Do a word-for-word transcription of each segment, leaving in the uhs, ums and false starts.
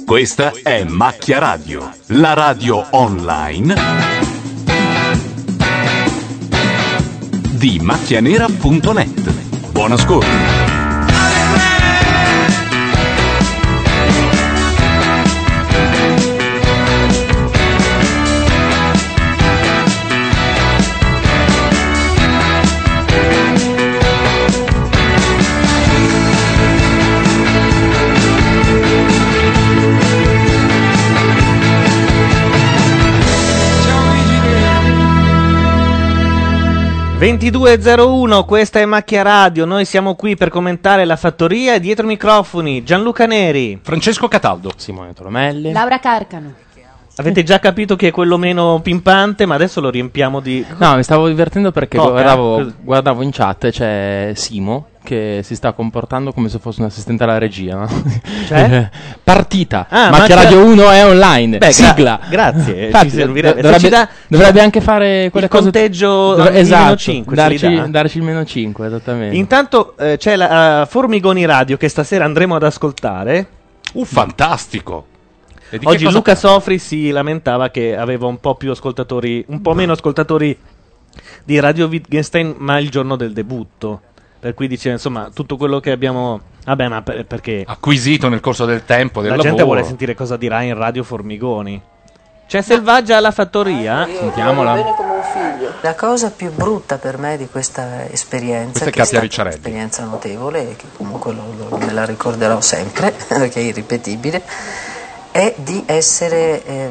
Questa è Macchia Radio, la radio online di macchianera punto net. Buon ascolto. ventidue e zero uno, questa è Macchia Radio, noi siamo qui per commentare La Fattoria e dietro i microfoni Gianluca Neri, Francesco Cataldo, Simone Tolomelli, Laura Carcano. Avete già capito chi è quello meno pimpante, ma adesso lo riempiamo di... No, mi stavo divertendo perché Coca? guardavo, guardavo in chat e c'è Simo che si sta comportando come se fosse un assistente alla regia, no? Cioè? Partita, Ah, Macchia Macchia- Radio uno è online, Beh, gra- sigla. grazie, Infatti, ci servirebbe. dovrebbe, Se ci dà- dovrebbe anche fare quelle il cose... conteggio Dov- di esatto, meno cinque, se li darci, dà. darci il meno cinque, esattamente. Intanto eh, c'è la uh, Formigoni Radio che stasera andremo ad ascoltare. Uh, fantastico! E di che Oggi cosa Luca parla? Sofri si lamentava che aveva un po' più ascoltatori, un po' meno ascoltatori di Radio Wittgenstein, ma il giorno del debutto. Per cui dice, insomma, tutto quello che abbiamo... Vabbè, ma per- perché Acquisito nel corso del tempo, del la lavoro. gente vuole sentire cosa dirà in Radio Formigoni. C'è Selvaggia alla Fattoria? Sentiamola. Bene come un figlio. La cosa più brutta per me di questa esperienza, Questa è che è Katia stata Ricciarelli. un'esperienza notevole e che comunque lo- lo- me la ricorderò sempre perché è irripetibile, è di essere eh,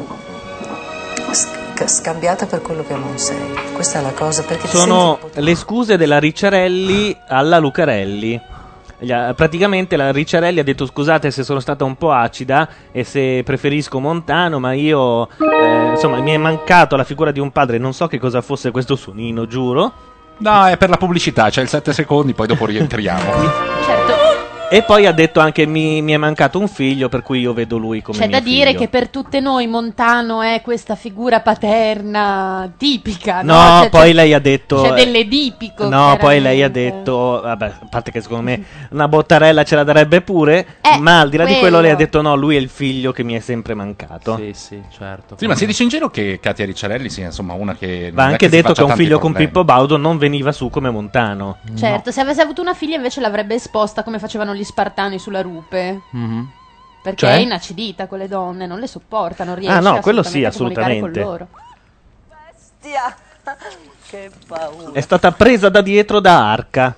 sc- scambiata per quello che non sei. Questa è la cosa, perché ti Sono senti- le scuse della Ricciarelli alla Lucarelli. Gli ha- Praticamente la Ricciarelli ha detto: scusate se sono stata un po' acida e se preferisco Montano, ma io eh, insomma mi è mancato la figura di un padre, non so che cosa fosse questo suonino, giuro. No, è per la pubblicità, c'è il sette secondi, poi dopo rientriamo. Certo, E poi ha detto anche mi, mi è mancato un figlio, per cui io vedo lui come c'è mio da dire figlio. che per tutte noi Montano è questa figura paterna tipica, no? No, Cioè, poi c'è- lei ha detto c'è dell'edipico. No, poi lei ha chiaramente. detto, vabbè, a parte che secondo me una bottarella ce la darebbe pure, Eh, ma al di là di quello quello. lei ha detto no, lui è il figlio che mi è sempre mancato. Sì, sì, certo. Sì, ma si dice in giro che Katia Ricciarelli sia insomma una che... Va non è anche si detto faccia che un tanti figlio con problemi. Pippo Baudo non veniva su come Montano. Certo, se avesse avuto una figlia invece l'avrebbe esposta come facevano gli spartani sulla rupe. Mhm. Perché Cioè? è inacidita quelle donne, non le sopporta, non riesce Ah, no, quello sì, assolutamente a comunicare assolutamente. con loro. Che paura. È stata presa da dietro da Arca,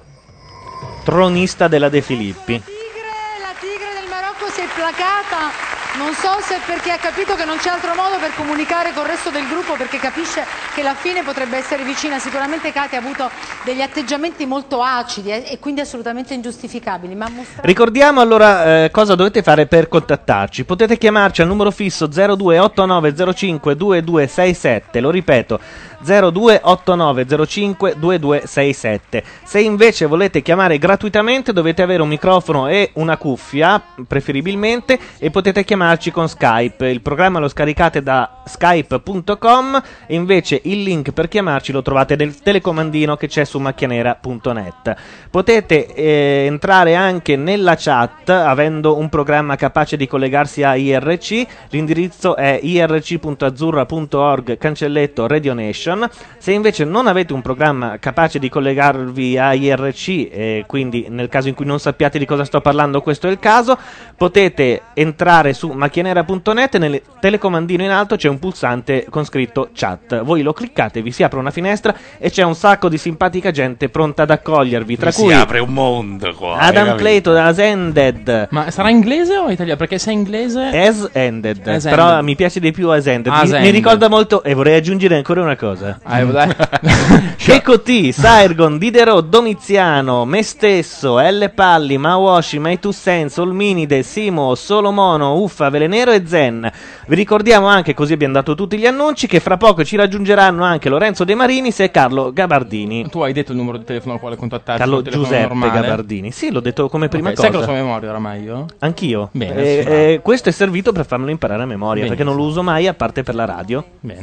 tronista della De Filippi. La tigre del Marocco si è placata, non so se perché ha capito che non c'è altro modo per comunicare col resto del gruppo, perché capisce che la fine potrebbe essere vicina. Sicuramente Katia ha avuto degli atteggiamenti molto acidi eh, e quindi assolutamente ingiustificabili, ma ha mostrato... Ricordiamo allora eh, cosa dovete fare per contattarci. Potete chiamarci al numero fisso zero due otto nove zero cinque due due sei sette, lo ripeto zero due otto nove zero cinque due due sei sette. Se invece volete chiamare gratuitamente dovete avere un microfono e una cuffia preferibilmente, e potete chiamarci con Skype. Il programma lo scaricate da skype punto com e invece il link per chiamarci lo trovate nel telecomandino che c'è su macchianera punto net. Potete eh, entrare anche nella chat avendo un programma capace di collegarsi a I R C. L'indirizzo è i r c punto azzurra punto org cancelletto Radio Nation. Se invece non avete un programma capace di collegarvi a I R C e quindi nel caso in cui non sappiate di cosa sto parlando, questo è il caso, potete entrare su macchianera punto net e nel telecomandino in alto c'è un pulsante con scritto chat. Voi lo cliccate, vi si apre una finestra e c'è un sacco di simpatica gente pronta ad accogliervi, tra Si cui apre un mondo qua. hai Adam capito? Plato da As Ended. Ma sarà inglese o italiano? Perché se è inglese... As Ended, As però Ended. mi piace di più As Ended. As Mi, mi Ended. ricorda molto, e vorrei aggiungere ancora una cosa. Ah, dai. Checo T, Sargon, Diderot, Domiziano, me stesso, L. Palli, Mawashi, My Two Cents, Olminide, Simo, Solomono, Uffa, Velenero e Zen. Vi ricordiamo anche, così abbiamo dato tutti gli annunci, che fra poco ci raggiungeranno anche Lorenzo De Marinis e Carlo Gabardini. Tu hai detto il numero di telefono al quale contattarci? Carlo col telefono Giuseppe normale? Gabardini. Sì, l'ho detto come prima Ok, cosa. sai che lo so a memoria oramai io? Anch'io. Bene, Eh, sì, bravo. eh, questo è servito per farmelo imparare a memoria, Benissimo. perché non lo uso mai a parte per la radio. Bene.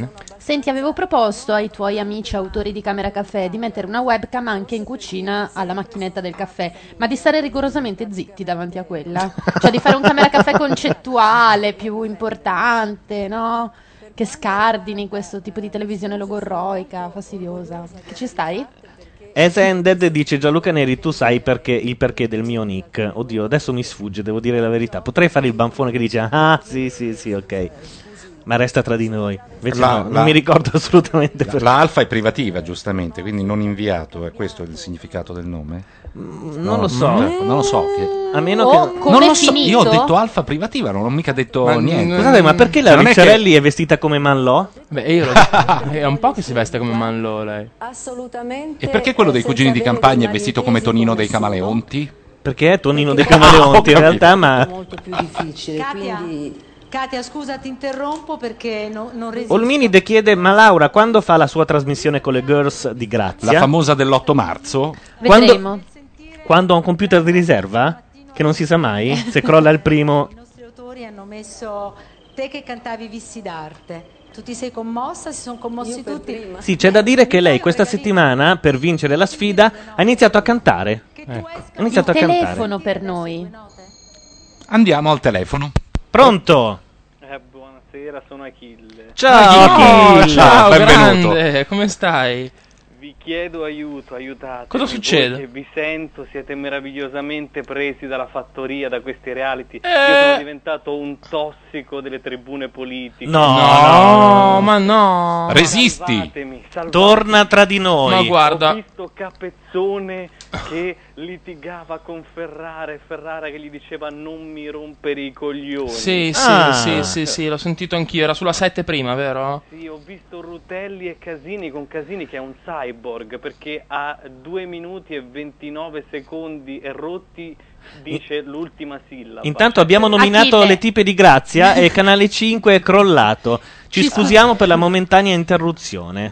Senti, avevo proposto ai tuoi amici autori di Camera Caffè di mettere una webcam anche in cucina alla macchinetta del caffè, ma di stare rigorosamente zitti davanti a quella. Cioè di fare un Camera Caffè concettuale, più importante, no? Che scardini questo tipo di televisione logorroica, fastidiosa. Che ci stai? As Ended dice Gianluca Neri, tu sai perché, il perché del mio nick. Oddio, adesso mi sfugge, devo dire la verità. Potrei fare il banfone che dice, ah sì sì sì, ok. Ma resta tra di noi. Invece La- no, la- non mi ricordo assolutamente La, perché. la alfa è privativa, giustamente, quindi non inviato, è questo il significato del nome? Non No, lo so. non, non lo so. Che... A meno O che... come non lo è so, finito? io ho detto alfa privativa, non ho mica detto Ma- niente. Scusate, ma perché la Non è che- Ricciarelli è vestita come Manlò? Beh, io lo è un po' che si veste come Manlò lei. Assolutamente. E perché quello dei senza cugini di avere campagna dei è vestito come mariotesi Tonino dei nessuno. Camaleonti? Perché è Tonino dei Perché- Camaleonti in Ah, ho capito. realtà, ma... Molto più difficile, Katia, quindi Katia, scusa, ti interrompo perché no- non resisto. Olminide chiede, ma Laura quando fa la sua trasmissione con le girls di Grazia? La famosa dell'otto marzo? Quando- Vedremo. Quando ha un computer di riserva? Che non si sa mai? Se crolla il primo... I nostri autori hanno messo te che cantavi Vissi d'arte. Tu ti sei commossa, si sono commossi io per tutti. prima. Sì, c'è da dire che lei questa settimana, per vincere la sfida, ha iniziato a cantare. Ecco. Ha iniziato a Il cantare. telefono per noi. Andiamo al telefono. Pronto? Eh, buonasera, sono Achille. Ciao, Achille. Achille. Ciao, benvenuto. grande, come stai? Vi chiedo aiuto, aiutatemi. Cosa succede? Voi che vi sento, siete meravigliosamente presi dalla fattoria, da questi reality. Eh. Io sono diventato un tossico delle tribune politiche. No, No, no. ma no. Resisti. Salvatemi, salvatemi. Torna tra di noi. Ma guarda, Ho visto Capezzone che litigava con Ferrara e Ferrara che gli diceva non mi rompere i coglioni. sì, sì, Ah. sì, sì, sì, l'ho sentito anch'io, era sulla sette prima, vero? Sì, ho visto Rutelli e Casini con Casini che è un cyborg perché a due minuti e ventinove secondi e rotti dice l'ultima sillaba. Intanto abbiamo nominato Achille. le tipe di Grazia e Canale cinque è crollato. Ci Ci scusiamo per la momentanea interruzione.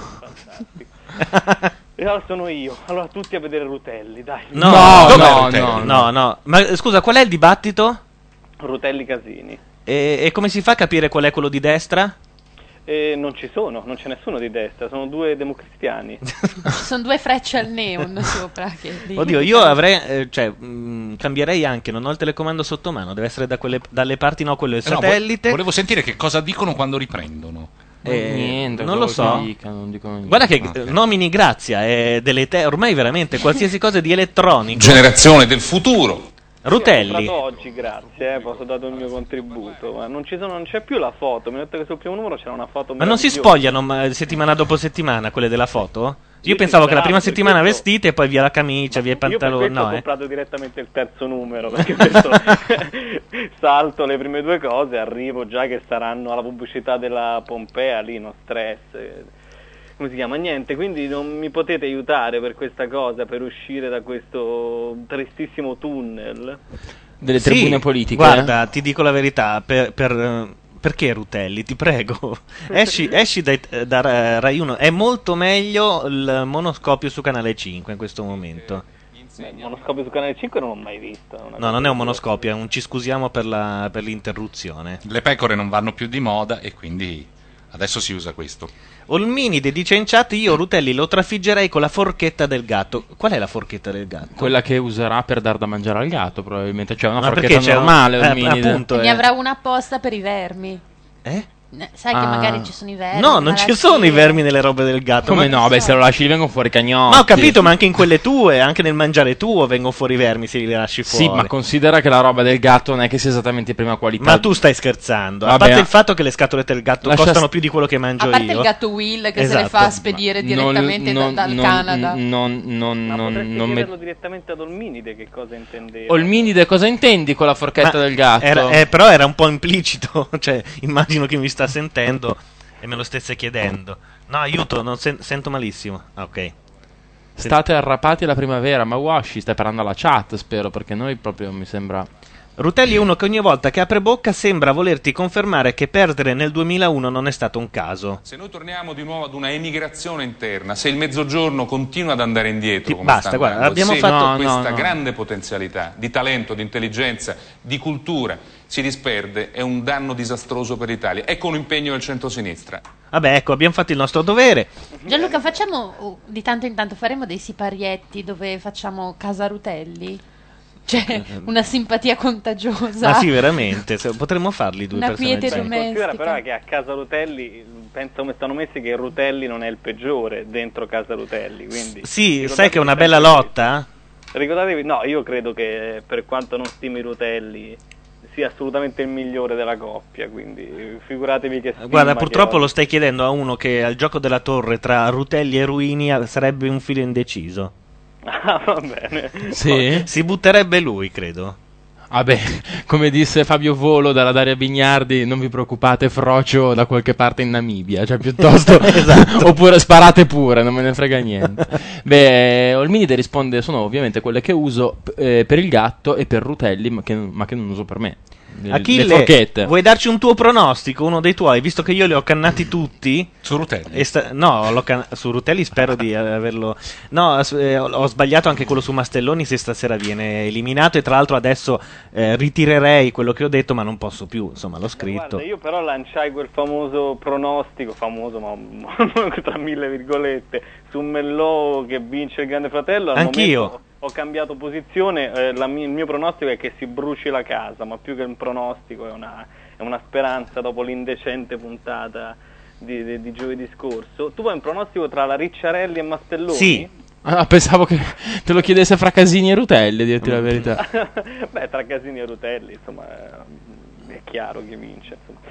E allora sono io. Allora tutti a vedere Rutelli, dai. No, No, dov'è no, Rutelli? no, no, no. Ma eh, scusa, qual è il dibattito? Rutelli Casini. E, e come si fa a capire qual è quello di destra? E non ci sono, non c'è nessuno di destra, sono due democristiani. Ci sono due frecce al neon sopra. Che lì- Oddio, io avrei, eh, cioè, mh, cambierei anche, non ho il telecomando sotto mano, deve essere da quelle, dalle parti, no, quello è il Eh no, vo- satellite. volevo sentire che cosa dicono quando riprendono. Eh, Niente, non lo quello so. che dica, non dico niente. Guarda che Ok. eh, nomini Grazia è delle te- ormai veramente qualsiasi cosa di elettronico. Generazione del futuro. Ho Rutelli. comprato oggi, grazie, eh, posso dare il mio contributo, ma non, ci sono, non c'è più la foto, mi hanno detto che sul primo numero c'era una foto Ma non si meravigliosa. spogliano ma, settimana dopo settimana quelle della foto? Io Io pensavo ci che la prima speravo, settimana questo- vestite e poi via la camicia, via i Io per pantaloni. questo ho No, eh. comprato direttamente il terzo numero, perché questo salto le prime due cose, arrivo già che saranno alla pubblicità della Pompea, lì no stress, eh, come si chiama? Niente, quindi non mi potete aiutare per questa cosa, per uscire da questo tristissimo tunnel? Delle Sì, tribune politiche. Guarda, ti dico la verità, per, per, eh, perché Rutelli, ti prego, esci, esci dai- da Ra- Rai uno, è molto meglio il monoscopio su Canale cinque in questo momento. Beh, il monoscopio su Canale cinque non l'ho mai visto. una No, cosa non è un così. monoscopio, è un ci scusiamo per, la, per l'interruzione. Le pecore non vanno più di moda e quindi adesso si usa questo. Olminide dice in chat, io Rutelli lo trafiggerei con la forchetta del gatto. Qual è la forchetta del gatto? Quella che userà per dar da mangiare al gatto, probabilmente. C'è una Ma perché forchetta c'è normale, eh, Olminide. appunto, Ne eh. avrà una apposta per i vermi. Eh? Eh, Sai che Ah. magari ci sono i vermi. No, non ci malattie. sono i vermi nelle robe del gatto. Come ma- no? Beh, se lo lasci lì vengono fuori cagnotti. Ma ho capito, ma anche in quelle tue, anche nel mangiare tuo vengono fuori i vermi se li lasci fuori. Sì, ma considera che la roba del gatto non è che sia esattamente di prima qualità. Ma tu stai scherzando. A Vabbè, parte il fatto che le scatolette del gatto lascia costano st- più di quello che mangio A parte io. il gatto Will che se Esatto. le fa spedire direttamente non, da- dal non, Canada. Non, non, Ma non, potresti non me- chiederlo direttamente ad Olminide che cosa intendeva. Olminide, cosa intendi con la forchetta Ma del gatto? era- eh, però era un po' implicito. Cioè, immagino che mi sta sentendo e me lo stesse chiedendo. No, aiuto, non sen- sento malissimo. Ah, ok. State arrapati alla primavera, ma Washi stai parlando alla chat, spero, perché noi proprio mi sembra... Rutelli è uno che ogni volta che apre bocca sembra volerti confermare che perdere nel duemilauno non è stato un caso. Se noi torniamo di nuovo ad una emigrazione interna, se il mezzogiorno continua ad andare indietro, Ti- come basta, sta guarda, andando, abbiamo se fatto- No, questa no, no. grande potenzialità di talento, di intelligenza, di cultura si disperde, è un danno disastroso per l'Italia. Ecco un impegno del centrosinistra. Vabbè, ecco, abbiamo fatto il nostro dovere. Gianluca, facciamo oh, di tanto in tanto faremo dei siparietti dove facciamo Casa Rutelli? Cioè, una simpatia contagiosa. Ma sì, veramente, se- potremmo farli due Una quiete personaggi. domestica. Considera però che a Casa Rutelli, pensa come stanno messi, che Rutelli non è il peggiore dentro Casa Rutelli, quindi... Sì, sai che è una bella lotta? Ricordatevi, no, io credo che per quanto non stimi Rutelli sia assolutamente il migliore della coppia, quindi figuratevi che stima Guarda, che purtroppo ho. lo stai chiedendo a uno che al gioco della torre tra Rutelli e Ruini ah, sarebbe un filo indeciso. Ah, va bene. Sì? Si butterebbe lui, credo. Vabbè, come disse Fabio Volo dalla Daria Bignardi, non vi preoccupate, frocio da qualche parte in Namibia, cioè piuttosto Esatto. oppure sparate pure, non me ne frega niente. Beh, Olminide risponde: sono ovviamente quelle che uso eh, per il gatto e per Rutelli, ma che, ma che non uso per me. Le, le Achille, forchette. vuoi darci un tuo pronostico, uno dei tuoi, visto che io li ho cannati tutti? Su Rutelli? E sta- no, l'ho can- su Rutelli spero di averlo. No, s- eh, ho ho sbagliato anche quello su Mastelloni se stasera viene eliminato. E tra l'altro adesso eh, ritirerei quello che ho detto, ma non posso più. Insomma, l'ho scritto. Guarda, io però lanciai quel famoso pronostico, famoso ma tra mille virgolette, su Mellò che vince il Grande Fratello. Al Anch'io. momento ho cambiato posizione, eh, la mi- il mio pronostico è che si bruci la casa, ma più che un pronostico è una, è una speranza dopo l'indecente puntata di, di- di giovedì scorso. Tu vuoi un pronostico tra la Ricciarelli e Mastelloni? Sì. Ah, pensavo che te lo chiedesse fra Casini e Rutelli, a dirti la verità. Beh, tra Casini e Rutelli, insomma, eh, è chiaro chi vince. Insomma.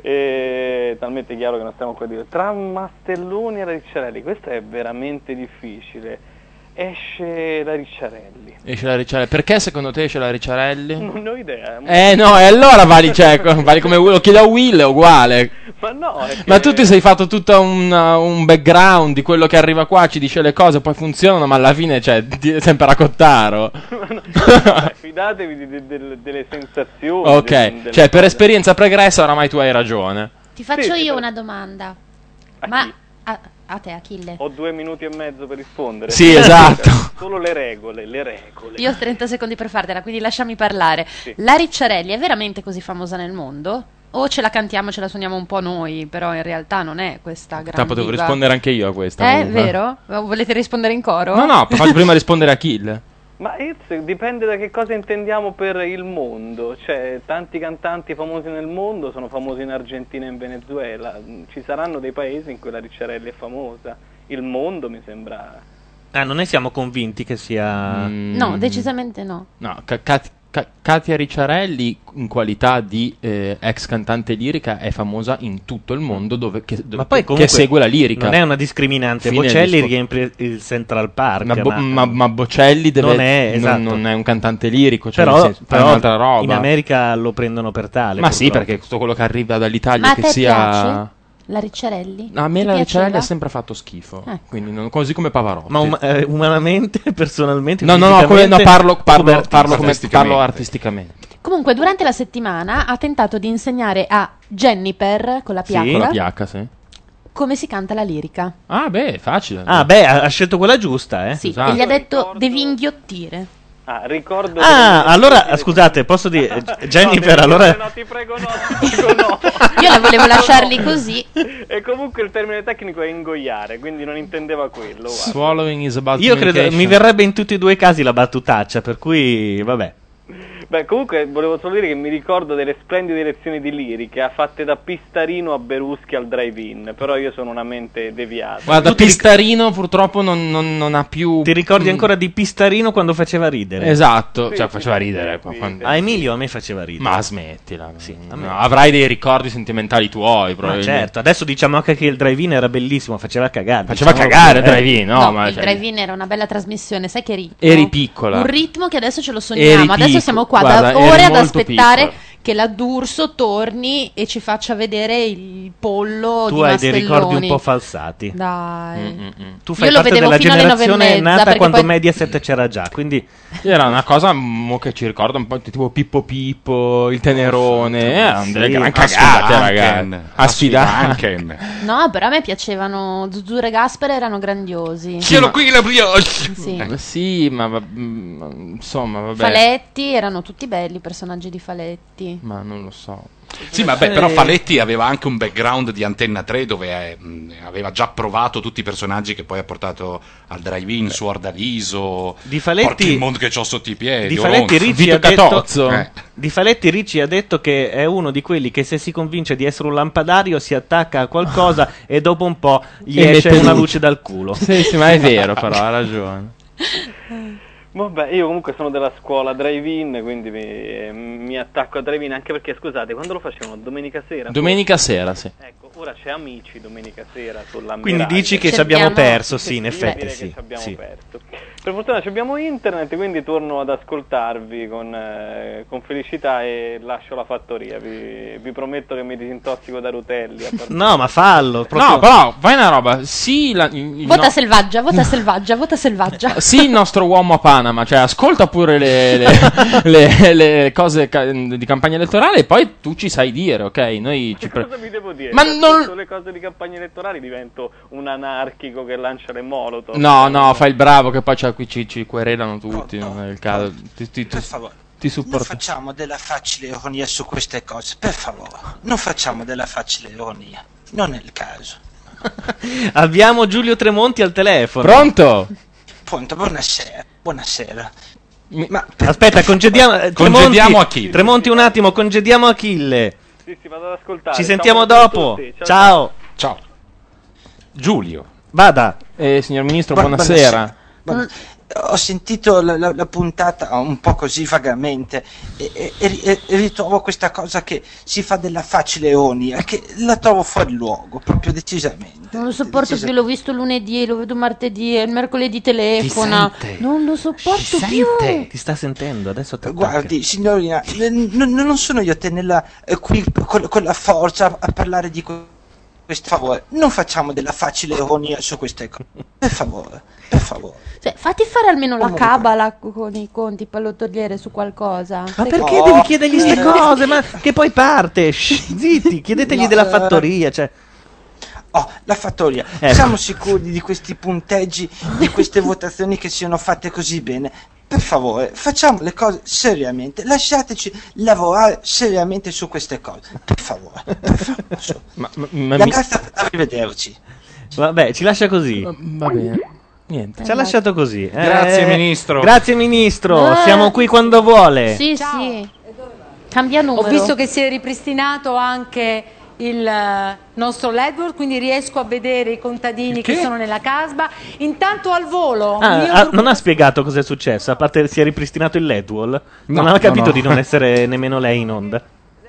È talmente chiaro che non stiamo qua a dire. Tra Mastelloni e la Ricciarelli, questo è veramente difficile. Esce la Ricciarelli. Esce la Ricciarelli. Perché secondo te esce la Ricciarelli? Non ne ho idea. Eh no, e allora vali, cioè, co- vali come lo chiede a Will, è uguale. Ma no, è che... Ma tu ti sei fatto tutto un, un background di quello che arriva qua, ci dice le cose, poi funzionano, ma alla fine, cioè, ti- è sempre a Cottaro. Beh, fidatevi di- di- del- delle sensazioni. Ok, del- delle cioè, per cose. esperienza pregressa oramai tu hai ragione. Ti faccio Sì, io sì, una domanda. A Ma chi? a, a te, Achille. Ho due minuti e mezzo per rispondere. Sì, esatto. Solo le regole, le regole. Io ho trenta secondi per fartela, quindi lasciami parlare. Sì. La Ricciarelli è veramente così famosa nel mondo? O ce la cantiamo, ce la suoniamo un po' noi, però in realtà non è questa gran Ta, potevo diva. rispondere anche io a questa. È comunque. vero? Volete rispondere in coro? No, no, faccio prima rispondere a Kill. Ma Iz, dipende da che cosa intendiamo per il mondo, cioè tanti cantanti famosi nel mondo sono famosi in Argentina e in Venezuela, ci saranno dei paesi in cui la Ricciarelli è famosa, il mondo mi sembra... Ah, non ne siamo convinti che sia. No, decisamente no. No, Ca- Cat- Ca- Katia Ricciarelli in qualità di eh, ex cantante lirica è famosa in tutto il mondo dove, che, dove- Ma poi che comunque segue la lirica. non è una discriminante. Fine Bocelli discor- riempie il Central Park. Ma, Bo- ma- ma- ma Bocelli deve- non è, non- esatto. non è un cantante lirico, cioè però, nel senso, fa però un'altra roba. in America lo prendono per tale. Ma sì, purtroppo. perché tutto quello che arriva dall'Italia Ma a che te sia... piace la Ricciarelli? No, a me Ti la Ricciarelli piaceva? ha sempre fatto schifo, Eh. quindi non- così come Pavarotti. Ma um- eh, umanamente, personalmente, no, no, no, come- no, fisicamente, parlo, parlo, come parlo, come, artista? parlo artisticamente. Comunque, durante la settimana ha tentato di insegnare a Jennifer, con la P H, Con la P H, sì. come si canta la lirica. Ah, beh, facile. Ah, beh, ha, ha scelto quella giusta, eh? Sì, Esatto. e gli ha detto devi inghiottire. Ah, ricordo... Ah, allora, scusate, posso dire... Jennifer, No, allora... no, ti prego no, ti prego no. Io la volevo lasciarli così. E comunque il termine tecnico è ingoiare, quindi non intendeva quello. guarda. Swallowing is about Io credo, communication. mi verrebbe in tutti e due i casi la battutaccia, per cui, vabbè. Beh, comunque volevo solo dire che mi ricordo delle splendide lezioni di lirica fatte da Pistarino a Beruschi al drive-in, però io sono una mente deviata. Guarda, Tu ti ric- Pistarino purtroppo non, non- non ha più... Ti ricordi Mm. ancora di Pistarino quando faceva ridere? Esatto, Sì, cioè sì, faceva sì, ridere. sì, quando- A Emilio a me faceva ridere. Ma smettila. Sì, a me. No, avrai dei ricordi sentimentali tuoi, Ma probabilmente. certo, adesso diciamo anche che il drive-in era bellissimo, faceva cagare. Faceva diciamo, cagare il eh. drive-in, no? No, ma il cioè- drive-in era una bella trasmissione, sai che ritmo? Eri piccola. Un ritmo che adesso ce lo Eri sogniamo. Adesso picco- siamo qua guarda, da eri ore ad molto aspettare piccola. che la D'Urso torni e ci faccia vedere il pollo Tu di hai dei Mastelloni. ricordi un po' falsati. Dai. Mm, mm, mm. Tu fai Io lo parte vedevo della fino alle nove e generazione mezza, nata perché quando poi- Mediaset c'era già, quindi Era una cosa mo, che ci ricorda un po' tipo Pippo Pippo, il Tenerone. Erano Sì, delle gran a cagate, Sfidanken, ragazzi. a A Sfidanken. Sfidanken. No, però a me piacevano Zuzzurro e Gasper, erano grandiosi. Sì, ma- qui la brioche! Sì. Eh, Sì, ma va- mm, insomma, vabbè. Faletti erano tutti belli, i personaggi di Faletti. Ma non lo so. Sì, ma beh, però Faletti aveva anche un background di Antenna tre dove eh, mh, aveva già provato tutti i personaggi che poi ha portato al drive-in su Ordaliso, Di Faletti- Porti il mondo che c'ho sotto i piedi, Di Faletti, Oronzo. Ricci ha detto, Eh. di Faletti Ricci ha detto che è uno di quelli che se si convince di essere un lampadario si attacca a qualcosa e dopo un po' gli E esce mette una luce. luce dal culo. Sì, sì, ma è vero, però ha ragione. Vabbè, io comunque sono della scuola drive-in, quindi mi, mi attacco a drive-in, anche perché, scusate, quando lo facevano? Domenica sera? Domenica sera, sì. Ecco, ora c'è Amici domenica sera sull'Ammiraglio. Quindi dici che ci abbiamo perso, sì, in effetti, Direi sì, che ci abbiamo sì. perso. Per fortuna ci abbiamo internet, quindi torno ad ascoltarvi con, eh, con felicità e lascio la fattoria. Vi, vi prometto che mi disintossico da Rutelli. a part- No, ma fallo. proprio- No, però fai una roba. Sì, la, il, il Vota no- selvaggia, vota selvaggia, vota selvaggia. sì, il nostro uomo a Panama, cioè ascolta pure le, le, le- le cose ca- di campagna elettorale e poi tu ci sai dire, ok? Noi ci pre- Cosa vi devo dire? Ma Se non- ascolto le cose di campagna elettorali divento un anarchico che lancia le molotov. No, no, fai il bravo che poi c'è- qui ci, ci querelano tutti, non è il caso. Ti, ti, ti, Per favore, ti non supporto. facciamo della facile ironia su queste cose, per favore. Non facciamo della facile ironia. Non è il caso. Abbiamo Giulio Tremonti al telefono. Pronto? Pronto, buonasera. Buonasera. Ma Aspetta, congediamo, eh, Congediamo Tremonti, Achille. Tremonti un attimo, congediamo Achille. Sì, sì, vado ad ascoltare. Ci Ciao sentiamo a dopo. tutti. Ciao. Ciao. Giulio. Vada. Eh, signor Ministro, Bu- buonasera. buonasera. Ho sentito la, la- la puntata un po' così vagamente e, e- e- e ritrovo questa cosa che si fa della facile ironia, che la trovo fuori luogo, proprio decisamente. Non lo sopporto più, l'ho visto lunedì, lo vedo martedì, e il mercoledì telefona. Ti sente? Non lo sopporto più. Ti sta sentendo, adesso ti Guardi, signorina, n- n- non sono io a tenerla eh, qui con, con la forza a parlare di que- questo. Per favore, non facciamo della facile ironia su queste cose. Per favore, per favore. Cioè, fatti fare almeno la Comunque. cabala con i conti pallottoliere su qualcosa. Ma Sai perché che- devi chiedergli queste eh. cose? Ma che poi parte? Shh, zitti, chiedetegli No, della eh, fattoria, cioè. Oh, la fattoria. Ecco. Siamo sicuri di questi punteggi, di queste votazioni che siano fatte così bene? Per favore, facciamo le cose seriamente. Lasciateci lavorare seriamente su queste cose. Per favore, per favore. su. Ma, ma- ma La mi- carta, arrivederci. Vabbè, ci lascia così. Va bene. Niente. Ci ha lasciato così. Eh, Grazie, Ministro. Grazie, Ministro. Eh. Siamo qui quando vuole. Sì, sì. Cambia numero. Ho visto che si è ripristinato anche il eh, nostro Ledward, quindi riesco a vedere i contadini che, Che? sono nella casba. Intanto al volo, Ah, il mio ah, gruppo- non ha spiegato cosa è successo, a parte che si è ripristinato il L E D wall. Non No, aveva capito no, no. di non essere nemmeno lei in onda.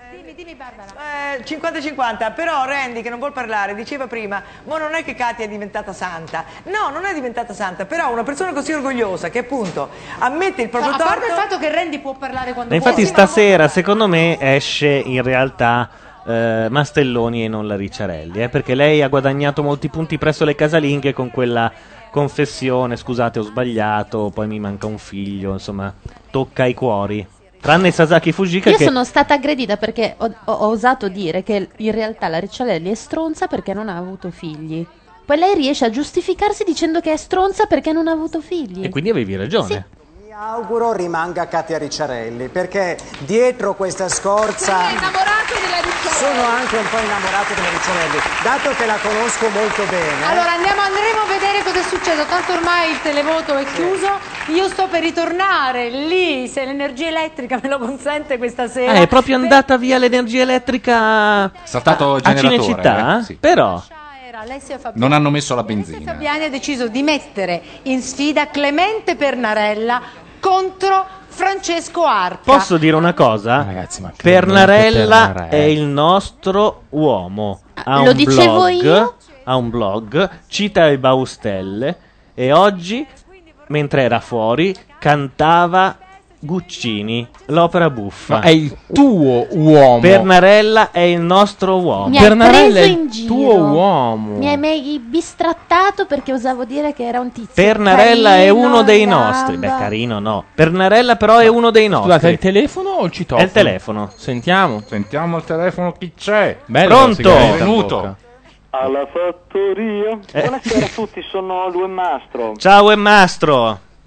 Eh, cinquanta cinquanta, però Randy che non vuol parlare diceva prima, ma non è che Katia è diventata santa. No, non è diventata santa, però una persona così orgogliosa che appunto ammette il No, proprio a parte il torto. fatto che Randy può parlare quando Ma infatti vuole. stasera, secondo me, esce in realtà eh, Mastelloni e non la Ricciarelli, eh, perché lei ha guadagnato molti punti presso le casalinghe con quella confessione, scusate ho sbagliato, poi mi manca un figlio, insomma, tocca ai cuori. Tranne Sasaki Fujika Io che... sono stata aggredita perché ho, ho- ho osato dire che in realtà la Ricciarelli è stronza perché non ha avuto figli. Poi lei riesce a giustificarsi dicendo che è stronza perché non ha avuto figli. E quindi avevi ragione. Mi auguro rimanga Katia Ricciarelli, perché dietro questa scorza sono anche un po' innamorato della Ricciarelli, dato che la conosco molto bene. Allora andiamo, andremo a vedere cosa è successo, tanto ormai il televoto è chiuso, io sto per ritornare lì, se l'energia elettrica me lo consente questa sera. Ah, è proprio andata via l'energia elettrica Saltato il a generatore, Cinecittà? eh, sì. Però Era Alessia Fabiani. Non hanno messo la benzina. Fabiani ha deciso di mettere in sfida Clemente Pernarella contro Francesco Arca. posso dire una cosa? Ragazzi, ma Pernarella Pernarella. è il nostro uomo. Ha lo un dicevo blog, io? ha un blog, cita le Baustelle e oggi, mentre era fuori, cantava Guccini, l'opera buffa. Ma è il tuo uomo. Pernarella è il nostro uomo. Mi hai Pernarella preso è in il giro. tuo uomo. Mi hai mai bistrattato perché osavo dire che era un tizio Pernarella è carino, uno dei in nostri. Beh, gamba. carino no. Pernarella però è uno dei nostri. Scusate, è il telefono o il citofono? È il telefono. Sentiamo. Sentiamo al telefono chi c'è. Bello, Pronto? la sigaretta in Benvenuto. bocca. Alla fattoria. Eh. Buonasera a tutti, sono Lue Mastro. Ciao, è Mastro.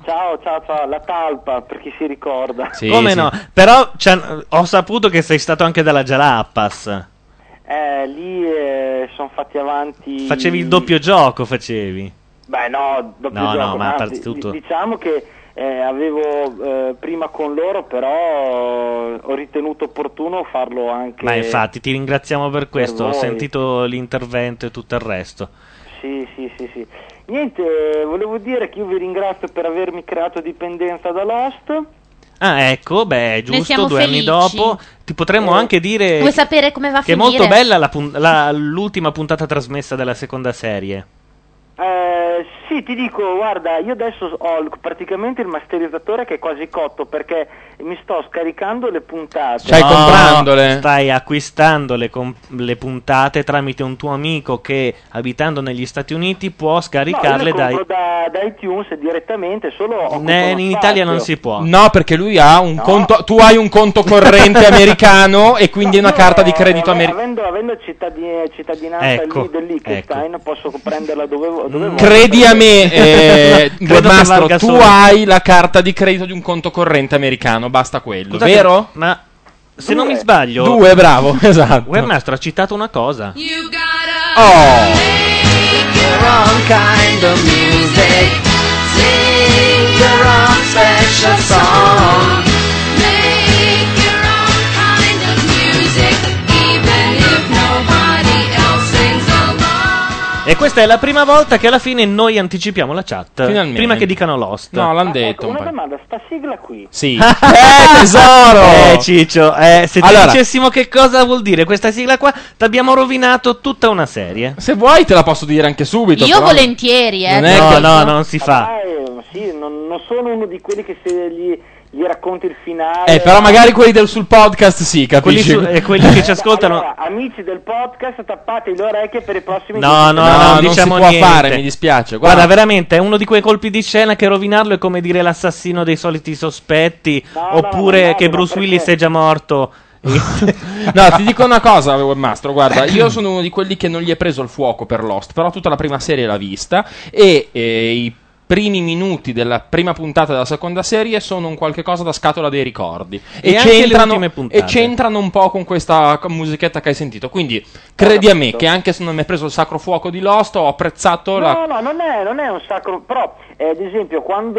Ciao, ciao, ciao, la talpa, per chi si ricorda. Come no? Però c'han- ho saputo che sei stato anche dalla Jalapas. Eh, lì eh, sono fatti avanti... Facevi il doppio gioco, facevi. Beh, no, doppio No, gioco, no, ma a anzi, parte tutto. di- diciamo che eh, avevo eh, prima con loro, però ho ritenuto opportuno farlo anche... Ma infatti ti ringraziamo per questo, ho voi. sentito l'intervento e tutto il resto. Sì, sì, sì, sì. Niente, volevo dire che io vi ringrazio per avermi creato dipendenza da Lost. Ah, ecco, beh, è giusto, siamo due felici. anni dopo. Ti potremmo anche dire Vuoi sapere come va a che è finire? molto bella la pun- la- l'ultima puntata trasmessa della seconda serie. Eh, sì, ti dico, guarda, io adesso ho il- praticamente il masterizzatore che è quasi cotto perché mi sto scaricando le puntate. No, stai acquistando le, com- le puntate tramite un tuo amico che, abitando negli Stati Uniti, può scaricarle no, io le dai... compro da, da iTunes direttamente, solo occupa Ne- uno in spazio. Italia non si può. No, perché lui ha un conto. Tu hai un conto corrente americano e quindi una carta di credito Eh, americana. avendo, avendo cittadini- cittadinanza Ecco, lì dell'Liechtenstein posso prenderla dove, vo- dove voglio. Credi a me, eh, Credo che Webmastro, valga tu solo- hai la carta di credito di un conto corrente americano, basta quello, Scusate, vero? Ma se non mi sbaglio... Due, bravo, esatto. Webmaster ha citato una cosa. Oh. Your own kind of music. Sing your own special song. Make your own kind of music, even if nobody else sings along. E questa è la prima volta che alla fine noi anticipiamo la chat. Finalmente. Prima che dicano Lost. No, l'hanno Ah, detto ecco, un una po'. domanda, sta sigla qui. Sì. Eh, tesoro! Eh, Ciccio, eh, se ti Allora- dicessimo che cosa vuol dire questa sigla qua, ti abbiamo rovinato tutta una serie. Se vuoi te la posso dire anche subito. Io però- volentieri, eh. Non è No, che- no, non si fa. Eh, sì, non, non sono uno di quelli che se gli, gli racconti il finale. Eh, però magari quelli del sul podcast sì, Quelli, capisci? su- e quelli che ci ascoltano. Allora, amici del podcast, tappate le orecchie per i prossimi No, no, dieci no, No, non non diciamo si può niente. fare, mi dispiace. Guarda, Guarda, veramente è uno di quei colpi di scena che rovinarlo è come dire l'assassino dei soliti sospetti, No, oppure no, no, che no, Bruce perché- Willis è già morto. No, ti dico una cosa, Webmastro, guarda, io sono uno di quelli che non gli è preso il fuoco per Lost, però tutta la prima serie l'ha vista e eh, i primi minuti della prima puntata della seconda serie sono un qualche cosa da scatola dei ricordi E e, anche le c'entrano, ultime puntate. e c'entrano un po' con questa musichetta che hai sentito, quindi credi a me che anche se non mi è preso il sacro fuoco di Lost ho apprezzato la... No, no, non è, non è un sacro, però eh, ad esempio quando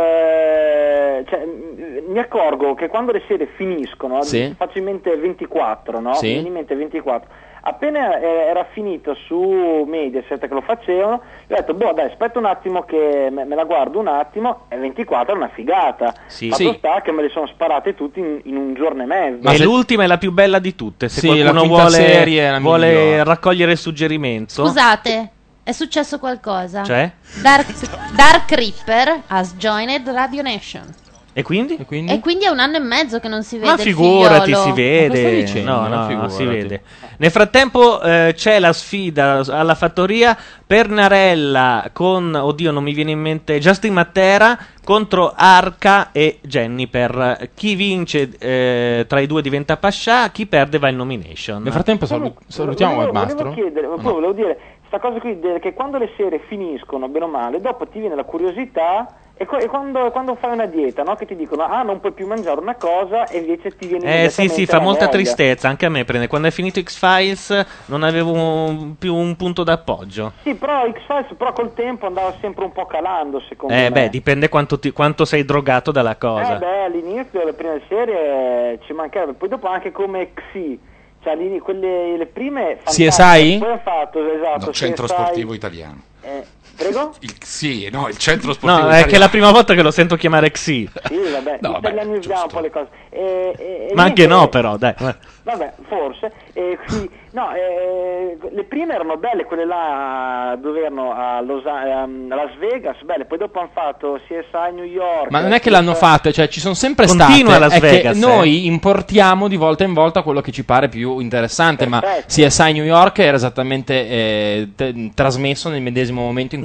eh, cioè, m- mi accorgo che quando le serie finiscono, Sì. faccio in mente ventiquattro, no? Sì. Mi viene in mente ventiquattro. Appena eh, era finito su Mediaset che lo facevano, ho detto, boh dai, aspetta un attimo che me, me la guardo un attimo, e ventiquattro è una figata. Sì. Fatto Sì. sta che me le sono sparate tutte in, in un giorno e mezzo. e l'ultima è la più bella di tutte. Se Sì, qualcuno la quinta vuole, serie è la vuole migliore. raccogliere il suggerimento, Scusate, è successo qualcosa. Cioè? Dark, Dark Reaper has joined Radio Nation. E quindi? E quindi? E quindi è un anno e mezzo che non si vede Ma figurati, il figliolo. si vede. Ma cosa stai dicendo? No, no, no, Figurati. si vede. Nel frattempo eh, c'è la sfida alla fattoria Pernarella con, oddio, non mi viene in mente, Justin Matera contro Arca e Jennifer. Chi vince eh, tra i due diventa Pascià, chi perde va in nomination. Nel frattempo salu- salutiamo volevo, Webmastro. volevo chiedere, O poi no? volevo dire sta cosa qui de- che quando le serie finiscono bene o male, dopo ti viene la curiosità e, co- e quando, quando fai una dieta, no? Che ti dicono ah non puoi più mangiare una cosa e invece ti viene Eh sì, immediatamente sì, fa la molta voglia. tristezza, anche a me prende. Quando è finito X-Files non avevo un- più un punto d'appoggio. Sì, però X-Files però col tempo andava sempre un po' calando secondo me. Eh beh, dipende quanto, ti- quanto sei drogato dalla cosa. Eh beh, all'inizio delle prime serie ci mancava, poi dopo anche come Xi, cioè lì, quelle le prime C S I? fantastiche, poi hanno fatto esatto, No, centro C S I, sportivo italiano. eh, prego? Il, sì, no, il centro sportivo No, italiano. è che è la prima volta che lo sento chiamare Xi. Sì, vabbè, No, vabbè, italianizziamo un po' le cose. E, e- e Ma anche niente, no, però, dai. Vabbè, forse. E qui, no, eh, le prime erano belle, quelle là dove erano a, Los, ehm, a Las Vegas, belle, poi dopo hanno fatto C S I New York. Ma non è che l'hanno fatte, cioè ci sono sempre Continua state. Las è Vegas, che noi importiamo di volta in volta quello che ci pare più interessante. Ma Perfetto. C S I New York era esattamente eh, te- trasmesso nel medesimo momento in cui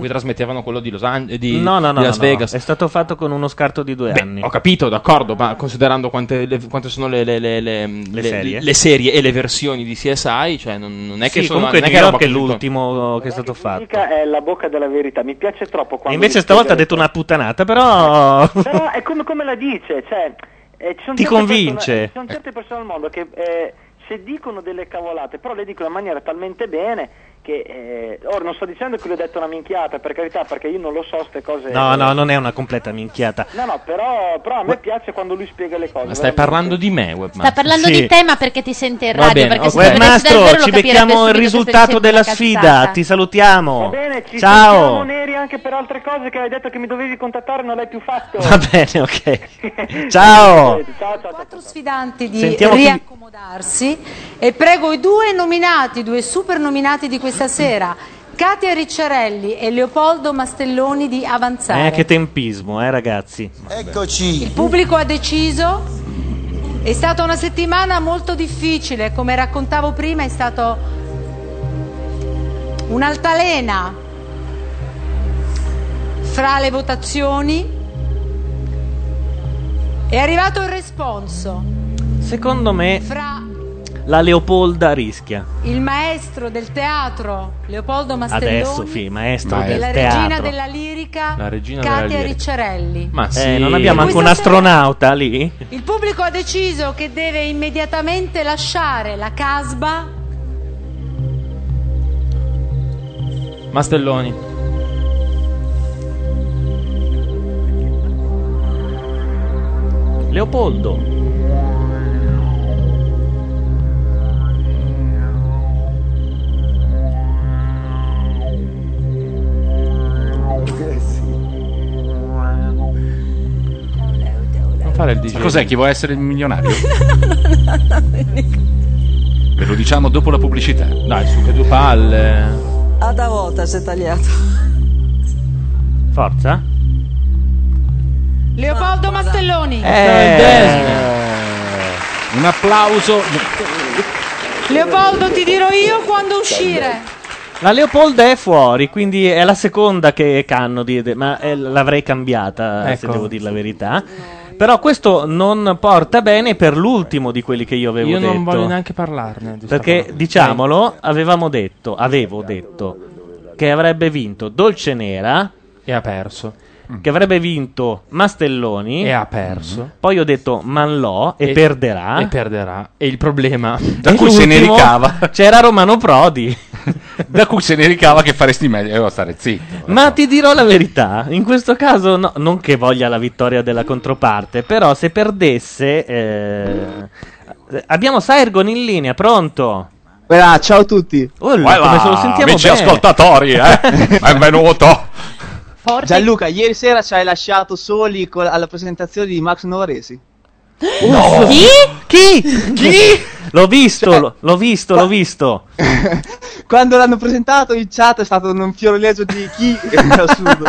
cui trasmettevano quello di Los Angeles, di, No, no, no, di Las no, no. Vegas. È stato fatto con uno scarto di due Beh, anni. ho capito, d'accordo, ma considerando quante, le- quante sono le, le- le- le- le- serie? le serie e le versioni di C S I, cioè non, non è che Sì, sono, comunque non è New che York è roba così- l'ultimo che è stato fatto. Mica è la bocca della verità, mi piace troppo E quando invece mi stavolta ha spiega detto una puttanata, però... le cose. Però è come, come la dice, cioè eh, ci sono Ti certe convince. persone- ci sono certe persone al mondo che eh, se dicono delle cavolate, però le dicono in maniera talmente bene che eh, ora non sto dicendo che lui ha detto una minchiata, per carità, perché io non lo so ste cose. No, no, non è una completa minchiata. No, no, però, però a me piace quando lui spiega le cose. Ma stai veramente. parlando di me, Webmaster? Sta parlando Sì. di te, ma perché ti sente in Va radio? bene, Perché ok. se dovessi dare il Webmastro, vero lo ci capirebbe becchiamo il subito che stai risultato dicendo della una sfida. cazzata. Ti salutiamo. Va bene, ci Ciao. sentiamo Neri anche per altre cose che hai detto che mi dovevi contattare, non l'hai più fatto. Va bene, ok. Ciao. Ciao, ciao, Quattro sfidanti di Sentiamo chi- riaccomodarsi e prego i due nominati, due super nominati di questa sera, Katia Ricciarelli e Leopoldo Mastelloni, di avanzare. Eh, che tempismo, eh, ragazzi. Eccoci. Il pubblico ha deciso. È stata una settimana molto difficile, come raccontavo prima, è stato un'altalena fra le votazioni. È arrivato il responso Secondo me fra la Leopolda rischia. il maestro del teatro Leopoldo Mastelloni Adesso, fi, maestro e del la teatro. regina della lirica La regina della Katia lirica. Ricciarelli. Ma sì. Eh, non abbiamo anche un Questa sera- astronauta lì? Il pubblico ha deciso che deve immediatamente lasciare la casba. Mastelloni. Leopoldo. Non fare il D J. Ma cos'è? Chi vuole essere il milionario? Ve lo diciamo dopo la pubblicità. Dai, su che due palle. Ad a volta si è tagliato. Forza. Leopoldo Mastelloni. Eh, Un applauso. Leopoldo, ti dirò io quando uscire. La Leopolda è fuori, quindi è la seconda che canno, di- de- ma eh, l'avrei cambiata se Ecco. devo dire la verità. Però questo non porta bene per l'ultimo di quelli che io avevo Io detto. non voglio neanche parlarne. di sta Perché cosa. diciamolo, avevamo detto, avevo detto che avrebbe vinto Dolce Nera E ha perso. che avrebbe vinto Mastelloni E ha perso. Poi ho detto Manlò e, E- perderà. E perderà. E il problema. Da cui se ne l'ultimo ricava. C'era Romano Prodi. Da cui se ne ricava che faresti meglio. Devo stare zitto. Ma ti dirò la verità, in questo caso no, non che voglia la vittoria della controparte, però se perdesse... eh, abbiamo Saergon in linea, pronto? Beh, ciao a tutti. Oh, là, come se lo sentiamo amici bene. ascoltatori, eh? Benvenuto. Gianluca, ieri sera ci hai lasciato soli col- alla presentazione di Max Novaresi. No. Chi? Chi? Chi? L'ho visto, Cioè- l'ho- l'ho visto, l'ho visto. Quando l'hanno presentato in chat è stato un fiorilegio di chi? Assurdo.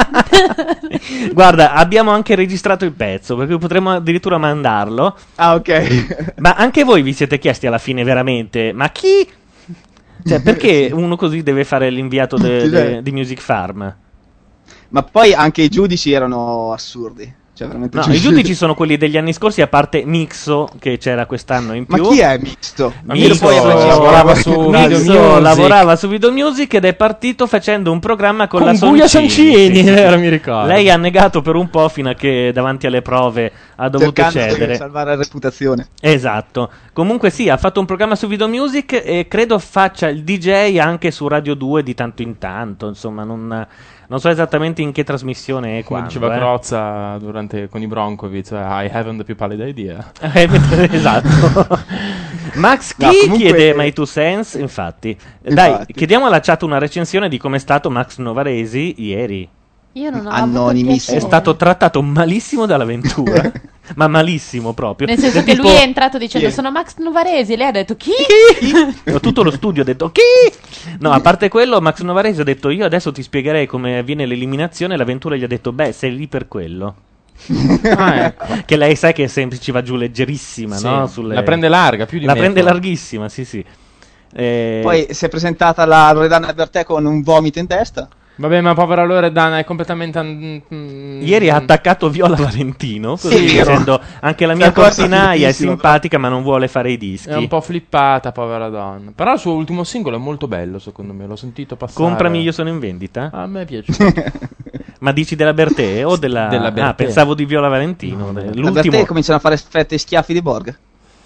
Guarda, abbiamo anche registrato il pezzo, per cui potremmo addirittura mandarlo. Ah, ok. Ma anche voi vi siete chiesti alla fine veramente, ma chi? Cioè, perché uno così deve fare l'inviato de- Sì, de- cioè. di Music Farm? Ma poi anche i giudici erano assurdi. Cioè, veramente No, i giudici sono quelli degli anni scorsi, a parte Mixo, che c'era quest'anno in Ma più. chi è Mixto? Mixo Poi lavorava su Video Mixo Music. lavorava su Video Music ed è partito facendo un programma con, Con la Buia Soncini. Soncini, Sì, sì, vero, sì. mi ricordo. Lei ha negato per un po' fino a che davanti alle prove ha dovuto Cercando cedere. di salvare la reputazione. Esatto. Comunque sì, ha fatto un programma su Video Music e credo faccia il D J anche su Radio due di tanto in tanto, insomma, non, non so esattamente in che trasmissione è Come quando. diceva eh. Crozza durante, con i Broncovic, I haven't the più pallida idea. Eh, esatto. Max chi No, comunque- chiede My Two Cents, infatti. Dai, Infatti. chiediamo alla chat una recensione di come è stato Max Novaresi ieri. Io non ho Anonimissimo. È stato trattato malissimo dall'avventura. Ma malissimo proprio. Nel senso Del che tipo- lui è entrato dicendo Chi è? sono Max Novaresi e lei ha detto chi? No, tutto lo studio ha detto chi? No, a parte quello, Max Novaresi ha detto io adesso ti spiegherei come avviene l'eliminazione. L'avventura gli ha detto beh, sei lì per quello. Ah, ecco. Che lei sai che sempre ci va giù leggerissima, Sì, no? Sulle- la prende larga, più di La me, prende forse. larghissima, sì, sì. Eh, Poi si è presentata la Loredana Bertè con un vomito in testa. Vabbè, ma povera Loredana è completamente. Mm, Ieri ha attaccato Viola Valentino, così Sì, dicendo anche la mia Una cosa portinaia è fighissima, simpatica ma non vuole fare i dischi. È un po' flippata, povera donna. Però il suo ultimo singolo è molto bello, secondo me. L'ho sentito passare. Comprami, io sono in vendita? A me è piaciuto. Ma dici della Bertè o della... Della Bertè. Ah, pensavo di Viola Valentino. La L'ultimo... Bertè cominciano a fare effetto e schiaffi di Borg.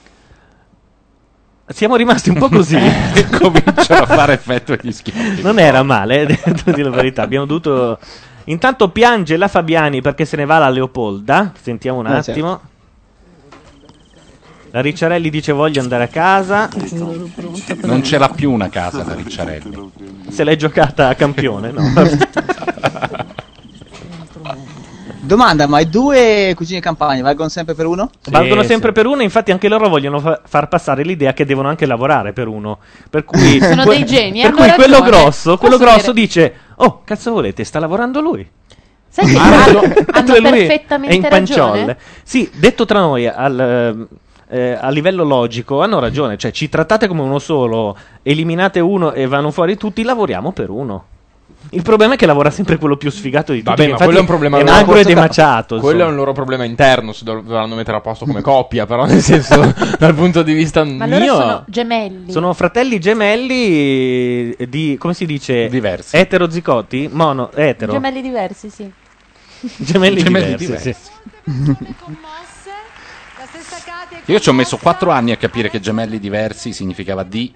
Siamo rimasti un po' così. Cominciano a fare effetto gli schiaffi. Non era male, devo dire la verità. Abbiamo dovuto... Intanto piange la Fabiani perché se ne va la Leopolda. Sentiamo un Eh, attimo. La Ricciarelli dice voglio andare a casa. Non ce l'ha più una casa la Ricciarelli. Se l'è giocata a campione, no? Domanda, ma i due cugini campani valgono sempre per uno? Valgono sempre per uno, infatti anche loro vogliono fa- far passare l'idea che devono anche lavorare per uno. Per cui Sono que- dei geni, Per hanno cui quello ragione. grosso, quello Posso grosso dire- dice "Oh, cazzo volete, sta lavorando lui". Sai che Mentre hanno, hanno lui perfettamente è in panciolle. ragione. Sì, detto tra noi al eh, a livello logico hanno ragione, cioè ci trattate come uno solo, eliminate uno e vanno fuori tutti, lavoriamo per uno. Il problema è che lavora sempre quello più sfigato di tutti. Vabbè, che ma infatti quello è un problema è loro. magro ed emaciato. Quello è insomma. un loro problema interno. Si dov- dovranno mettere a posto come coppia, però, nel senso, dal punto di vista Ma mio. loro sono gemelli. Sono fratelli gemelli di, come si dice? Diversi. Eterozigoti? Mono, etero. Gemelli diversi, sì. Gemelli, Gemelli diversi, diversi. Io ci ho messo quattro anni a capire che gemelli diversi significava di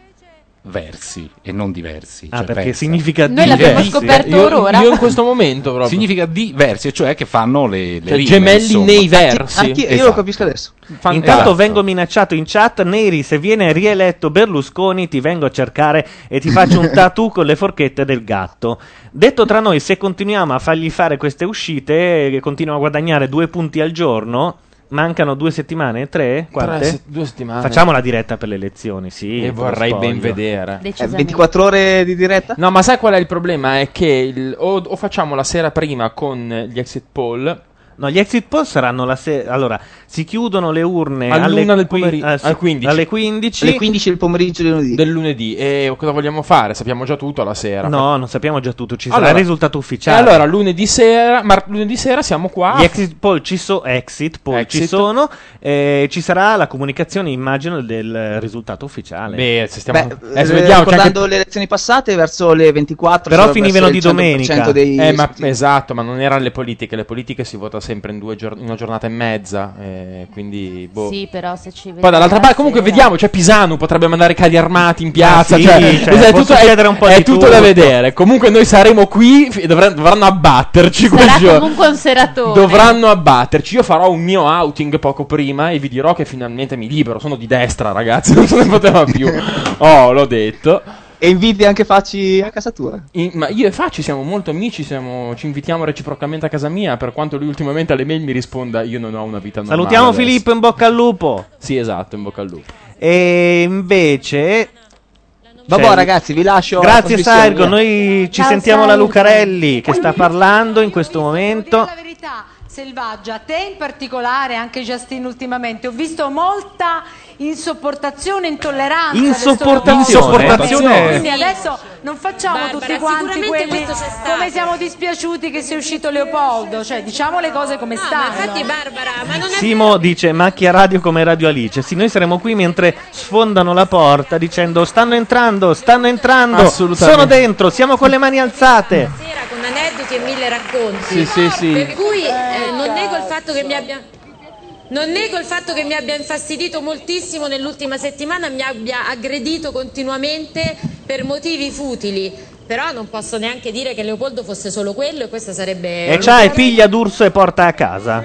versi e non diversi. Ah, cioè, perché pensa. significa Noi l'abbiamo scoperto Io, ora. io in questo momento proprio. Significa diversi, cioè che fanno le, le Cioè, rime, gemelli insomma. nei versi. Anche io, io Esatto. lo capisco adesso. Fan- Intanto esatto. vengo minacciato in chat. Neri, se viene rieletto Berlusconi ti vengo a cercare e ti faccio un tattoo con le forchette del gatto. Detto tra noi, se continuiamo a fargli fare queste uscite, che continua a guadagnare due punti al giorno, mancano due settimane? Tre? Quante? Tre se- due settimane. Facciamo la diretta per le elezioni, sì. E per lo vorrei ben spoglio. vedere. Eh, ventiquattro ore di diretta? No, ma sai qual è il problema? È che il- o, o facciamo la sera prima con gli exit poll. No, gli exit poll saranno la sera. Allora, si chiudono le urne All'una alle del qui- pomeriggio, ah, sì, al quindici. alle quindici. Alle quindici del pomeriggio di lunedì. Del lunedì. E cosa vogliamo fare? Sappiamo già tutto alla sera. No, non sappiamo già tutto. Ci sarà Allora- il risultato E ufficiale. allora lunedì sera, mar- lunedì sera siamo qua. Gli exit poll ci, so- exit poll ci Exit. sono. E ci sarà la comunicazione, immagino, del risultato ufficiale. Beh, se stiamo Beh, adesso eh, vediamo, c'è ricordando anche- le elezioni passate, verso le ventiquattro Però dovrebbe finivano essere di il cento per cento domenica. Dei... Eh, ma esatto, ma non erano le politiche. Le politiche si vota sempre in, due gior- in una giornata e mezza. eh, quindi, boh. Sì, però se ci vediamo Poi dall'altra la parte, comunque, sera- vediamo. C'è Pisanu, potrebbe mandare i carri armati in piazza. Ah, sì, cioè, cioè, è può tutto, succedere è- un po' è di tutto tutto. da vedere. Comunque, noi saremo qui e dovranno, dovranno abbatterci quel Sarà giorno. comunque un seratone. Dovranno abbatterci. Io farò un mio outing poco prima e vi dirò che finalmente mi libero. Sono di destra, ragazzi. Non se ne poteva più. Oh, l'ho detto. E inviti anche Facci a casa tua. In- ma io e Facci siamo molto amici, siamo- ci invitiamo reciprocamente a casa mia, per quanto lui ultimamente alle mail mi risponda io non ho una vita normale. Salutiamo adesso." Filippo, in bocca al lupo. Sì, esatto, in bocca al lupo. E invece. Vabbè, c'è- ragazzi, vi lascio. alla Grazie trasmissione, Sargo, via. noi ci Ciao, sentiamo la Sargo. Lucarelli che sta parlando in questo momento. La verità, Selvaggia, te in particolare, anche Justin ultimamente, ho visto molta insopportazione, intolleranza. Insopportazione? verso l'uomo. Insopportazione? Quindi adesso non facciamo Barbara, tutti quanti sicuramente quelli questo c'è stato. come siamo dispiaciuti che sia uscito Leopoldo, cioè diciamo le cose come No, ma stanno. infatti Barbara, ma non è Simo dice macchia radio come Radio Alice. Sì, noi saremo qui mentre sfondano la porta dicendo stanno entrando, stanno entrando, Assolutamente. sono dentro, siamo con le mani alzate. sera con aneddoti e mille racconti. Sì, sì, sì. Per cui eh, non nego il fatto che mi abbia non nego il fatto che mi abbia infastidito moltissimo nell'ultima settimana, mi abbia aggredito continuamente per motivi futili. Però non posso neanche dire che Leopoldo fosse solo quello e questa sarebbe E c'ha e piglia d'urso e porta a casa.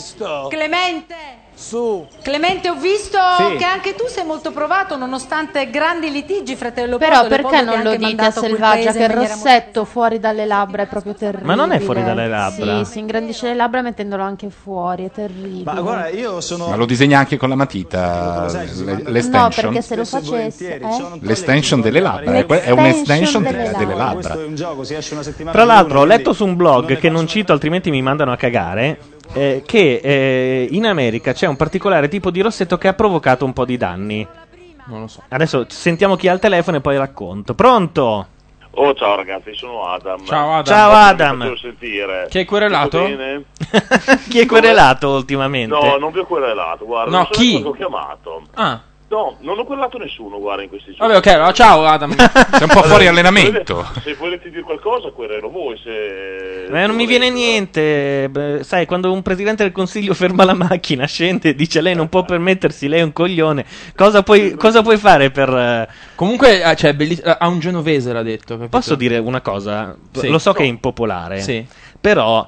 Clemente, su. Clemente, ho visto Sì. che anche tu sei molto provato nonostante grandi litigi, fratello Però Leopoldo. perché Leopoldo non che lo ha anche dite a mandato quel Selvaggia paese che il in maniera molto- rossetto fuori dalle labbra è proprio terribile? Ma non è fuori dalle labbra. Sì, si ingrandisce le labbra mettendolo anche fuori, è terribile. Ma guarda, io sono. Ma lo disegna anche con la matita l- No, l'estension? perché se lo facesse... eh? L'estension delle labbra, è que- è un'extension L'extension de- delle delle labbra. labbra. Questo è un gioco, si esce una settimana. Tra per l'altro ho uno, letto quindi su un blog che non cito altrimenti mi mandano a cagare eh, che eh, in America c'è un particolare tipo di rossetto che ha provocato un po' di danni. Non lo so. Adesso sentiamo chi ha il telefono e poi racconto. Pronto? Oh, ciao ragazzi, sono Adam. Ciao, Adam. Ciao, Oggi Adam. Mi facevo sentire. Chi hai querelato? Tutto bene? Chi è querelato ultimamente? No, non vi ho querelato, guarda. No, non so chi? neanche cosa ho chiamato. Ah. No, non ho querelato nessuno, guarda, in questi giorni. Vabbè, ok, allora, ciao Adam. Sei un po' fuori allenamento. Se volete dire qualcosa, querelo voi. Se... Ma non mi viene niente. Beh, sai, quando un presidente del consiglio ferma la macchina, scende e dice lei non può permettersi, lei è un coglione. Cosa puoi, cosa puoi fare per. eh, Comunque, eh, cioè, belliss- eh, a un genovese l'ha detto. Capito? Posso dire una cosa? Sì. Lo so che è impopolare, Sì. però.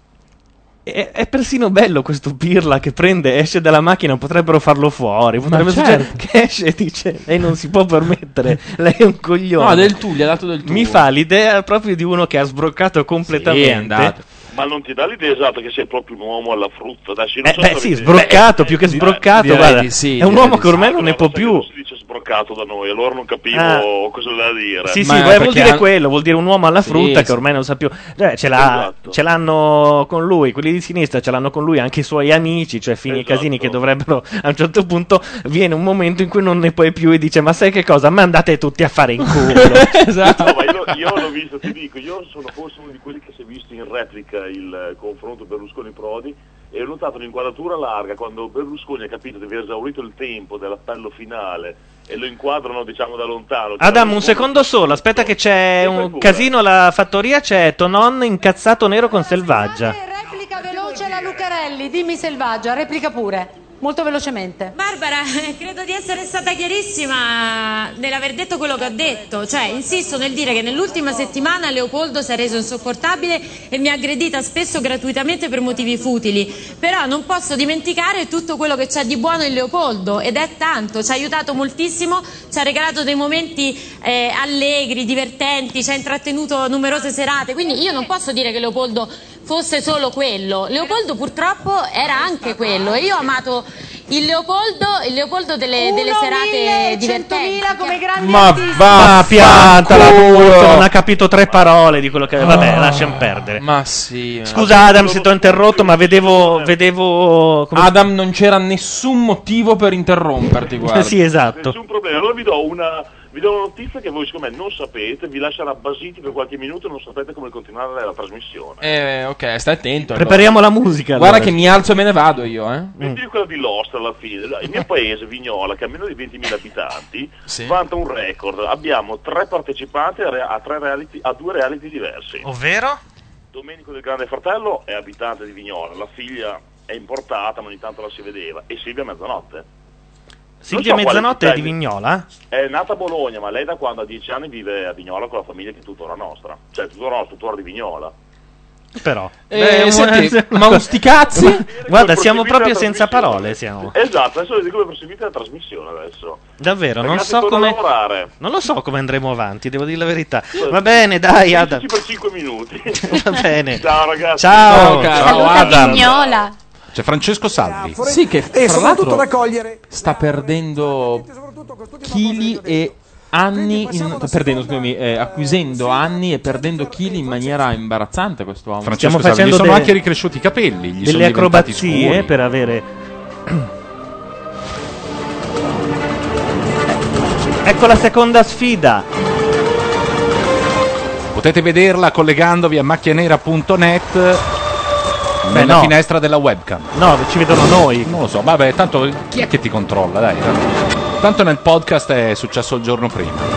È, è persino bello questo pirla che prende, esce dalla macchina, potrebbero farlo fuori. Potrebbe certo. succedere che esce e dice: lei non si può permettere, lei è un coglione. No, del tu, gli ha dato del tu. Mi fa l'idea proprio di uno che ha sbroccato completamente. Sì, è andato. Ma non ti dà l'idea esatta che sei proprio un uomo alla frutta? Adesso io non Eh, so beh, se sì, avete- sbroccato, più che sbroccato, direi guarda, di sì, è un direi uomo di che ormai Ah, non ne però può sai che più. non si dice sbroccato da noi, allora non capivo Ah. cosa da dire. Sì, sì, Ma beh, vuol perché dire han- quello, vuol dire un uomo alla Sì, frutta che sì. ormai non sa più. Cioè, ce, l'ha- Esatto. ce l'hanno con lui, quelli di sinistra ce l'hanno con lui, anche i suoi amici, cioè Fini e Esatto. Casini, che dovrebbero a un certo punto viene un momento in cui non ne puoi più e dice: ma sai che cosa? Ma andate tutti a fare in culo. Esatto. No, ma io, io l'ho visto, ti dico, io sono forse uno di quelli che si è visto in replica il eh, confronto Berlusconi-Prodi e ho notato l'inquadratura larga quando Berlusconi ha capito di aver esaurito il tempo dell'appello finale e lo inquadrano diciamo da lontano. Cioè, Adam, un Berlusconi- secondo solo, aspetta che c'è un casino alla fattoria, c'è Tonon incazzato nero con Selvaggia. Replica veloce la Lucarelli, dimmi Selvaggia, replica pure, molto velocemente. Barbara, credo di essere stata chiarissima nell'aver detto quello che ho detto, cioè insisto nel dire che nell'ultima settimana Leopoldo si è reso insopportabile e mi ha aggredita spesso gratuitamente per motivi futili, però non posso dimenticare tutto quello che c'è di buono in Leopoldo ed è tanto, ci ha aiutato moltissimo, ci ha regalato dei momenti eh, allegri, divertenti, ci ha intrattenuto numerose serate, quindi io non posso dire che Leopoldo fosse solo quello, Leopoldo purtroppo era anche quello e io ho amato il Leopoldo, il Leopoldo delle, delle serate divertenti. come grandi Ma artisti. va, piantala culo. pure, non ha capito tre parole di quello che. Vabbè, Ah. lasciamo perdere. Ma sì. Scusa Adam se ti ho interrotto, ma vedevo. vedevo come- Adam, non c'era nessun motivo per interromperti, guarda. Sì, esatto. Nessun problema, allora vi do una, vi do una notizia che voi secondo me non sapete, vi lascerà basiti per qualche minuto e non sapete come continuare la trasmissione. Eh, ok, stai attento. allora. Prepariamo la musica. Guarda allora. che mi alzo e me ne vado io, eh. Vi dico quella di Lost alla fine. Il mio paese, Vignola, che ha meno di ventimila abitanti, Sì. vanta un record. Abbiamo tre partecipanti a, re- a, tre reality, a due reality diversi. Ovvero? Domenico del Grande Fratello è abitante di Vignola, la figlia è importata ma ogni tanto la si vedeva. E Silvia Mezzanotte. Silvia Non so quale Mezzanotte è città di è- Vignola? È nata a Bologna, ma lei da quando ha dieci anni vive a Vignola con la famiglia che è tuttora nostra. Cioè tuttora nostra, tuttora di Vignola. Però. Eh, Beh, senti, una- ma un sti cazzi? Ma- Guarda, siamo Proseguite proprio la senza trasmissione. parole. Siamo. Esatto, adesso vedete come proseguite la trasmissione adesso. Davvero, non Ragazzi, so torno a come. lavorare. Non lo so come andremo avanti, devo dire la verità. Va bene, dai, Adam. Pensaci per cinque minuti. Va bene. Ciao ragazzi. Ciao, caro. ciao Adam. Vignola. C'è Francesco Salvi. Sì, che E fra soprattutto l'altro raccogliere sta perdendo chili e anni, in, perdendo, scusami, eh, acquisendo anni e perdendo chili in maniera imbarazzante quest'uomo. Francesco Stiamo Salvi, gli facendo sono de- anche ricresciuti i capelli. Gli sono Delle diventati acrobazie scuri. per avere. Ecco la seconda sfida. Potete vederla collegandovi a macchianera punto net nella no. finestra della webcam. No, ci vedono noi. Non lo so, vabbè, tanto chi è che ti controlla, dai. Tanto nel podcast è successo il giorno prima.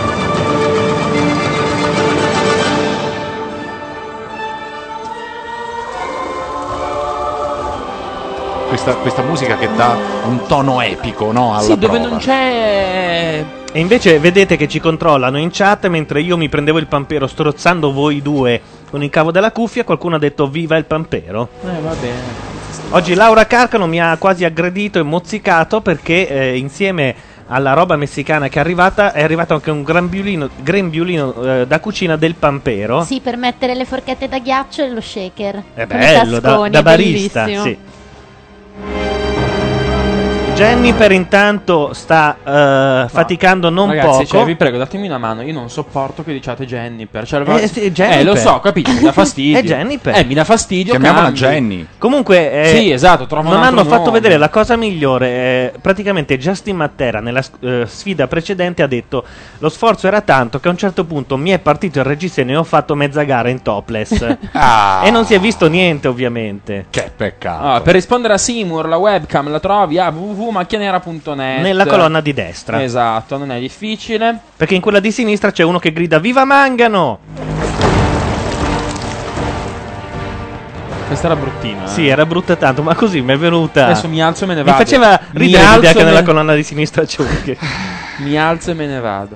Questa, questa musica che dà un tono epico, no? Alla Sì, dove prova. non c'è. E invece vedete che ci controllano in chat mentre io mi prendevo il pampero strozzando voi due con il cavo della cuffia. Qualcuno ha detto viva il pampero. Eh, va bene. Oggi Laura Carcano mi ha quasi aggredito e mozzicato perché eh, insieme alla roba messicana che è arrivata è arrivato anche un grembiulino, grembiulino eh, da cucina del pampero. Sì, per mettere le forchette da ghiaccio e lo shaker. È Con i bello, da, tasconi, da barista, bellissimo. sì. Jennifer intanto sta eh, faticando non Ragazzi, poco. cioè, vi prego, datemi una mano. Io non sopporto che diciate Jennifer. Cioè, Eh, sì, Jennifer. eh, lo so, capito? Mi dà fastidio. È Jennifer. Eh, mi dà fastidio. Chiamiamola cambi. Jenny. Comunque, eh, Sì, esatto, trova un non altro hanno fatto nome. vedere la cosa migliore. eh, praticamente Justin Matera nella eh, sfida precedente ha detto: lo sforzo era tanto che a un certo punto mi è partito il reggiseno e ho fatto mezza gara in topless. Ah. E non si è visto niente, ovviamente. Che peccato. Ah, per rispondere a Seymour, la webcam la trovi a w w w punto macchianera punto net. Nella colonna di destra. Esatto, non è difficile. Perché in quella di sinistra c'è uno che grida: Viva Mangano! Questa era bruttina. eh. Sì, era brutta tanto, ma così mi è venuta. Adesso mi alzo e me ne Mi vado. faceva Mi ridere l'idea alzo che e nella me- colonna di sinistra c'è uno che. Mi alzo e me ne vado.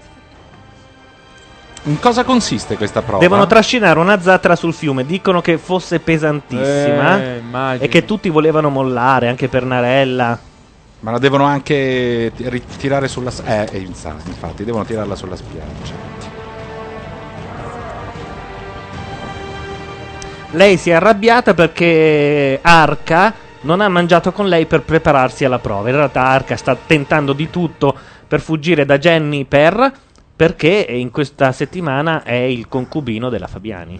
In cosa consiste questa prova? Devono trascinare una zattera sul fiume. Dicono che fosse pesantissima Eh, immagino. e che tutti volevano mollare, anche Pernarella. Ma la devono anche ti- ritirare sulla s- eh, eh, infatti, infatti, devono tirarla sulla spiaggia. Lei si è arrabbiata perché Arca non ha mangiato con lei per prepararsi alla prova. In realtà Arca sta tentando di tutto per fuggire da Jennifer, perché in questa settimana è il concubino della Fabiani.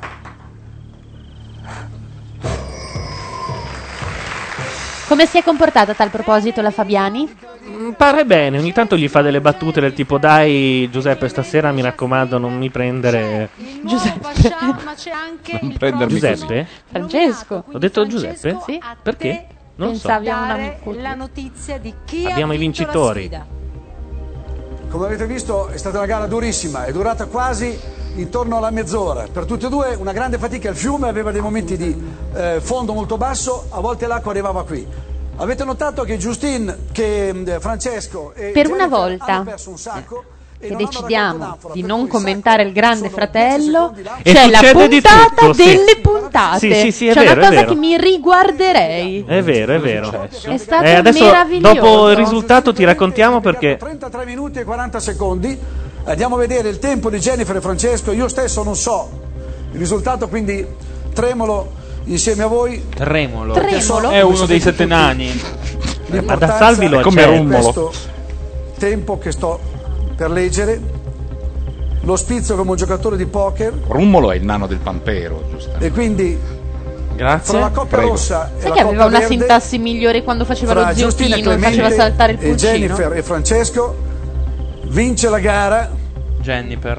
Come si è comportata a tal proposito la Fabiani? Mm, Pare bene, ogni tanto gli fa delle battute del tipo: dai Giuseppe, stasera mi raccomando non mi prendere. Giuseppe. Ma c'è anche Non il prendermi Giuseppe? Francesco. Ho detto Giuseppe? Sì. Perché? Non lo so. Pensavi a un dare amico. la notizia di chi Abbiamo ha i vinto la vincitori. sfida. Come avete visto è stata una gara durissima, è durata quasi intorno alla mezz'ora. Per tutti e due una grande fatica, il fiume aveva dei momenti di eh, fondo molto basso, a volte l'acqua arrivava qui. Avete notato che Giustin, che eh, Francesco e Per una Jennifer volta hanno perso un sacco e che non hanno decidiamo raccolto di non commentare il Grande Fratello, E c'è la succede di puntata tutto, sì. delle puntate. Sì, sì, sì, è c'è vero, una è cosa vero. che mi riguarderei. È vero, è vero. È stato Eh, adesso, meraviglioso. dopo il risultato, ti raccontiamo perché. trentatré minuti e quaranta secondi. Andiamo a vedere il tempo di Jennifer e Francesco. Io stesso non so il risultato, quindi tremolo insieme a voi. Tremolo. Perché so- È uno sapete dei tutti sette nani. l'importanza Ad Assalvi lo di accetta. questo tempo che sto per leggere. Lo spizzo come un giocatore di poker Rummolo è il nano del Pampero, giusto? e quindi Grazie. fra la coppia Prego. rossa e Sai la che aveva coppia una verde, sintassi migliore quando faceva fra lo Giustina ziottino e Clemente faceva saltare il e pulcino? Jennifer e Francesco vince la gara Jennifer.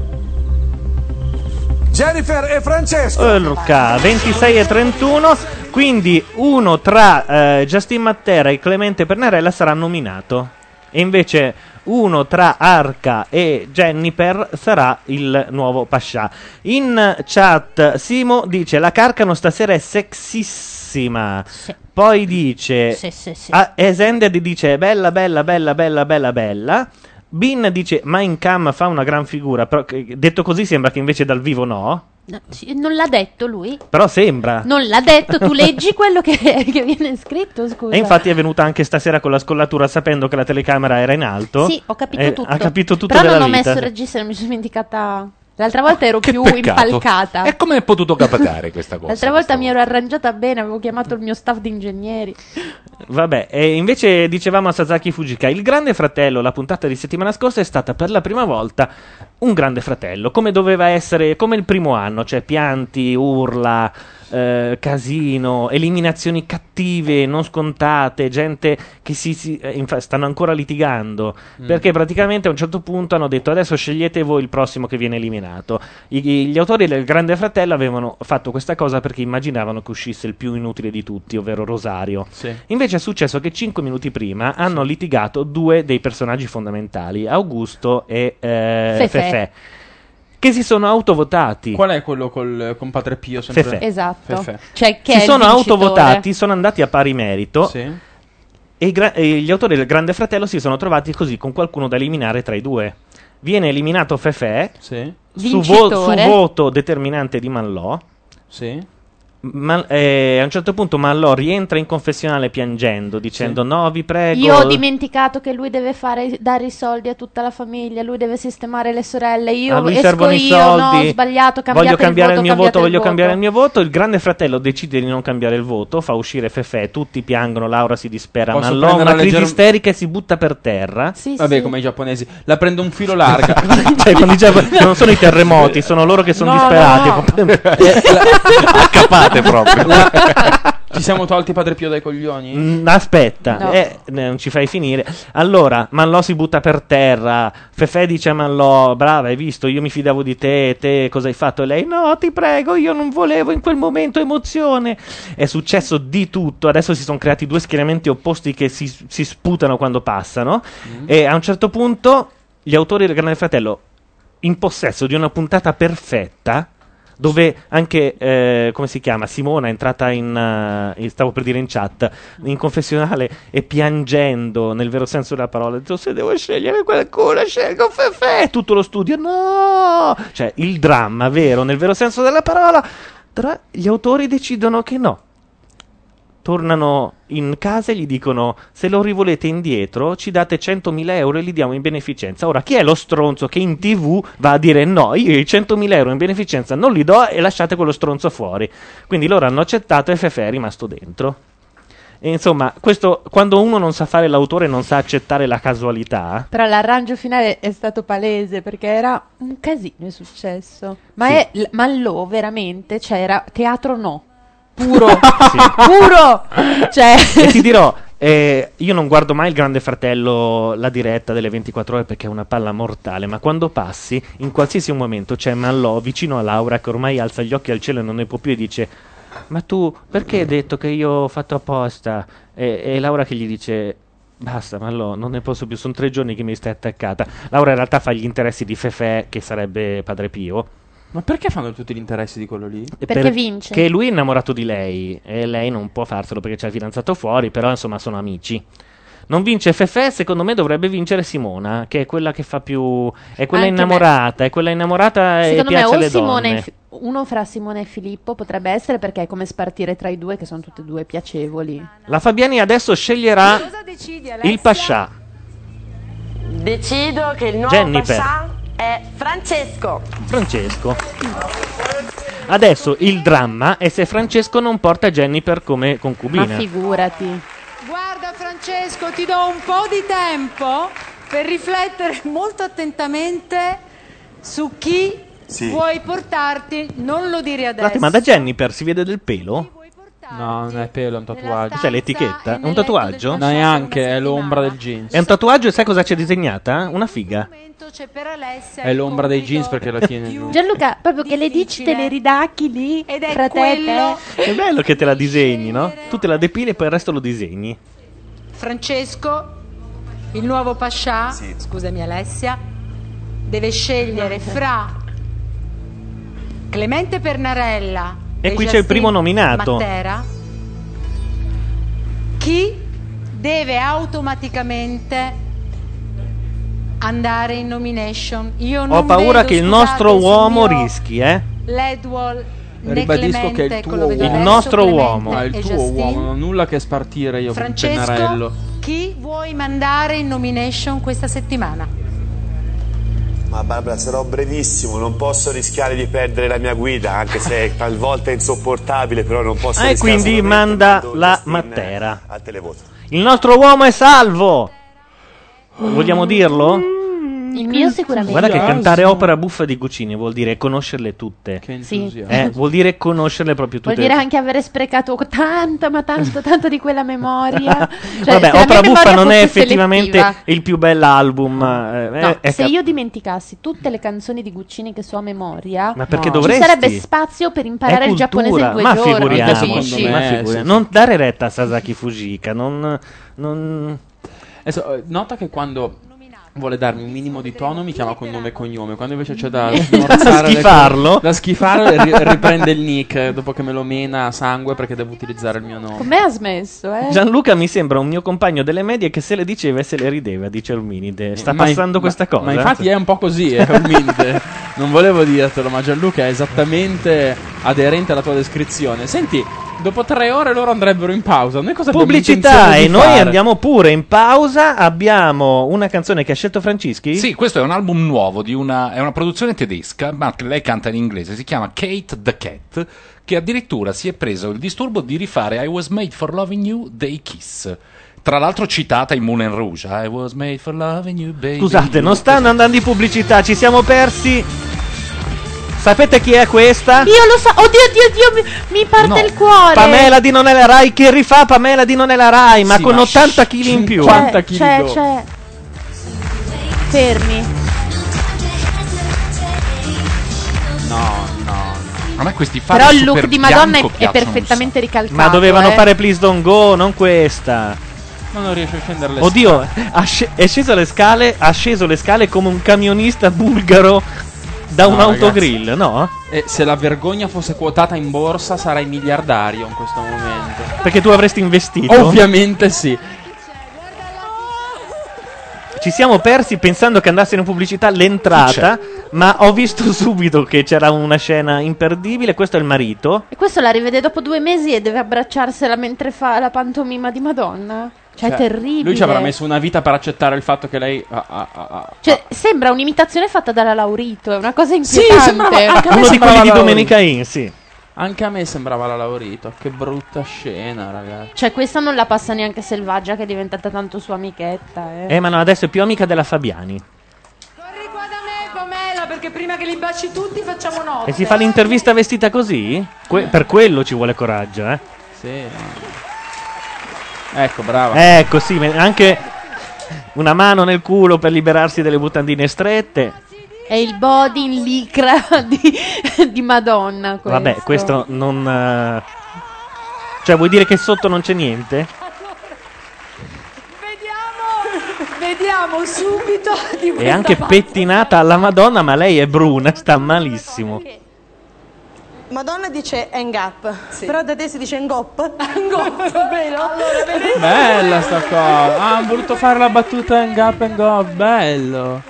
Jennifer e Francesco. Urca, ventisei e trentuno. Quindi uno tra eh, Justin Matera e Clemente Pernarella sarà nominato. E invece uno tra Arca e Jennifer sarà il nuovo Pascià. In chat Simo dice: la Carcano stasera è sexissima. Poi dice Sì, sì, sì. ah, Esended dice bella bella bella bella bella bella. Bin dice Mein Cam fa una gran figura, però che- detto così sembra che invece dal vivo no. No, sì, non l'ha detto lui? Però sembra. Non l'ha detto, tu leggi quello che, che viene scritto, scusa. E infatti è venuta anche stasera con la scollatura sapendo che la telecamera era in alto. Sì, ho capito Eh, tutto. Ha capito tutto Però della non ho vita. messo il regista, mi sono dimenticata. L'altra volta ero più Peccato. impalcata. E come è potuto capitare questa cosa? L'altra volta mi ero arrangiata bene, avevo chiamato il mio staff di ingegneri. Vabbè, e invece dicevamo a Sasaki Fujika, il Grande Fratello, la puntata di settimana scorsa è stata per la prima volta un Grande Fratello, come doveva essere, come il primo anno, cioè pianti, urla, eh, casino, eliminazioni cattive, non scontate, gente che si, si eh, infa- stanno ancora litigando, Mm. perché praticamente a un certo punto hanno detto adesso scegliete voi il prossimo che viene eliminato. I- gli autori del Grande Fratello avevano fatto questa cosa perché immaginavano che uscisse il più inutile di tutti, ovvero Rosario. Sì. Invece è successo che cinque minuti prima hanno litigato due dei personaggi fondamentali, Augusto e eh, Fefè. Fefè, che si sono autovotati. Qual è quello col, con Padre Pio? Sempre? Fefè. Esatto. Fefè. Cioè, che Si è il sono vincitore. autovotati, sono andati a pari merito. Sì. E, i gra- e gli autori del Grande Fratello si sono trovati così con qualcuno da eliminare tra i due. Viene eliminato Fefè Sì. su, vo- su Vincitore. voto determinante di Manlò. Sì. Ma, eh, a un certo punto Mallò rientra in confessionale piangendo, dicendo no, vi prego. Io ho dimenticato che lui deve fare dare i soldi a tutta la famiglia, lui deve sistemare le sorelle. Io A lui esco servono i io, soldi. no, ho sbagliato, cambiate Voglio cambiare il, il voto, mio voto, cambiate il voglio voto. cambiare il mio voto. Il grande fratello decide di non cambiare il voto, fa uscire Fefè, tutti piangono, Laura si dispera, Posso Mallò prendere una la crisi leggera- isterica e si butta per terra. Vabbè, come i giapponesi. La prendo un filo larga. Cioè, quando dice- non sono i terremoti, sono loro che sono No, disperati. no, no. Accappate proprio. Ci siamo tolti Padre Pio dai coglioni? Mm, aspetta, No. eh, non ci fai finire. Allora, Mallò si butta per terra. Fefè dice a Mallò: brava, hai visto, io mi fidavo di te, te cosa hai fatto? E lei: no, ti prego, io non volevo in quel momento emozione. È successo di tutto. Adesso si sono creati due schieramenti opposti che si, si sputano quando passano. Mm. E a un certo punto gli autori del Grande Fratello, in possesso di una puntata perfetta, dove anche, eh, come si chiama, Simona è entrata in, uh, in- stavo per dire in chat, in confessionale e piangendo nel vero senso della parola, ha detto: se devo scegliere qualcuno scelgo Fefè. Tutto lo studio: no, cioè il dramma vero nel vero senso della parola. Però gli autori decidono che no. Tornano in casa e gli dicono: se lo rivolete indietro ci date centomila euro e li diamo in beneficenza. Ora, chi è lo stronzo che in tv va a dire: no, io i centomila euro in beneficenza non li do e lasciate quello stronzo fuori? Quindi loro hanno accettato e Fefè è rimasto dentro. E insomma, questo, quando uno non sa fare l'autore, non sa accettare la casualità. Però l'arranggio finale è stato palese perché era un casino, è successo. Ma Sì. è l- Mallò veramente, cioè era teatro no. Puro, puro. Cioè, E ti dirò, eh, io non guardo mai il Grande Fratello, la diretta delle ventiquattro ore, perché è una palla mortale, ma quando passi, in qualsiasi momento c'è Mallò vicino a Laura che ormai alza gli occhi al cielo e non ne può più e dice: ma tu perché hai detto che io ho fatto apposta? E, e Laura che gli dice: basta Mallò, non ne posso più, sono tre giorni che mi stai attaccata. Laura in realtà fa gli interessi di Fefè, che sarebbe Padre Pio. Ma perché fanno tutti gli interessi di quello lì? Perché vince. Che lui è innamorato di lei e lei non può farselo perché c'è il fidanzato fuori, però insomma sono amici. Non vince Fefè, secondo me dovrebbe vincere Simona, che è quella che fa più... è quella Anche innamorata, è quella innamorata e secondo me piace o alle Simone donne. e Fi- uno fra Simone e Filippo potrebbe essere, perché è come spartire tra i due che sono tutti e due piacevoli. La Fabiani adesso sceglierà il Pascià. Decido che il nuovo Jennifer. Pascià è Francesco. Francesco. Adesso il dramma è se Francesco non porta Jennifer come concubina. Ma figurati. Guarda Francesco, ti do un po' di tempo per riflettere molto attentamente su chi Sì. vuoi portarti, non lo dire adesso. Scusate, ma da Jennifer si vede del pelo? No, non è pelo, è un tatuaggio. C'è l'etichetta? È un tatuaggio? Neanche, è l'ombra del jeans. È un tatuaggio e sai cosa c'è disegnata? Una figa. C'è per Alessia È l'ombra dei jeans perché la tiene giù. Gianluca, proprio che le dici te le ridacchi lì ed è fra te e quello te. È bello che te la disegni, no? Tu te la depili e poi il resto lo disegni. Francesco, il nuovo Pascià, scusami Alessia, deve scegliere fra Clemente Pernarella E qui c'è il primo nominato. Matera. Chi deve automaticamente andare in nomination? Io non Ho paura vedo, che il scusate, nostro sul uomo mio rischi, eh? Ledwall né Ribadisco che è Clemente, il tuo ecco, lo vedo uomo. Il adesso, nostro Clemente uomo. Ma è il e tuo Justine. uomo, non ho nulla che spartire io con Francesco, Pennarello. chi vuoi mandare in nomination questa settimana? Ma Barbara, sarò brevissimo, non posso rischiare di perdere la mia guida, anche se talvolta è insopportabile, però non posso Ah, e rischiare. quindi manda la Matera. Al televoto. Il nostro uomo è salvo! Vogliamo dirlo? Il mio sicuramente. Guarda che cantare opera buffa di Guccini vuol dire conoscerle tutte. Che Sì. Eh, vuol dire conoscerle proprio tutte. Vuol dire anche avere sprecato tanto, ma tanto, tanto di quella memoria. Cioè, Vabbè, se la Opera mia Buffa memoria non è fosse effettivamente selettiva. il più bell'album. eh, No, è se cap- io dimenticassi tutte le canzoni di Guccini che so a memoria, Ma perché ci dovresti? sarebbe spazio per imparare È il giapponese cultura. in due ma giorni. figuriamoci, capisci? ma Eh, figuriamoci. sì, sì. Non dare retta a Sasaki Fujika. Non, non... Adesso, eh, nota che quando vuole darmi un minimo di tono mi chiama con nome e cognome, quando invece c'è da smorzare le schifarlo? cose- da schifarlo e ri- riprende il nick eh, dopo che me lo mena a sangue perché devo utilizzare il mio nome. Com'è ha smesso, eh? Gianluca mi sembra un mio compagno delle medie che se le diceva e se le rideva, dice Olminide. Sta Ma- passando ma- questa cosa? Ma infatti è un po' così, eh, Olminide. Non volevo dirtelo, ma Gianluca è esattamente aderente alla tua descrizione. Senti, dopo tre ore loro andrebbero in pausa. Noi cosa abbiamo Pubblicità intenzione e di noi fare? andiamo pure in pausa. Abbiamo una canzone che ha scelto Francischi. Sì, questo è un album nuovo di una, è una produzione tedesca, ma che lei canta in inglese, si chiama Kate the Cat, che addirittura si è preso il disturbo di rifare I Was Made for Loving You dei Kiss. Tra l'altro citata in Moulin Rouge, I was made for loving you, baby. Scusate, non stanno andando in pubblicità, ci siamo persi. Sapete chi è questa? Io lo so. Oddio, oddio, oddio, mi, mi parte No. il cuore. Pamela di Non è la Rai, che rifà Pamela di Non è la Rai, ma Sì, con ma ottanta chili in più. C'è, c'è, c'è. Fermi. No, no. A me questi fari Però il super look di Madonna è, bianco è piacciono un perfettamente ricalcato. Ma dovevano eh. fare Please Don't Go, non questa. Ma non riesce a scendere le Oddio, ha sce- è sceso le scale, ha sceso le scale come un camionista bulgaro da un No, autogrill, no? E se la vergogna fosse quotata in borsa sarei miliardario in questo momento. Perché tu avresti investito? Ovviamente sì. Ci siamo persi pensando che andasse in pubblicità l'entrata, ma ho visto subito che c'era una scena imperdibile. Questo è il marito. E questo la rivede dopo due mesi e deve abbracciarsela mentre fa la pantomima di Madonna. Cioè, è terribile. Lui ci avrà messo una vita per accettare il fatto che lei. ah, ah, ah, ah. Cioè, sembra un'imitazione fatta dalla Laurito. È una cosa Sì, inquietante. sembrava anche a me Uno di sembrava quelli di la Domenica Laurito. In, sì. Anche a me sembrava la Laurito. Che brutta scena, ragazzi. Cioè, questa non la passa neanche Selvaggia, che è diventata tanto sua amichetta. Eh. Eh, ma no, adesso è più amica della Fabiani. Pamela, perché prima che li baci tutti facciamo notte. E si fa l'intervista vestita così? Que- per quello ci vuole coraggio, eh. Sì. Ecco, brava. Ecco, sì, me- anche una mano nel culo per liberarsi delle mutandine strette. È il body in licra di, di Madonna. Questo. Vabbè, questo non... eh, Cioè, vuoi dire che sotto non c'è niente? Vediamo subito di È questa anche parte. pettinata alla Madonna, ma lei è bruna, sta malissimo. Madonna dice hang up, però da te si dice hang up. Hang up, vero? Allora, vedete? Bella sta cosa. Ah, hanno voluto fare la battuta hang up and go. Bello.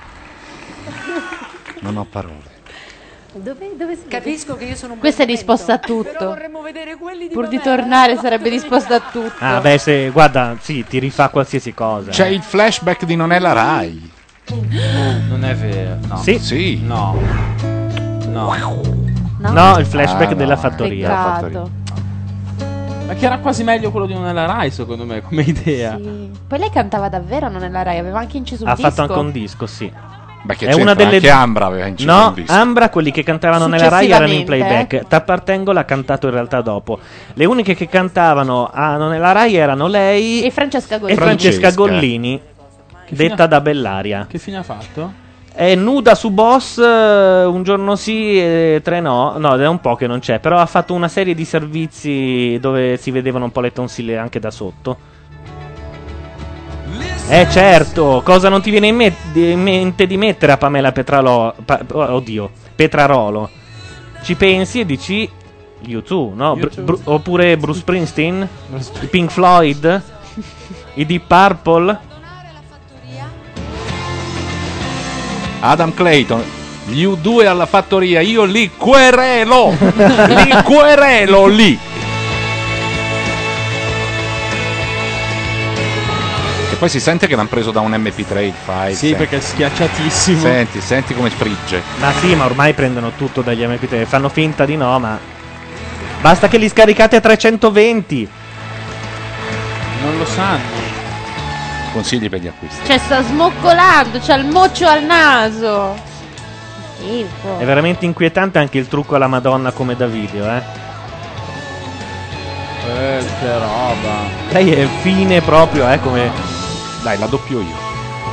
Non ho parole. Dove, dove si Capisco che io sono un Questa è bel disposta a momento, Però tutto. vorremmo vedere quelli di Pur di Pamela. tornare sarebbe disposta a tutto. Ah, beh, se... Guarda, sì, ti rifà qualsiasi cosa. C'è eh. il flashback di Non è la Rai. Non è vero. No. Sì. Sì. No. No. No, il flashback Ah, della no. fattoria. Peccato. Ma che era quasi meglio quello di Non è la Rai, secondo me, come idea. Sì. Poi lei cantava davvero, non nella Rai, aveva anche inciso un Ha disco. fatto anche un disco, sì. Beh, che È c'entra? una delle... Anche Ambra aveva inciso No, un disco. Ambra, quelli che cantavano nella Rai erano in Successivamente, playback. Tappartengo l'ha cantato in realtà dopo. Le uniche che cantavano a Non è la Rai erano lei E Francesca e Gollini. Francesca Francesca. Gollini, Che fine detta ha- da Bellaria. Che fine ha fatto? È nuda su Boss, eh, un giorno sì e tre no. No, è un po' che non c'è. Però ha fatto una serie di servizi dove si vedevano un po' le tonsille anche da sotto. Eh certo, cosa non ti viene in, me- di- in mente di mettere a Pamela Petralo- Pa- oddio, Petrarolo? Ci pensi e dici U due, no? Br- U due. Bru- oppure Bruce Springsteen? I Pink Floyd? I Deep Purple? Adam Clayton. Gli U due alla fattoria, io li querelo. Li querelo lì. E poi si sente che l'hanno preso da un M P tre il file. Sì, senti. perché è schiacciatissimo. Senti, senti come frigge. Ma sì, ma ormai prendono tutto dagli M P tre. Fanno finta di no, ma basta che li scaricate a trecentoventi. Non lo sanno. Consigli per gli acquisti. Cioè, sta smoccolando, c'ha il moccio al naso. Schifo. È veramente inquietante anche il trucco alla Madonna come da video, eh. Eh, che roba. Lei è fine proprio, eh, come... Dai, la doppio io.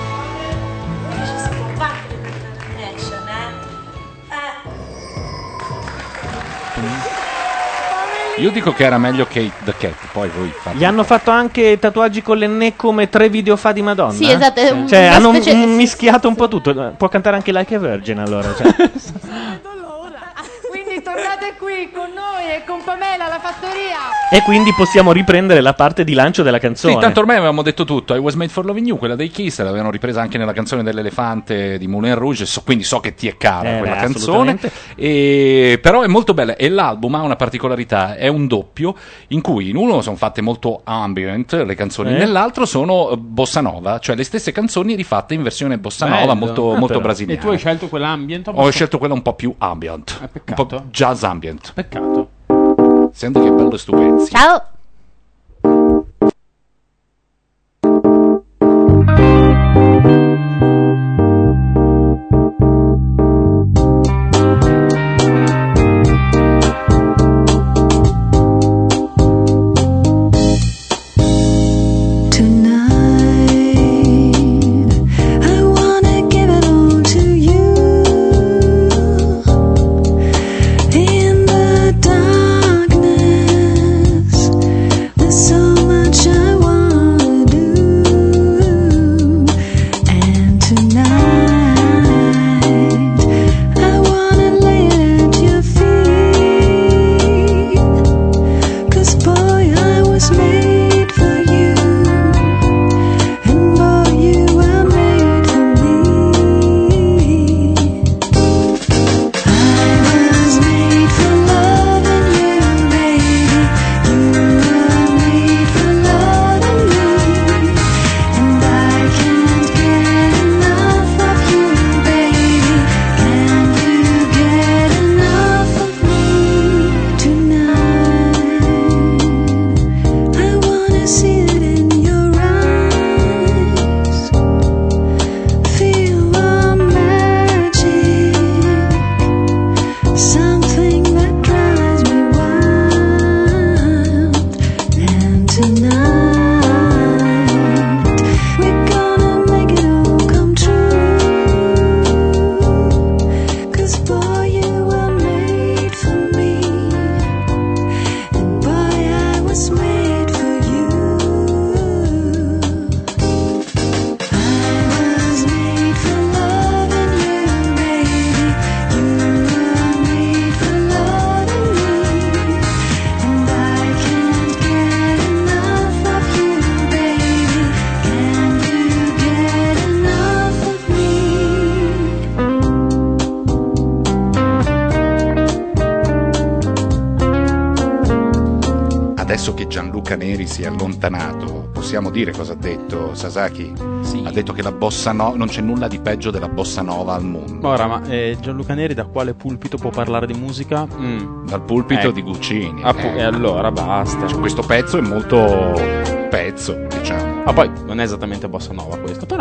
Io dico che era meglio Kate the Cat, poi voi fate. Gli hanno fatto anche tatuaggi con l'enne come tre video fa di Madonna? Sì, esatto, è un- Cioè, una hanno specie- m- mischiato un po' tutto. Può cantare anche Like a Virgin, allora. Cioè. Quindi torniamo tornate qui con noi e con Pamela alla fattoria. E quindi possiamo riprendere la parte di lancio della canzone. Sì, tanto ormai avevamo detto tutto. I Was Made for Loving You, quella dei Kiss, l'avevano ripresa anche nella canzone dell'elefante di Moulin Rouge, so- quindi so che ti è cara Eh, quella beh, canzone. assolutamente. E, però è molto bella. E l'album ha una particolarità: è un doppio in cui in uno sono fatte molto ambient le canzoni, Eh. nell'altro sono eh, bossa nova, cioè le stesse canzoni rifatte in versione bossa Bello. nova, molto, Ah, molto però. brasiliana. E tu hai scelto quell'ambient? Ho scelto quella un po' più ambient, un po' jazz ambient. Peccato. Senti che bello sto pezzi. Ciao. I wanna give it all to you. In the darkness, there's so much I wanna do. And tonight, I wanna lay it at your feet. 'Cause boy, I was made for you. And boy, you were made for me. I was made for loving you, baby. You were made for loving me. And I can't get enough of you, baby. Can you get enough of me tonight? I wanna see it in your eyes. Feel the magic, something that drives me wild. And tonight, we're gonna make it all come true. 'Cause boy, you were made for me. And boy, I was made for you. I was made for loving you, baby. You were made for loving me. And I can't get enough of you, baby. Can you get enough of me? Adesso che Gianluca Neri si è allontanato, possiamo dire cosa ha detto Sasaki? Ha detto che la bossa nova, non c'è nulla di peggio della bossa nova al mondo. Ora, ma eh, Gianluca Neri da quale pulpito può parlare di musica? Dal pulpito Ecco. di Guccini. Appu- e allora basta. Cioè, questo pezzo è molto pezzo, diciamo. Ma poi non è esattamente bossa nova questo, però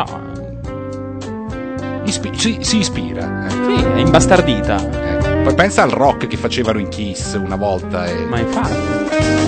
Ispi- si, si ispira. ecco. sì, è imbastardita. Ecco. Poi pensa al rock che facevano in Kiss una volta. E... Ma infatti.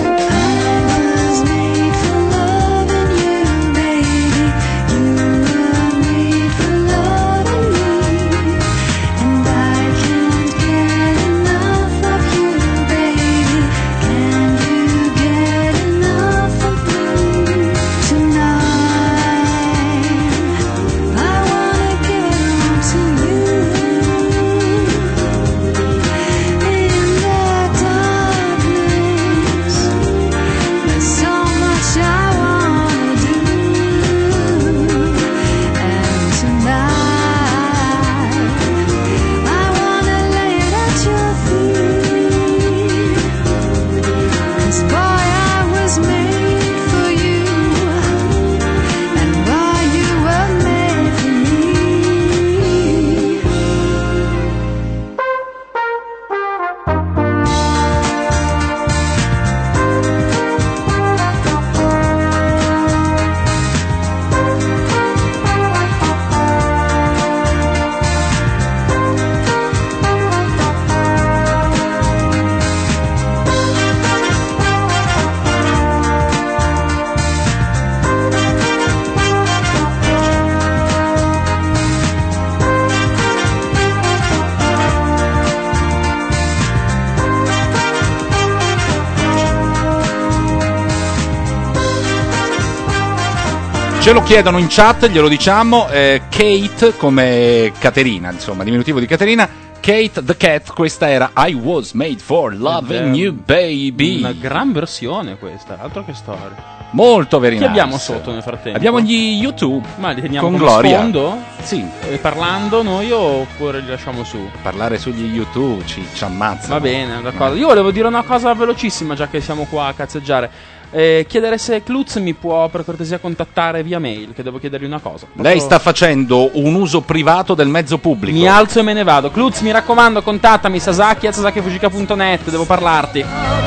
Ce lo chiedono in chat, glielo diciamo, eh, Kate come Caterina, insomma, diminutivo di Caterina, Kate the Cat, questa era I Was Made for Loving You Baby. Una gran versione questa, altro che storia. Molto very Chi nice. abbiamo sotto nel frattempo? Abbiamo gli YouTube. Ma li teniamo con come Gloria. sfondo? Sì. Eh, parlando noi oppure li lasciamo su? Parlare sugli YouTube ci, ci ammazza. Va bene, d'accordo. Io volevo dire una cosa velocissima, già che siamo qua a cazzeggiare. Eh, chiedere se Klutz mi può per cortesia contattare via mail, che devo chiedergli una cosa. Lei sta facendo un uso privato del mezzo pubblico. Mi alzo e me ne vado. Klutz, mi raccomando, contattami Sasaki a sasakifujika punto net, devo parlarti.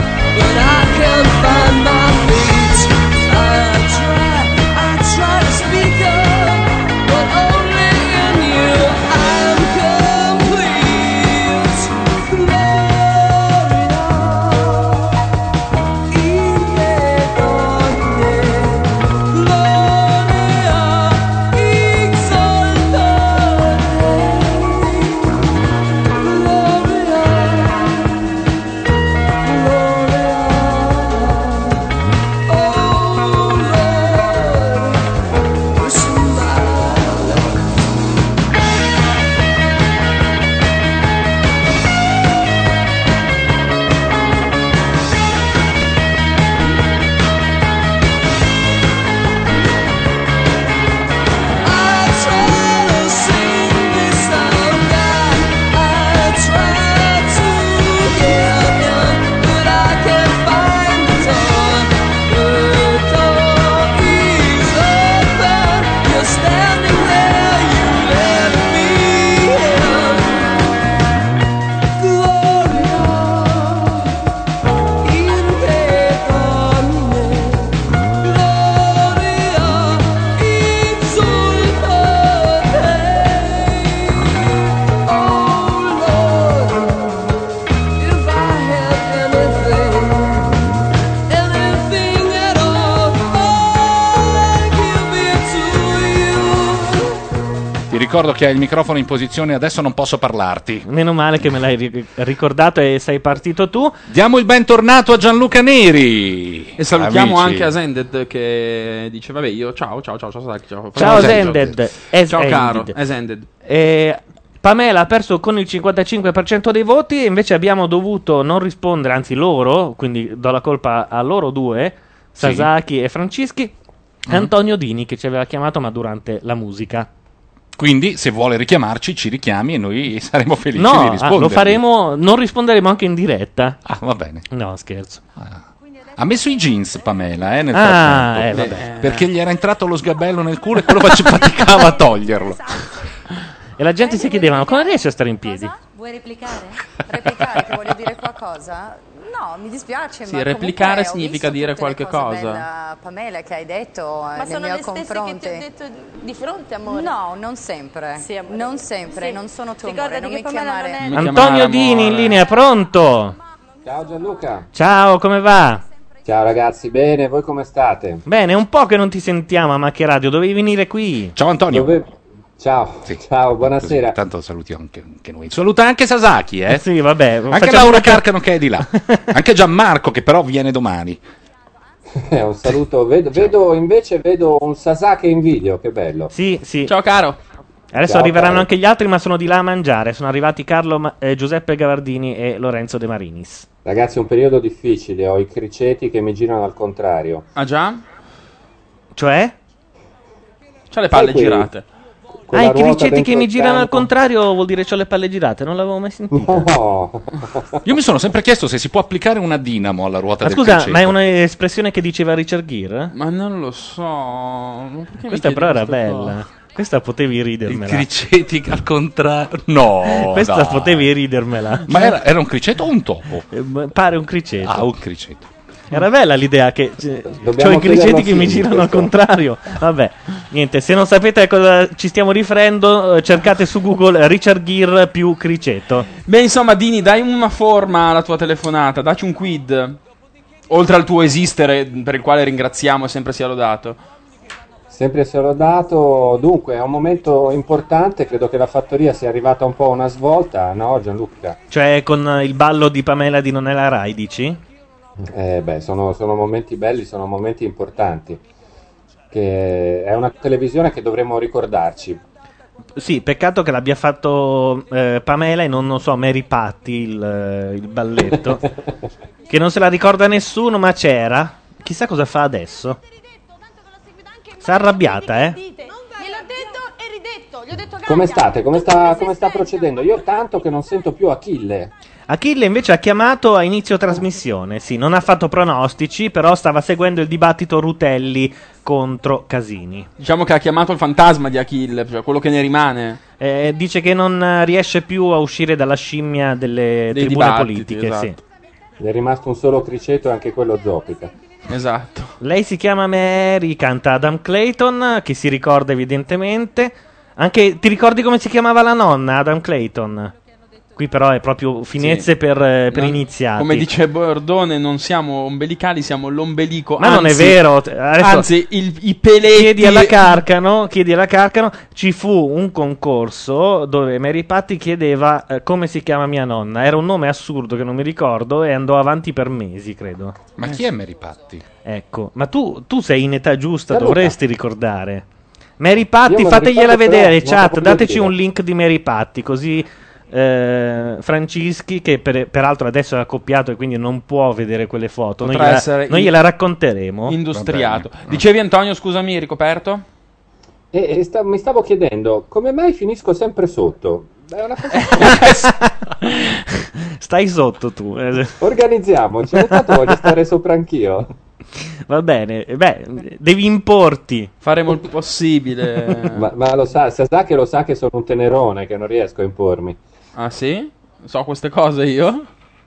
Ricordo che hai il microfono in posizione, adesso non posso parlarti. Meno male che me l'hai ri- ricordato e sei partito tu. Diamo il bentornato a Gianluca Neri. E salutiamo Amici. anche Asended che dice vabbè io ciao ciao ciao ciao Sasaki, ciao. Ciao Asended. Ciao caro Asended. Eh, Pamela ha perso con il cinquantacinque per cento dei voti e invece abbiamo dovuto non rispondere, anzi loro, quindi do la colpa a loro due, Sasaki e Francischi, Mm. Antonio Dini che ci aveva chiamato ma durante la musica. Quindi se vuole richiamarci ci richiami e noi saremo felici di No, ah, rispondere. lo faremo, non risponderemo anche in diretta. Ah, va bene. No, scherzo. Ha messo i jeans Pamela, eh, nel Ah, frattempo. eh, vabbè. Perché gli era entrato lo sgabello nel culo e quello fac- faticava a toglierlo. E la gente si chiedeva come riesce a stare in piedi? Vuoi replicare? Replicare che voglio dire qualcosa? No, mi dispiace, Sì, ma replicare comunque ho significa visto dire tutte le qualche cose cosa. belle, Pamela, che hai detto Ma eh, nei sono miei le stesse confronti. che ti ho detto di fronte, amore. No, non sempre. Sì, amore. Non sempre, Sì. non sono tuo Ricordati amore, non che mi Pamela chiamare. non è- Antonio Dini in linea, pronto? Ciao Gianluca. Ciao, come va? Ciao ragazzi, bene, voi come state? Bene, un po' che non ti sentiamo a Macchia Radio, dovevi venire qui. Ciao Antonio. Dove- Ciao, ciao, buonasera. Così, tanto salutiamo anche, anche noi. Saluta anche Sasaki, eh? Sì, vabbè. Anche facciamo Laura una- Carcano che è di là. Anche Gianmarco che però viene domani. Eh, un saluto, vedo, vedo invece vedo un Sasaki in video, che bello. Sì, sì. Ciao caro. Adesso Ciao, arriveranno caro. anche gli altri, ma sono di là a mangiare. Sono arrivati Carlo, Ma- eh, Giuseppe Gavardini e Lorenzo De Marinis. Ragazzi, è un periodo difficile, ho i criceti che mi girano al contrario. Ah già? Cioè? C'ha le palle Sai quei- girate. Ah, quella i ruota criceti dentro che mi il girano al campo. contrario vuol dire c'ho le palle girate, non l'avevo mai sentito. No. Io mi sono sempre chiesto se si può applicare una dinamo alla ruota Ma del scusa, criceto. ma è un'espressione che diceva Richard Gere? Ma non lo so. Ma perché mi Questa chiedi però era queste bella. cose? Questa potevi I ridermela. criceti al contrario. No. Questa dai. potevi ridermela. Ma era, era un criceto o un topo? Eh, Pare un criceto. Ah, un criceto. Era bella l'idea che cioè, Dobbiamo c'ho i criceti chiederlo che a mi Silvio, girano al questo. contrario. Vabbè, niente, se non sapete a cosa ci stiamo riferendo, eh, cercate su Google Richard Gere più criceto. Beh, insomma, Dini, dai una forma alla tua telefonata, dacci un quid. Oltre al tuo esistere, per il quale ringraziamo e sempre sia lodato. Sempre se l'ho dato, dunque è un momento importante, credo che la fattoria sia arrivata un po' a una svolta, no Gianluca? Cioè con eh, il ballo di Pamela di Non è la Rai, dici? Eh beh, sono, sono momenti belli, sono momenti importanti. Che è una televisione che dovremmo ricordarci. Sì, peccato che l'abbia fatto eh, Pamela e non, non so, Mary Patti, il, eh, il balletto. Che non se la ricorda nessuno, ma c'era. Chissà cosa fa adesso. Si è arrabbiata, eh? Gliel'ho detto e ridetto. Gli ho detto Come state? Come sta, come sta procedendo? Io tanto che non sento più Achille. Achille invece ha chiamato a inizio trasmissione. Sì, non ha fatto pronostici, però stava seguendo il dibattito Rutelli contro Casini. Diciamo che ha chiamato il fantasma di Achille, cioè quello che ne rimane. Eh, dice che non riesce più a uscire dalla scimmia delle Dei tribune dibattiti, politiche. esatto. Sì. Gli è rimasto un solo criceto e anche quello zoppica. Esatto. Lei si chiama Mary, canta Adam Clayton, che si ricorda evidentemente. Anche ti ricordi come si chiamava la nonna, Adam Clayton? Qui però è proprio finezze Sì. per, eh, per No, iniziati. Come dice Bordone, non siamo ombelicali, siamo l'ombelico. Ma anzi, non è vero. Adesso anzi, il- i peletti. Chiedi alla Carcano, chiedi alla Carcano, ci fu un concorso dove Mary Patti chiedeva eh, come si chiama mia nonna. Era un nome assurdo che non mi ricordo e andò avanti per mesi, credo. Ma chi è Mary Patti? Ecco, ma tu, tu sei in età giusta, Gianluca. dovresti ricordare. Mary Io Patti, me lo fategliela ricordo, vedere, però non chat, lo dateci dire. un link di Mary Patti, così eh, Francischi, che per- peraltro adesso è accoppiato e quindi non può vedere quelle foto, noi Potrà gliela, essere noi in- gliela racconteremo. Industriato. Va bene. Dicevi Antonio, scusami, ricoperto? E, e sta- mi stavo chiedendo come mai finisco sempre sotto. È una cosa... Stai sotto tu. eh. Organizziamoci, ogni tanto voglio stare sopra anch'io. Va bene, beh, devi importi. Faremo il possibile. ma, ma lo sa, Sasaki lo sa che sono un tenerone, che non riesco a impormi. Ah sì? So queste cose io?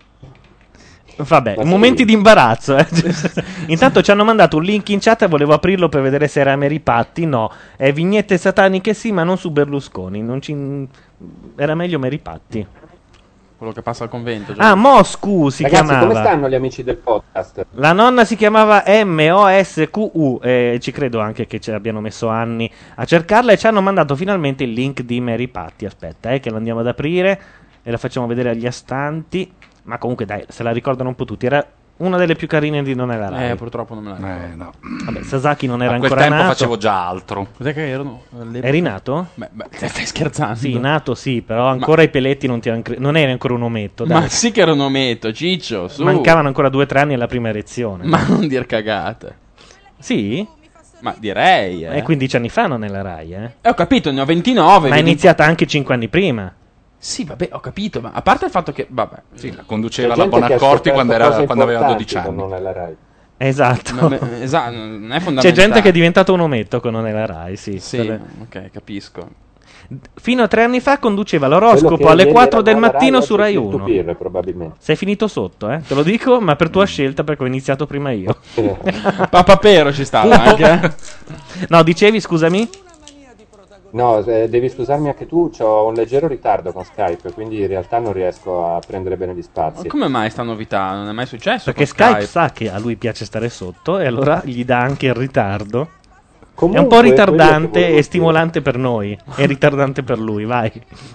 Vabbè, Ma sì. momenti di imbarazzo. eh. Intanto ci hanno mandato un link in chat e volevo aprirlo per vedere se era Mary Patti. No, è vignette sataniche sì, ma non su Berlusconi. Non ci... Era meglio Mary Patti. Quello che passa al convento. già. Ah, Moscu si Ragazzi, chiamava. come stanno gli amici del podcast? La nonna si chiamava M O S Q U e ci credo anche che ci abbiano messo anni a cercarla e ci hanno mandato finalmente il link di Mary Patti. Aspetta, eh, che lo andiamo ad aprire e la facciamo vedere agli astanti. Ma comunque dai, se la ricordano un po' tutti. Era una delle più carine di Non è la Rai. Eh, purtroppo non me la ricordo. Eh, no. Vabbè, Sasaki non era A quel ancora tempo nato. facevo già altro. Cos'è che erano? all'epoca? Eri nato? Beh, beh, stai scherzando? Sì, nato sì, però ancora i peletti non ti erano cre- non eri ancora un ometto, dai. Ma sì che era un ometto, Ciccio, su. Mancavano ancora due o tre anni alla prima elezione. Ma non dir cagate. Sì? Ma direi, eh. È quindici anni fa non è la Rai, eh. Eh, ho capito, ne ho ventinove. Ma è vedi- iniziata anche cinque anni prima. Sì, vabbè, ho capito, ma a parte il fatto che, vabbè. Sì, la conduceva C'è la gente che ha Bonaccorti scoperto quando, era, cose quando aveva importanti dodici anni. con Non è la Rai. Esatto. Ma- ma- esatto, non è C'è fondamentale. gente che è diventato un ometto con Non è la Rai, sì. Sì, Per- ok, capisco. Fino a tre anni fa conduceva Quello l'oroscopo che alle ieri quattro era del alla mattino Rai, su oggi Rai è uno. Stupir, probabilmente. Sei finito sotto, eh? Te lo dico, ma per tua scelta perché ho iniziato prima io. Papapero ci stava anche. eh. No, dicevi, scusami? No, eh, devi scusarmi anche tu, ho un leggero ritardo con Skype, quindi in realtà non riesco a prendere bene gli spazi. Ma come mai sta novità? Non è mai successo Perché con Skype, sa che a lui piace stare sotto e allora gli dà anche il ritardo. È un Comunque, po' quello che ritardante volevo e stimolante per noi. E ritardante per lui, vai.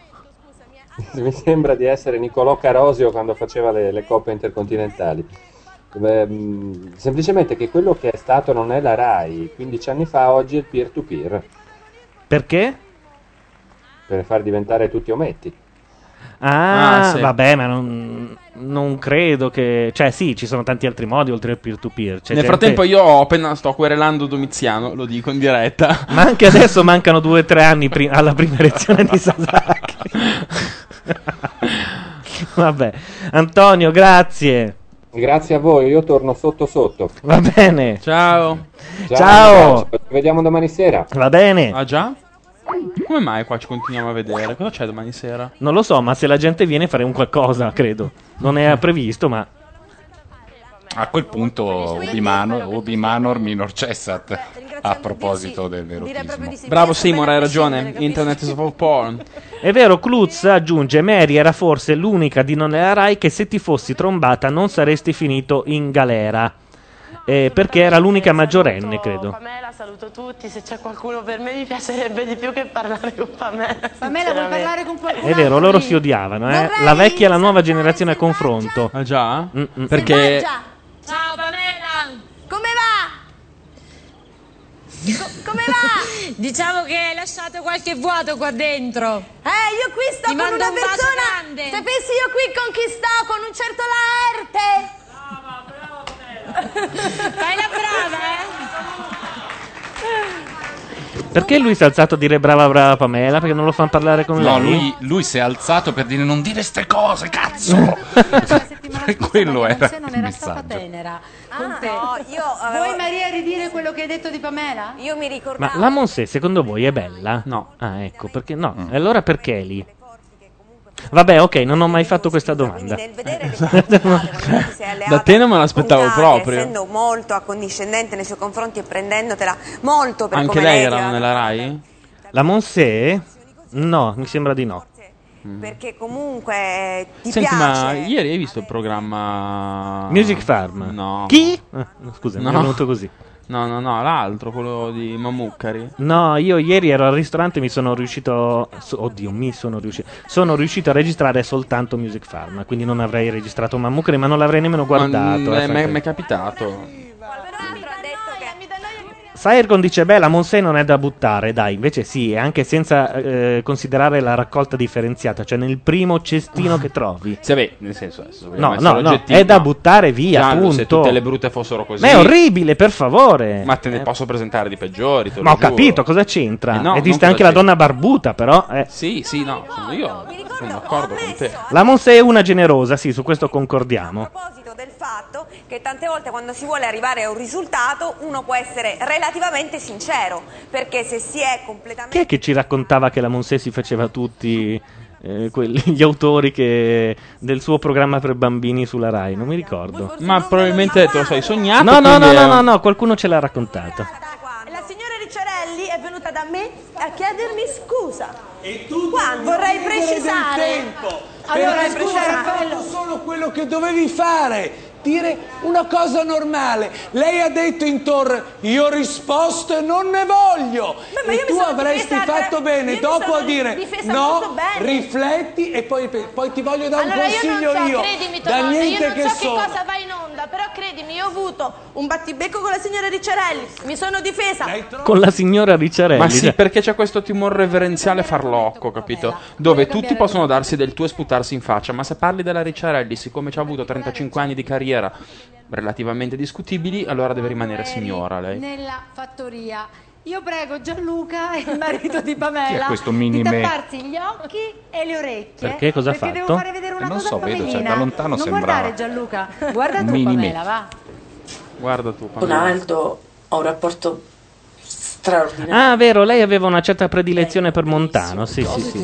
Mi sembra di essere Niccolò Carosio quando faceva le, le coppe intercontinentali. Ehm, semplicemente che quello che è stato Non è la Rai quindici anni fa, oggi è il peer-to-peer, Perché? per far diventare tutti ometti. Ah, Ah, sì. vabbè, ma non, non credo che... Cioè sì, ci sono tanti altri modi oltre al peer-to-peer. C'è Nel gente- frattempo io ho appena sto querelando Domiziano, lo dico in diretta. Ma anche adesso mancano due o tre anni pri- alla prima elezione di Sasaki. Vabbè. Antonio, grazie. Grazie a voi, io torno sotto sotto. Va bene. Ciao. Ciao. Ci vediamo domani sera. Va bene. Ah già? Come mai qua ci continuiamo a vedere? Cosa c'è domani sera? Non lo so, ma se la gente viene faremo qualcosa, credo. Non è previsto, ma... A quel punto ubi manor, ubi manor minor cessat. A proposito dell'erotismo. Bravo Simon, hai ragione. Internet is of porn. È vero, Klutz aggiunge, Mary era forse l'unica di Non è la Rai che se ti fossi trombata non saresti finito in galera. Eh, perché era l'unica maggiorenne, credo. Pamela, saluto tutti. Se c'è qualcuno per me mi piacerebbe di più che parlare con Pamela. Pamela, vuoi parlare con qualcuno? È vero, loro si odiavano, eh? La vecchia e la nuova generazione a confronto. Ah già? Mm-mm. Perché... Ciao Pamela! Come va? come va? Diciamo che hai lasciato qualche vuoto qua dentro. Eh, io qui sto Ti con mando una un bacio persona. grande. Se pensi io qui con chi sto? Con un certo Laerte. Fai la brava, eh? Perché lui si è alzato a dire brava brava Pamela? Perché non lo fanno parlare con No, lei? lui, lui si è alzato per dire non dire ste cose, cazzo! Quello era Se non il era stata messaggio. tenera con te. no, io Vuoi Maria ridire quello che hai detto di Pamela? Io mi ricordavo. Ma la Monse secondo voi è bella? No. Ah, ecco, perché no? E allora perché è lì? Vabbè, ok, non ho mai fatto questa domanda. Da te non me l'aspettavo Puntate, proprio. essendo molto accondiscendente nei suoi confronti e prendendotela molto per Anche come lei lei era aveva- nella Rai? La Monse? No, mi sembra di no. perché comunque eh, ti Senti, ma piace. ieri hai visto il programma Music Farm? No. Chi? Eh, scusa, mi è No. venuto così. No, no, no, l'altro, quello di Mamuccari. No, io ieri ero al ristorante e mi sono riuscito. so- Oddio, mi sono riuscito. Sono riuscito a registrare soltanto Music Farm. Quindi non avrei registrato Mammucari, ma non l'avrei nemmeno guardato. Ma eh, mi sai è che- capitato. Sairgon dice: beh, la Monse non è da buttare, dai, invece sì, anche senza eh, considerare la raccolta differenziata, cioè nel primo cestino che trovi. Sì, vabbè, nel senso, adesso No, vogliamo no, essere no, oggettivi, è da no. buttare via, Gianlu, punto. se tutte le brutte fossero così. Ma è orribile, per favore. Ma te ne Eh. posso presentare di peggiori, te lo Ma ho giuro. capito, cosa c'entra? Eh no, Esiste non anche cosa la donna barbuta, però. eh. Sì, sì, no, sono io sono d'accordo con te. La Monse è una generosa, sì, su questo concordiamo. Del fatto che tante volte quando si vuole arrivare a un risultato uno può essere relativamente sincero, perché se si è completamente Chi è che ci raccontava che la Monse si faceva tutti eh, quelli- gli autori che- del suo programma per bambini sulla Rai? Non mi ricordo. Ma probabilmente te lo sei sognato. No, no, no, quindi no, è- no, no, qualcuno ce l'ha raccontato. La signora Ricciarelli è venuta da me a chiedermi scusa. E tu vorrei precisare. Allora, Vorrei scusa, precisare. hai fatto solo quello che dovevi fare. Dire una cosa normale. Lei ha detto in tour: io ho risposto e non ne voglio. Beh, ma e io mi tu sono avresti difesa fatto gra- bene io mi dopo sono a dire difesa no, molto bene. rifletti e poi, poi ti voglio dare Allora un io consiglio non so, io. credimi da Tonone, io niente non che so sono. che cosa va in onda, però credimi, io ho avuto un battibecco con la signora Ricciarelli, mi sono difesa. Con la signora Ricciarelli. Ma sì, cioè- perché c'è questo timore reverenziale farlocco, capito? Dove tutti possono darsi del tuo e sputarsi in faccia, ma se parli della Ricciarelli, siccome ci ha avuto trentacinque anni di carriera relativamente discutibili, allora deve rimanere signora lei. Nella fattoria. Io prego Gianluca, il marito di Pamela, Chi è questo di mini me? tapparsi gli occhi e le orecchie. Perché? Cosa ha perché fatto? devo fare vedere una Eh, non cosa so, a vedo, Pamelina. cioè, da lontano non sembrava. guardare Gianluca, guarda tu Mini me. Pamela, va. Guarda tu, Con Pamela. Aldo ho un rapporto straordinario. Ah, vero, lei aveva una certa predilezione per Montano. Sì, sì, sì.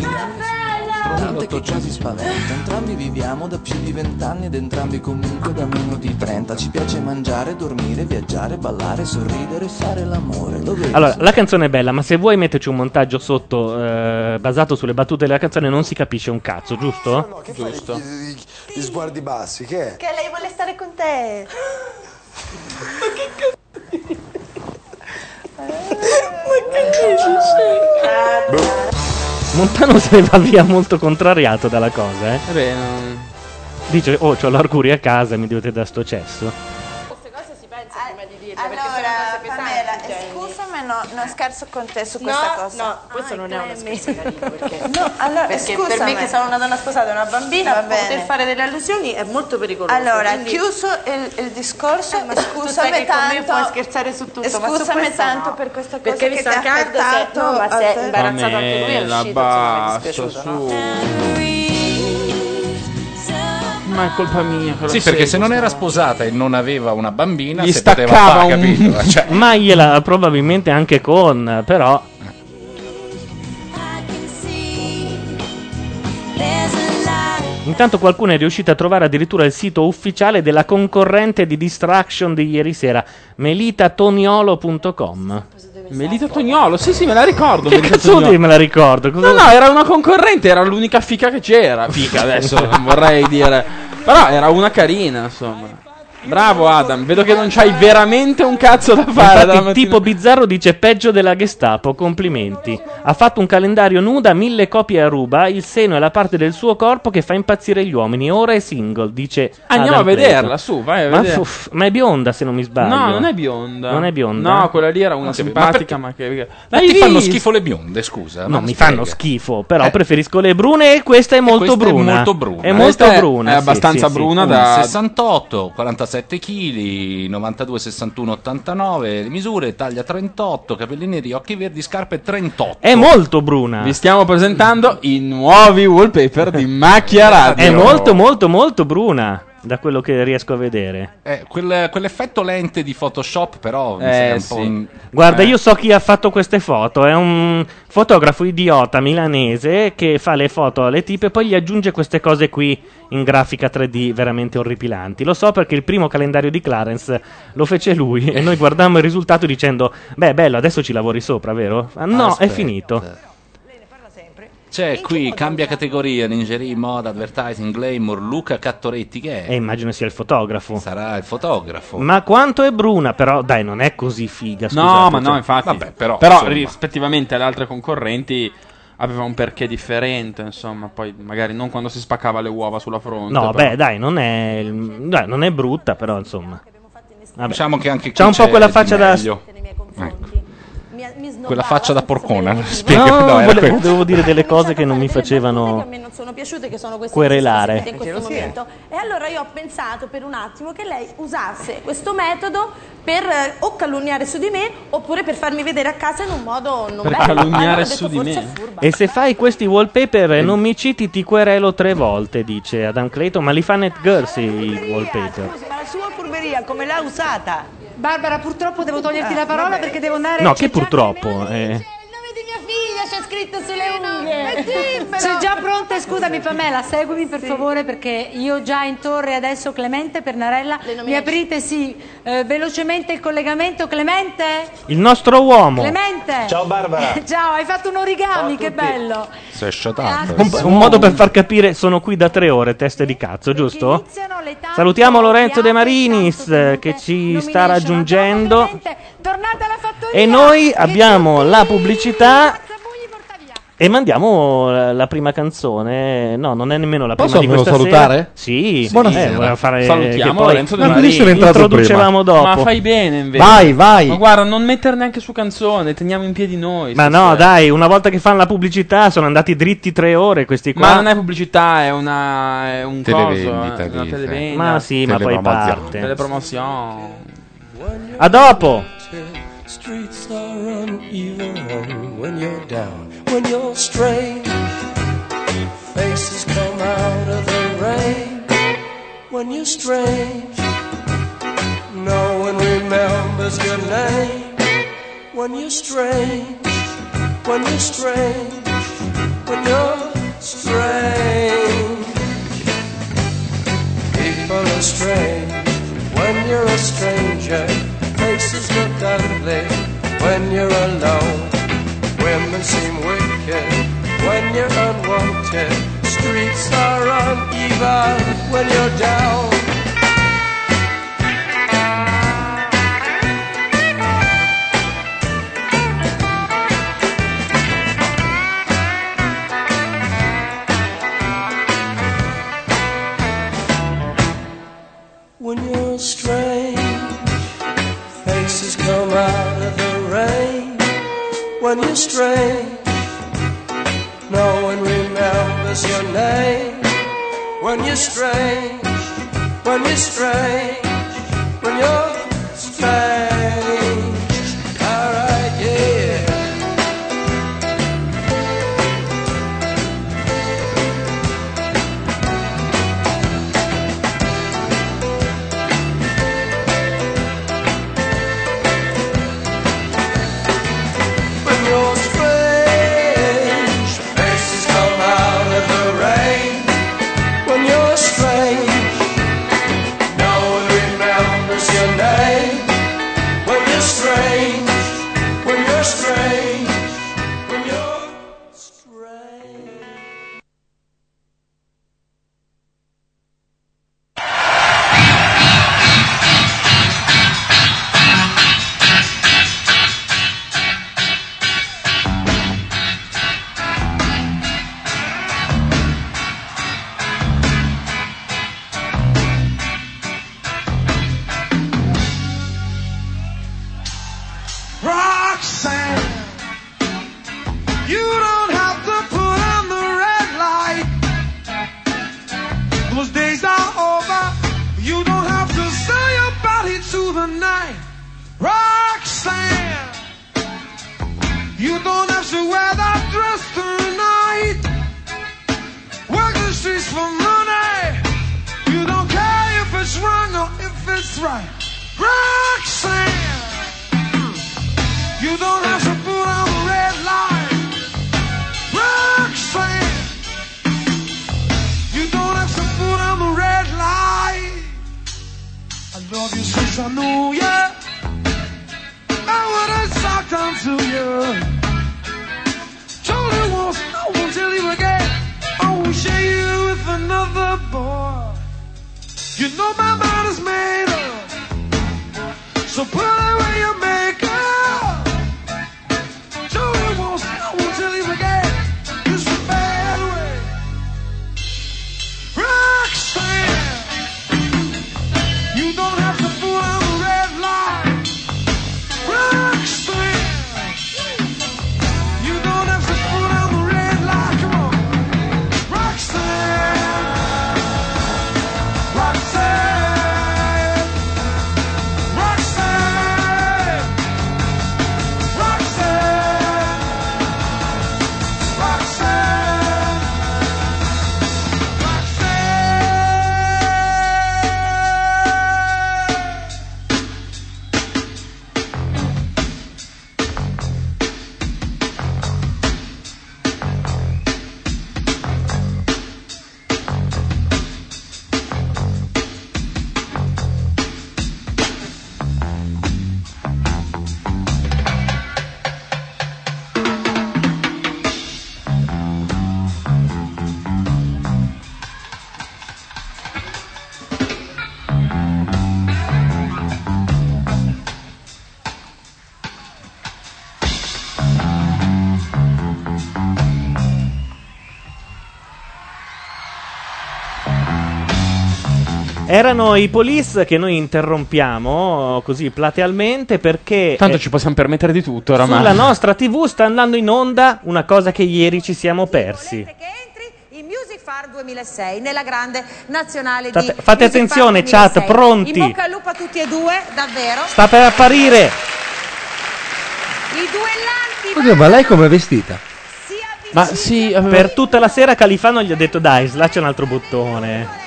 Pronto che quasi spaventa. Entrambi viviamo da più di vent'anni ed entrambi comunque da meno di trenta. Ci piace mangiare, dormire, viaggiare, ballare, sorridere, fare l'amore. Lo vedi? Allora, la canzone è bella, ma se vuoi metterci un montaggio sotto eh, basato sulle battute della canzone non si capisce un cazzo, giusto? Che fai Giusto. gli, gli sguardi bassi, che è? Che lei vuole stare con te. Montano se ne va via molto contrariato dalla cosa, eh. Beh, non- Dice, oh, c'ho l'Arcuri a casa, mi dovete dare sto cesso. Allora, Pamela, scusami, no, non scherzo con te su questa No, cosa. no, questo non è uno scherzo carino, perché, No, allora, perché scusami. per me che sono una donna sposata e una bambina, Va bene. poter fare delle allusioni è molto pericoloso. Allora, quindi- chiuso il, il discorso, Eh, ma tu sai scusami che con me tanto. puoi scherzare su tutto, ma su Scusami questo tanto no. per questa cosa Perché che visto ti a ha caldo, se, affettato no, ma a se è te. imbarazzato anche lui, è Pamela, uscito, insomma, mi è basta, dispiaciuto, su. no? Ma è colpa mia. che la Sì, perché seguo, se non sta- era sposata e non aveva una bambina, Gli se poteva staccava fare, un... capito? Cioè, Ma gliela probabilmente anche con, però... Intanto qualcuno è riuscito a trovare addirittura il sito ufficiale della concorrente di Distraction di ieri sera, melitatoniolo punto com. Melita Tognolo, sì sì me la ricordo. Che Melita cazzo Tognolo. di me la ricordo? Cosa- No no, era una concorrente, era l'unica fica che c'era. Fica adesso non vorrei dire. Però era una carina, insomma. Bravo Adam, vedo che non c'hai veramente un cazzo da fare. dalla Infatti, mattina- tipo Bizzarro dice peggio della Gestapo, complimenti. Ha fatto un calendario nuda, mille copie a ruba, il seno è la parte del suo corpo che fa impazzire gli uomini. Ora è single, dice Andiamo Adam a vederla, Clayton. su, vai a ma, vedere. uff, ma è bionda se non mi sbaglio. No, non è bionda. Non è bionda? No, quella lì era una Non capito. simpatica, Ma ma, che. Ma L'hai ti fanno visto? schifo le bionde, scusa? No, ma mi spiega. fanno schifo, però preferisco le brune e questa è molto questa è bruna. molto bruna. È Questa molto è- bruna. è sì, abbastanza sì, sì. bruna Una da- sessantotto, quarantasette chili, novantadue, sessantuno, ottantanove, le misure, taglia trentotto, capelli neri, occhi verdi, scarpe trentotto. È molto bruna. Vi stiamo presentando i nuovi wallpaper di Macchia Radio. È molto molto molto bruna, da quello che riesco a vedere. Eh, quel- quell'effetto lente di Photoshop però mi Eh, sembra un sì. po' un- Guarda, eh. io so chi ha fatto queste foto. È un fotografo idiota milanese che fa le foto alle tipe e poi gli aggiunge queste cose qui in grafica tre D veramente orripilanti. Lo so perché il primo calendario di Clarence lo fece lui e noi guardammo il risultato dicendo: beh, bello, adesso ci lavori sopra, vero? Ah, no, Aspetta. è finito. C'è qui, cambia categoria, lingerie, moda, advertising, glamour, Luca Cattoretti, che è? E immagino sia il fotografo. Sarà il fotografo. Ma quanto è bruna, però, dai, non è così figa. Scusate, No, ma cioè- no, infatti. Vabbè, però, però insomma. rispettivamente alle altre concorrenti aveva un perché differente, insomma, poi magari non quando si spaccava le uova sulla fronte. No, però. beh, dai, non è, dai, non è brutta, però, insomma. Vabbè. Diciamo che anche qui c'ha un po' c'è quella di faccia da. meglio. Ecco. Mi, mi snobbava Quella faccia da senza porcona. sapere Spiega, No, no, era volevo, quello. dovevo dire delle cose che non mi facevano che a me non sono piaciute, che sono queste querelare. che si sono sentite in questo momento. E allora io ho pensato per un attimo che lei usasse questo metodo per eh, o calunniare su di me oppure per farmi vedere a casa in un modo non Per bello. calunniare Allora ho su detto, di forse me. è furba. E se fai questi wallpaper e non mi citi, ti querelo tre volte, dice Adam Clayton. Ma li fa NetGirls i wallpaper. Ma la sua furberia come l'ha usata? Barbara, purtroppo devo toglierti la parola perché devo andare No, c'è che purtroppo. eh. figlia c'è scritto sulle unghie. Sei già pronta? Scusami Pamela, seguimi per favore perché io già in torre adesso Clemente Pernarella. Mi aprite sì eh, velocemente il collegamento. Clemente? Il nostro uomo. Clemente? Ciao, Barbara. Ciao, hai fatto un origami, che bello. Si è sciatato. Un, un modo per far capire, sono qui da tre ore, teste di cazzo, giusto? Salutiamo Lorenzo De Marinis eh, che ci sta raggiungendo. E noi abbiamo la pubblicità e mandiamo la, la prima canzone. No, non è nemmeno la prima Posso di questa almeno salutare? sera. Sì, Buonasera. eh, voleva fare Salutiamo che poi Lorenzo De Ma Marinis. benissimo, è entrato introducevamo prima. dopo. Ma fai bene invece. Vai, vai. Ma guarda, non mettere neanche su canzone, teniamo in piedi noi. Ma stasera. no, dai, una volta che fanno la pubblicità sono andati dritti tre ore questi qua. Ma non è pubblicità, è una è un Televendita, coso, è una dice. televendita. Ma sì, ma poi parte. Delle promozioni. A dopo. Streets are uneven when you're down, when you're strange. Faces come out of the rain when you're strange. No one remembers your name when you're strange. When you're strange, when you're strange. People are strange when you're a stranger. Faces look ugly when you're alone. Women seem wicked when you're unwanted. Streets are uneven when you're down. When you're strange, faces come out of the rain. When you're strange, no one remembers your name. When you're strange, when you're strange, when you're strange. Alright, yeah. When you're strange, faces come out of the rain. When you're strange, no one remembers your name. those days are over. You don't have to sell your body to the night, Roxanne. You don't have to wear that dress tonight. Work the streets for money. You don't care if it's wrong or if it's right, Roxanne. You don't have to put on the red light, Roxanne. You don't have to put on the red light. I love you since I knew ya. I wouldn't talk down to you. Told you once, I won't tell you again. I won't share you with another boy. You know my mind is made up, so put away your makeup. Told you once, I won't tell you again. It's a bad way, Roxanne. You don't have to put on the red light, Roxanne. You don't have to put on the red light. Come on, Roxanne, Roxanne, Roxanne, Roxanne, Roxanne, Erano i Police che noi interrompiamo così platealmente perché Tanto eh, ci possiamo permettere di tutto oramai. sulla nostra tivù sta andando in onda una cosa che ieri ci siamo persi. Il Music Far duemilasei nella grande nazionale Fate, di fate Music attenzione, Far chat, duemilasei. pronti. In bocca al lupo a tutti e due, davvero. Sta per apparire. I duellanti. Oddio, ma lei com'è vestita? Ma sì, per tutta la sera Califano gli ha detto dai, slaccia un altro bottone.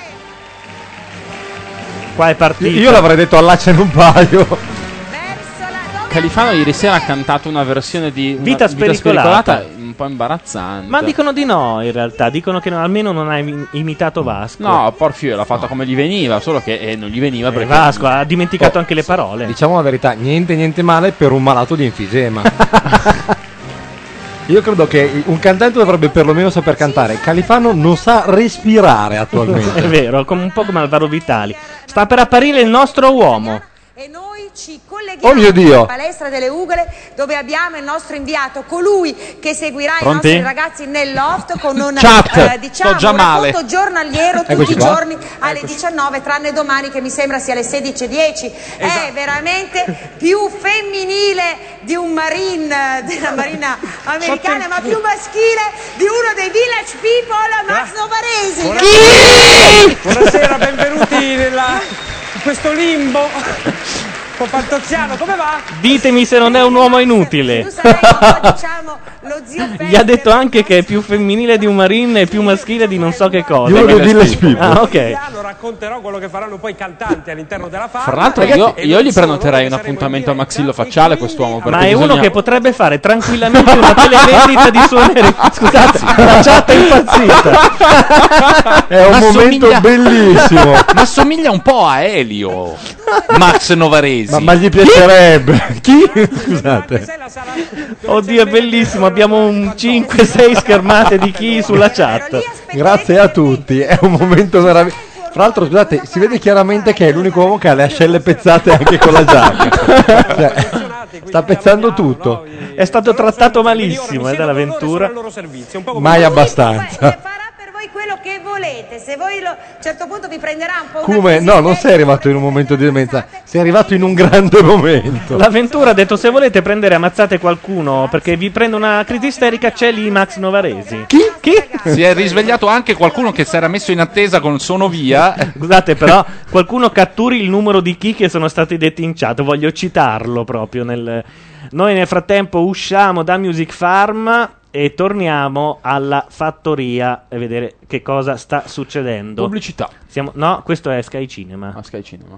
Qua è partito. Io l'avrei detto allacciane un paio. Califano ieri sera ha cantato una versione di una Vita spericolata. un po' imbarazzante. Ma dicono di no in realtà, dicono che non- almeno non ha imi- imitato Vasco. No, Porfio l'ha fatta come gli veniva, solo che eh, non gli veniva Eh, perché Vasco ha dimenticato Oh, anche le parole. Diciamo la verità, niente niente male per un malato di enfisema. Io credo che un cantante dovrebbe perlomeno saper cantare. Califano non sa respirare attualmente. È vero, come- un po' come Alvaro Vitali. Sta per apparire il nostro uomo. E noi ci colleghiamo Oh mio Dio. alla palestra delle Ugole dove abbiamo il nostro inviato, colui che seguirà Pronti? i nostri ragazzi nel loft con un Chat, eh, diciamo, sto già un male. racconto giornaliero tutti Eccoci i qua. giorni alle diciannove, tranne domani che mi sembra sia alle sedici e dieci. È veramente più femminile di un marine della marina americana, ma più maschile di uno dei Village People, Max Novaresi. Buonasera, benvenuti nella, in questo limbo. Con Fantozziano, come va? Ditemi se non è un uomo inutile. Diciamo lo zio Gli ha detto anche che è più femminile di un marine e più maschile di non so che cosa. Di uno dei Village People. Ah, ok. Racconterò quello che faranno poi i cantanti all'interno della farma. Fra l'altro io, io gli prenoterei un appuntamento al maxillo facciale a quest'uomo. Ma perché è uno bisogna- che potrebbe fare tranquillamente una televendita di suonerie. Scusate, la chat è impazzita. È un Ma momento somiglia- bellissimo. Ma somiglia un po' a Elio, Max Novaresi. Ma, ma gli piacerebbe. Chi? Scusate. Oddio, è bellissimo. Abbiamo un cinque sei schermate di chi sulla chat. Grazie a tutti. È un momento meraviglioso. Fra l'altro, scusate, si vede chiaramente che è l'unico uomo che ha le ascelle pezzate anche con la giacca. Cioè, sta pezzando tutto. È stato trattato malissimo eh, dall'avventura. Mai abbastanza. Per voi quello che volete, se voi lo, a un certo punto vi prenderà un po' una Come? crisi No, non di- sei arrivato in un momento di demenza, sei arrivato in un grande momento. L'avventura ha detto: se volete prendere ammazzate qualcuno perché vi prende una crisi isterica, c'è lì Max Novaresi. Chi? Chi? Si è risvegliato anche qualcuno che si era messo in attesa con Sono Via. Scusate, però, qualcuno catturi il numero di chi che sono stati detti in chat. Voglio citarlo proprio. Nel... Noi nel frattempo usciamo da Music Farm e torniamo alla fattoria e vedere che cosa sta succedendo. Pubblicità. Siamo... No, questo è Sky Cinema. Ah, Sky Cinema.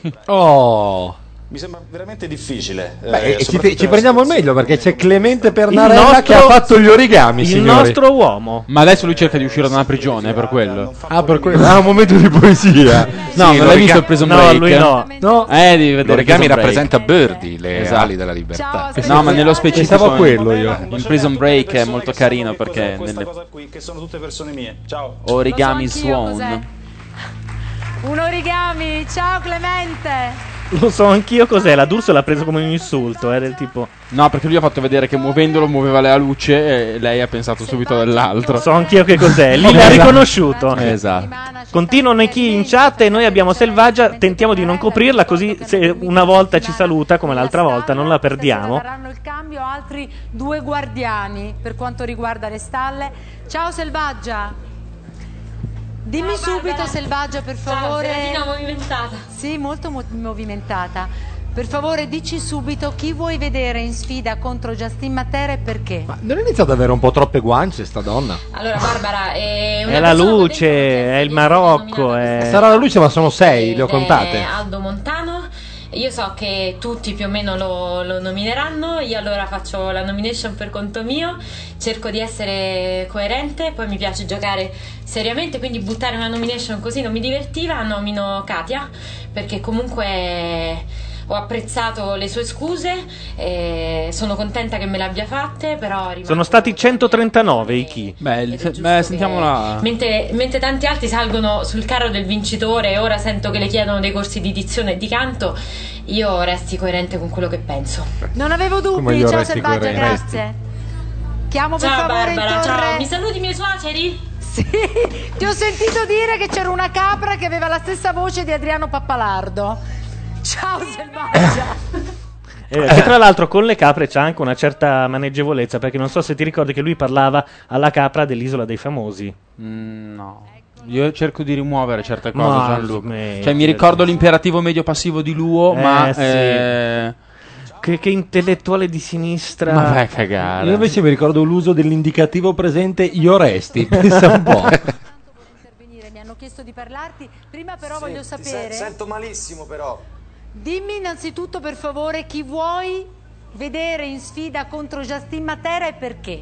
Oh. Mi sembra veramente difficile. Beh, eh, e ci, soprattutto ci nella prendiamo il meglio perché c'è Clemente Il Pernarella nostro- che ha fatto gli origami, il signori. nostro uomo. Ma adesso lui cerca di uscire da una prigione, è per quello. Ah, per quello. Ah, un momento di poesia. No, non l'hai visto il Prison No, Break? lui no. No. Eh, devi vedere L'origami Prison Break. rappresenta Birdie, le Esatto. ali della libertà. No, ma nello specifico Pensavo a quello io. il Prison Break è molto carino perché questa nelle cosa qui, che sono tutte persone mie. Ciao. origami Lo so anch'io Swan. cos'è. Un origami, ciao Clemente. Lo so anch'io cos'è. La D'Urso l'ha preso come un insulto. È del tipo. No, perché lui ha fatto vedere che muovendolo muoveva la luce e lei ha pensato subito dell'altro. So anch'io che cos'è. Lì l'ha riconosciuto. Esatto. Continuano chi in chat e noi abbiamo Selvaggia. Tentiamo di non coprirla, così se una volta ci saluta come l'altra volta non la perdiamo. Daranno il cambio altri due guardiani per quanto riguarda le stalle. Ciao Selvaggia. Dimmi subito Selvaggia per favore. Serafina movimentata. Sì, molto mo- movimentata. Per favore dici subito chi vuoi vedere in sfida contro Justin Matera e perché. Ma non è iniziato ad avere un po' troppe guance sta donna? Allora, Barbara, è una È la persona luce, è il Marocco. È... Sarà la luce, ma sono sei, le ho è contate. Aldo Montano. Io so che tutti più o meno lo, lo nomineranno, io allora faccio la nomination per conto mio, cerco di essere coerente, poi mi piace giocare seriamente, quindi buttare una nomination così non mi divertiva, nomino Katia, perché comunque ho apprezzato le sue scuse, e sono contenta che me le abbia fatte, però rimango- Sono stati centotrentanove i chi. Beh, se- beh, sentiamola. Mentre, mentre tanti altri salgono sul carro del vincitore e ora sento che le chiedono dei corsi di dizione e di canto, io resti coerente con quello che penso. Non avevo Come dubbi, io ciao resti Selvaggia, coerente. grazie. Chiamo per Ciao favore Barbara, in torre. ciao, mi saluti i miei suoceri? Sì, ti ho sentito dire che c'era una capra che aveva la stessa voce di Adriano Pappalardo. Ciao Selvaggia. Eh, che tra l'altro con le capre c'ha anche una certa maneggevolezza, perché non so se ti ricordi che lui parlava alla capra dell'Isola dei Famosi. Mm, no. Io cerco di rimuovere certe cose, Ma Gianluca. smettila. Cioè, mi ricordo l'imperativo medio passivo di Luo, Eh, ma. sì. eh, Che, che intellettuale di sinistra. Ma vai a cagare. Io invece mi ricordo l'uso dell'indicativo presente io resti. Pensa un po'. Mi hanno chiesto di parlarti, prima però voglio Ti sapere. sen- sento malissimo però. Dimmi innanzitutto per favore chi vuoi vedere in sfida contro Justin Matera e perché.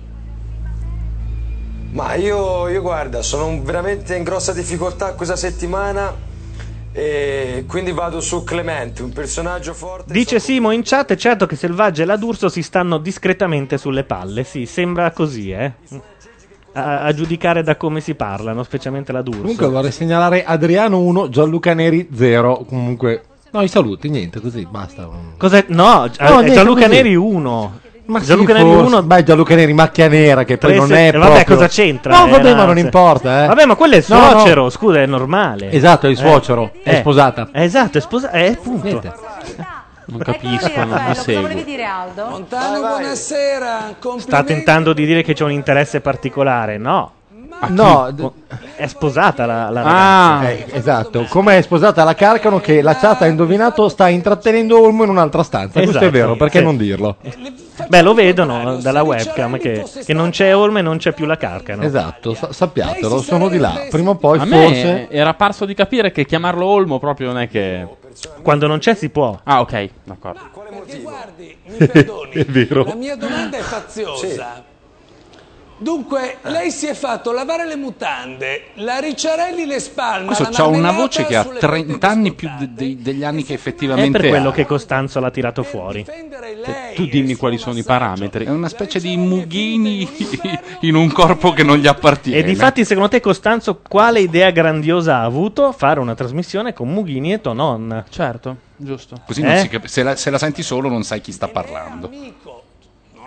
Ma io, io guarda, sono un- veramente in grossa difficoltà questa settimana e quindi vado su Clemente, un personaggio forte. Dice Simo in chat, è certo che Selvaggia e la D'Urso si stanno discretamente sulle palle. Sì, sembra così, eh. A, a giudicare da come si parlano, specialmente la D'Urso. Comunque vorrei segnalare Adriano uno, Gianluca Neri zero. Comunque, no, i saluti, niente, così, basta. Cos'è? No, Gi- No, è niente, Gianluca così. Neri uno. Ma Gianluca sì, Neri forse. uno. Beh, Gianluca Neri macchia nera, che poi Tre non se- è eh, proprio... vabbè, cosa c'entra? No, vabbè, Era- ma non importa, eh. Vabbè, ma quello è il No, no. suocero, scusa, è normale. Esatto, è il suocero, è Eh. sposata. Esatto, è sposata, eh, appunto. Non capisco, non Raffaello, cosa seguo. volevi dire Aldo? Montano, buonasera. Sta tentando di dire che c'è un interesse particolare, no. No, d- è sposata la, la Ah, ragazza. eh, esatto. Come è sposata la Carcano che la chat ha indovinato sta intrattenendo Olmo in un'altra stanza. Questo Esatto, è vero, perché sì. non dirlo? Beh, lo vedono dalla webcam che, che non c'è Olmo e non c'è più la Carcano. Esatto, sa- sappiatelo, sono di là. Prima o poi A me forse... era parso di capire che chiamarlo Olmo proprio non è che. Quando non c'è si può. Ah, ok, d'accordo. Perché guardi, mi perdoni, È vero. la mia domanda è faziosa. Dunque, lei si è fatto lavare le mutande, la Ricciarelli le spalma, Questo la c'ha una marmellata voce che ha sulle trenta anni più de- de- degli anni che È effettivamente per quello ha. che Costanzo l'ha tirato fuori. Tu dimmi quali sono i parametri. È una specie di mughini in un corpo che non gli appartiene. E difatti, secondo te, Costanzo, quale idea grandiosa ha avuto? Fare una trasmissione con Mughini e Tonon. Certo, giusto. Così non Eh? si cap- se, la, se la senti solo non sai chi sta parlando.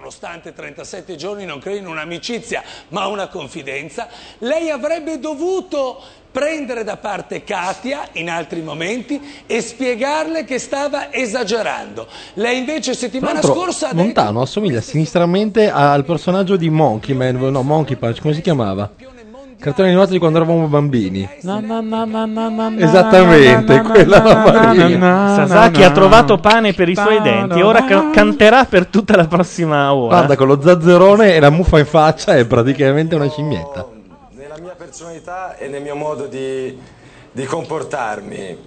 nonostante trentasette giorni non creino un'amicizia ma una confidenza, lei avrebbe dovuto prendere da parte Katia in altri momenti e spiegarle che stava esagerando. Lei invece settimana Tra l'altro, scorsa ha detto... Montano assomiglia sinistramente al personaggio di Monkey Man, no, Monkey Punch, come si chiamava? Cartone animato di quando eravamo bambini. Na, na, na, na, na, na, Esattamente, na, na, quella na, roba lì. na, na, Sasaki na, ha trovato pane per i suoi na, denti, na, ora na, ca- canterà per tutta la prossima ora. Guarda, con lo zazzerone e la muffa in faccia è praticamente una scimmietta. Nella mia personalità e nel mio modo di, di comportarmi.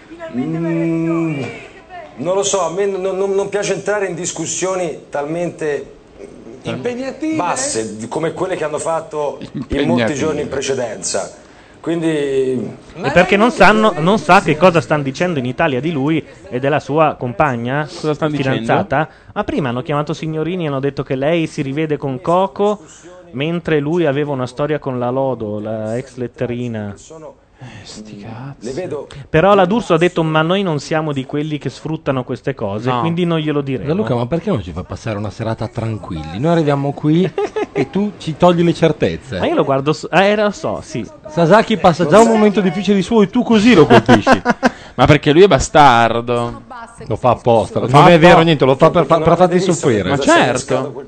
Mm, non lo so, a me non, non- non piace entrare in discussioni talmente impegnative basse di- come quelle che hanno fatto in molti Impegnative. giorni in precedenza. Quindi E perché non sanno, non sa che cosa stanno dicendo in Italia di lui e della sua compagna, fidanzata. Ma prima hanno chiamato signorini e hanno detto che lei si rivede con Coco, mentre lui aveva una storia con la Lodo, la ex letterina. Sti cazzi. le vedo Però la D'Urso ha detto: ma noi non siamo di quelli che sfruttano queste cose, No. quindi non glielo diremo. Luca, ma perché non ci fa passare una serata tranquilli? Noi arriviamo qui e tu ci togli le certezze. Ma io lo guardo, su- eh, lo so, sì. Sasaki passa già un momento difficile di suo e tu così lo colpisci. Ma perché lui è bastardo. Lo fa apposta. Lo non fa è vero apposta. niente, lo fa per, fa- per farti soffrire. Ma certo.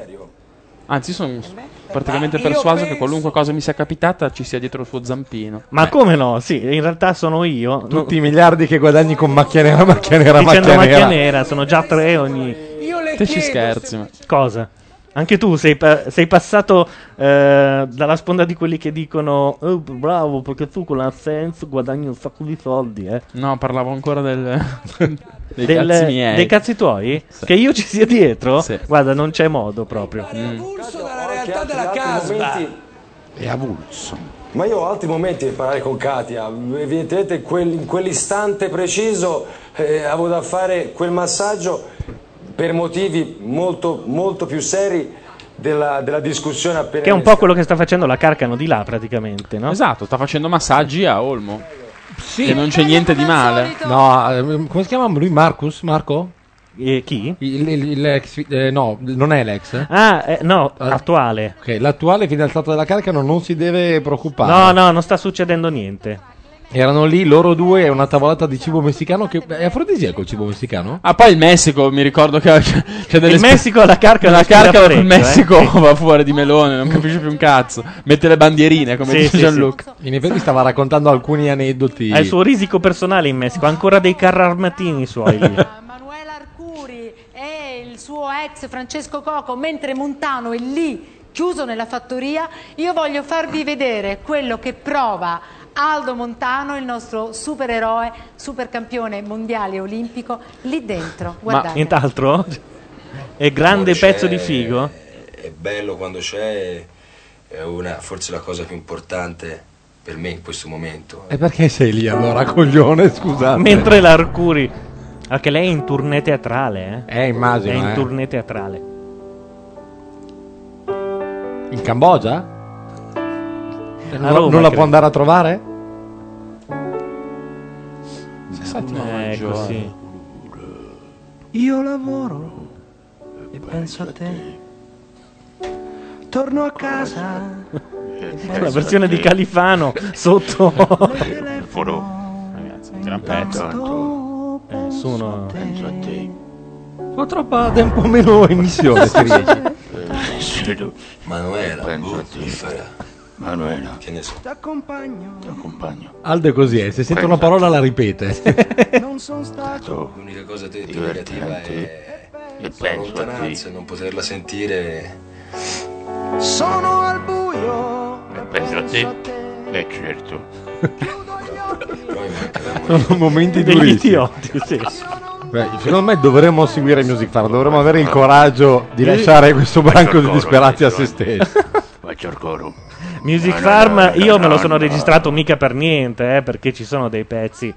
Anzi, sono praticamente persuaso che qualunque cosa mi sia capitata ci sia dietro il suo zampino. Ma come no? Sì, in realtà sono io. Tutti i miliardi che guadagni con macchia nera, macchia nera, Dicendo macchia macchia nera. nera, sono già tre ogni... Te ci scherzi. Ma... Cosa? Anche tu sei, pa- sei passato eh, dalla sponda di quelli che dicono oh, bravo, perché tu con l'AdSense guadagni un sacco di soldi, eh. No, parlavo ancora del... dei Del- cazzi miei. dei cazzi tuoi? Sì. Che io ci sia dietro? Sì. Guarda, non c'è modo proprio. avulso dalla realtà della Casba. è avulso. Ma io ho altri momenti per parlare con Katia, evidentemente in, quel- in quell'istante preciso eh, avevo da fare quel massaggio per motivi molto, molto più seri della, della discussione appena Che è un po' quello che sta facendo la Carcano di là, praticamente, no? Esatto, sta facendo massaggi a Olmo. Sì. E non c'è niente di male. No, eh, come si chiama lui? Marcus? Marco? E chi? Il, il- il ex- eh, no, non è l'ex. Ah, eh, no, attuale. Ok, l'attuale fidanzato della Carcano non si deve preoccupare. No, no, non sta succedendo niente. Erano lì loro due e una tavolata di cibo messicano che è afrodisiaco il cibo messicano? Ah, poi il Messico, mi ricordo che c'è, c'è delle Il spe- Messico, la Carcano la ispira Carcano parecchio, il Messico eh. va fuori di melone, non capisce più un cazzo. Mette le bandierine, come Sì, dice sì, Gianluca. In effetti stava raccontando alcuni aneddoti. Ha il suo risico personale in Messico, ha ancora dei carri armatini suoi lì. Manuela Arcuri e il suo ex Francesco Coco, mentre Montano è lì chiuso nella fattoria, io voglio farvi vedere quello che prova Aldo Montano, il nostro supereroe, supercampione mondiale olimpico, lì dentro. Guardate. Intanto è grande Amore, pezzo c'è- di figo. È bello quando c'è, è una, forse la cosa più importante per me in questo momento. E perché sei lì allora, coglione? Scusate. Mentre l'Arcuri, anche lei è in tournée teatrale, eh? Eh, immagino, È in eh. tournée teatrale. In Cambogia? A Non, Roma, non la credo. può andare a trovare? Ecco, sì. Io lavoro e penso a te. Torno a casa. È la versione di Califano sotto. Ragazzi, un gran pezzo. Eh, Nessuno. Penso a te. Ho troppa tempo meno emissione, se riesci. Manuela, Penso boh, a te. che farà? Manuela. Che ne so. T'accompagno. T'accompagno. Aldo è così, eh, se sente una parola la ripete. Non sono stato L'unica cosa te- negativa è e la penso a lontananza, te. non poterla sentire. Sono al buio e Penso a te? Eh certo. Sono momenti Degli durissimi. idioti, sì. Beh, secondo me dovremmo seguire Music Farm, dovremmo avere il coraggio di Sì. lasciare questo branco di coro, disperati a se adesso, eh. stessi. Faccio il coro. Music No, no, Farm, no, no, io me lo no, sono no. registrato mica per niente, eh, perché ci sono dei pezzi.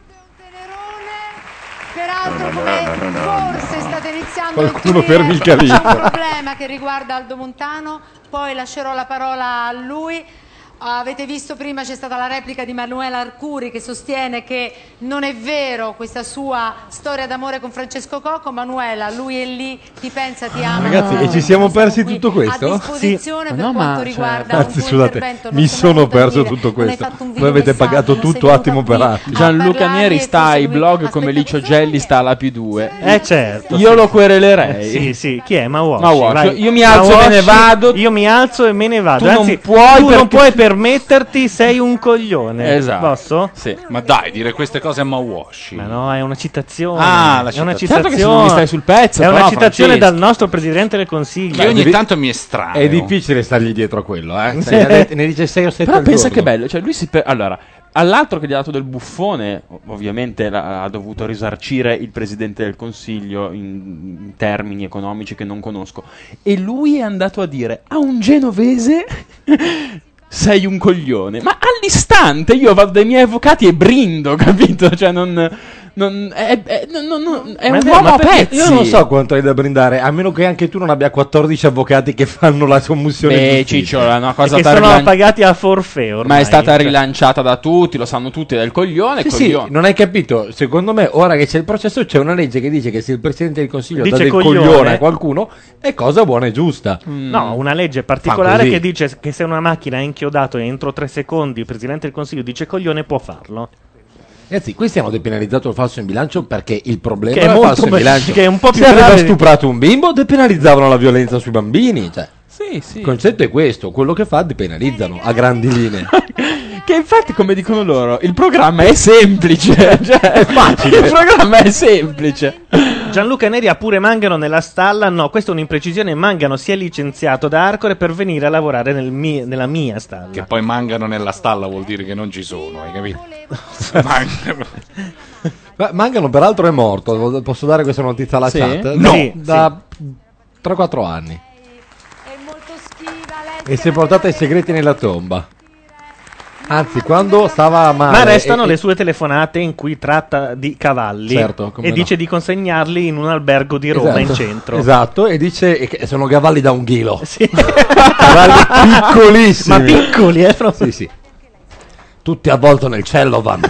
Peraltro, come forse state iniziando a Qualcuno intuire, fermi il c'è un califfo. problema che riguarda Aldo Montano, poi lascerò la parola a lui. Avete visto prima c'è stata la replica di Manuela Arcuri che sostiene che non è vero questa sua storia d'amore con Francesco Cocco. Manuela, lui è lì, ti pensa, ti ama. Ragazzi, e ci siamo persi tutto questo? A disposizione Sì. per No, ma, quanto cioè, riguarda Anzi, un tuo scusate, intervento. mi sono perso tutto questo. Voi avete pagato tutto attimo per attimo. Gianluca Neri sta ai blog come Licio Gelli sta alla P due. Eh certo. Io sì. lo querelerei. Sì, sì, chi è? Mawashi. Mawashi. vai. Io mi alzo e me ne Mawashi, vado. Io mi alzo e me ne vado. Tu non Anzi, puoi tu non perché- puoi permetterti, sei un coglione. Esatto. Posso? Sì. Ma dai, dire queste cose a Mawashi. Ma no, è una citazione. Ah, la è una citazione. citazione. Certo che se non mi stai sul pezzo, È una però, citazione Francesco. dal nostro Presidente del Consiglio. Che ogni tanto mi estraneo. È difficile stargli dietro a quello, eh. Sì. Ne, ha detto- ne dice sei o sette Però al pensa giorno. che bello, cioè lui si per- allora, all'altro che gli ha dato del buffone, ov- ovviamente l'ha- ha dovuto risarcire il Presidente del Consiglio in, in termini economici che non conosco. E lui è andato a dire a un genovese sei un coglione. Ma all'istante io vado dai miei avvocati e brindo, capito? Cioè non... non è, è- non- non- non- è Ma un no, uomo ma a perché- pezzi. Io non so quanto hai da brindare, a meno che anche tu non abbia quattordici avvocati che fanno la commissione Beh, giustizia. Ciccio, è una cosa che da sono rilan- pagati a forfè ormai. Ma è stata Cioè, rilanciata da tutti, lo sanno tutti, del coglione, Sì, sì, coglione. non hai capito. Secondo me, ora che c'è il processo, c'è una legge che dice che se il Presidente del Consiglio Dice dà del coglione. coglione a qualcuno, è cosa buona e giusta. No, una legge Fa particolare così. che dice che se una macchina è inchiodato e entro tre secondi il Presidente del Consiglio dice coglione può farlo. Ragazzi, questi hanno depenalizzato il falso in bilancio perché il problema Che è era il molto falso in be- bilancio. che è un po' più Se aveva grave di- stuprato un bimbo, depenalizzavano la violenza sui bambini. Cioè, Sì, sì. il concetto è questo: quello che fa, depenalizzano a grandi linee. Che infatti, come dicono loro, il programma è semplice. Cioè, È facile. Il programma è semplice. Gianluca Neri ha pure Mangano nella stalla. No, questa è un'imprecisione. Mangano si è licenziato da Arcore per venire a lavorare nel mi- nella mia stalla. Che poi mangano nella stalla vuol dire che non ci sono, hai capito? Mangano. Ma Mangano, peraltro, è morto. Posso dare questa notizia alla Sì? chat? No. Sì, da tre quattro anni. E si è portata i segreti nella tomba. Anzi, quando stava male. Ma restano e- le sue telefonate in cui tratta di cavalli Certo, come e no. dice di consegnarli in un albergo di Roma Esatto, in centro. Esatto, e dice che sono cavalli da un chilo. Sì. Cavalli piccolissimi. Ma piccoli, eh? Sì, sì. Tutti avvolto nel cellovan.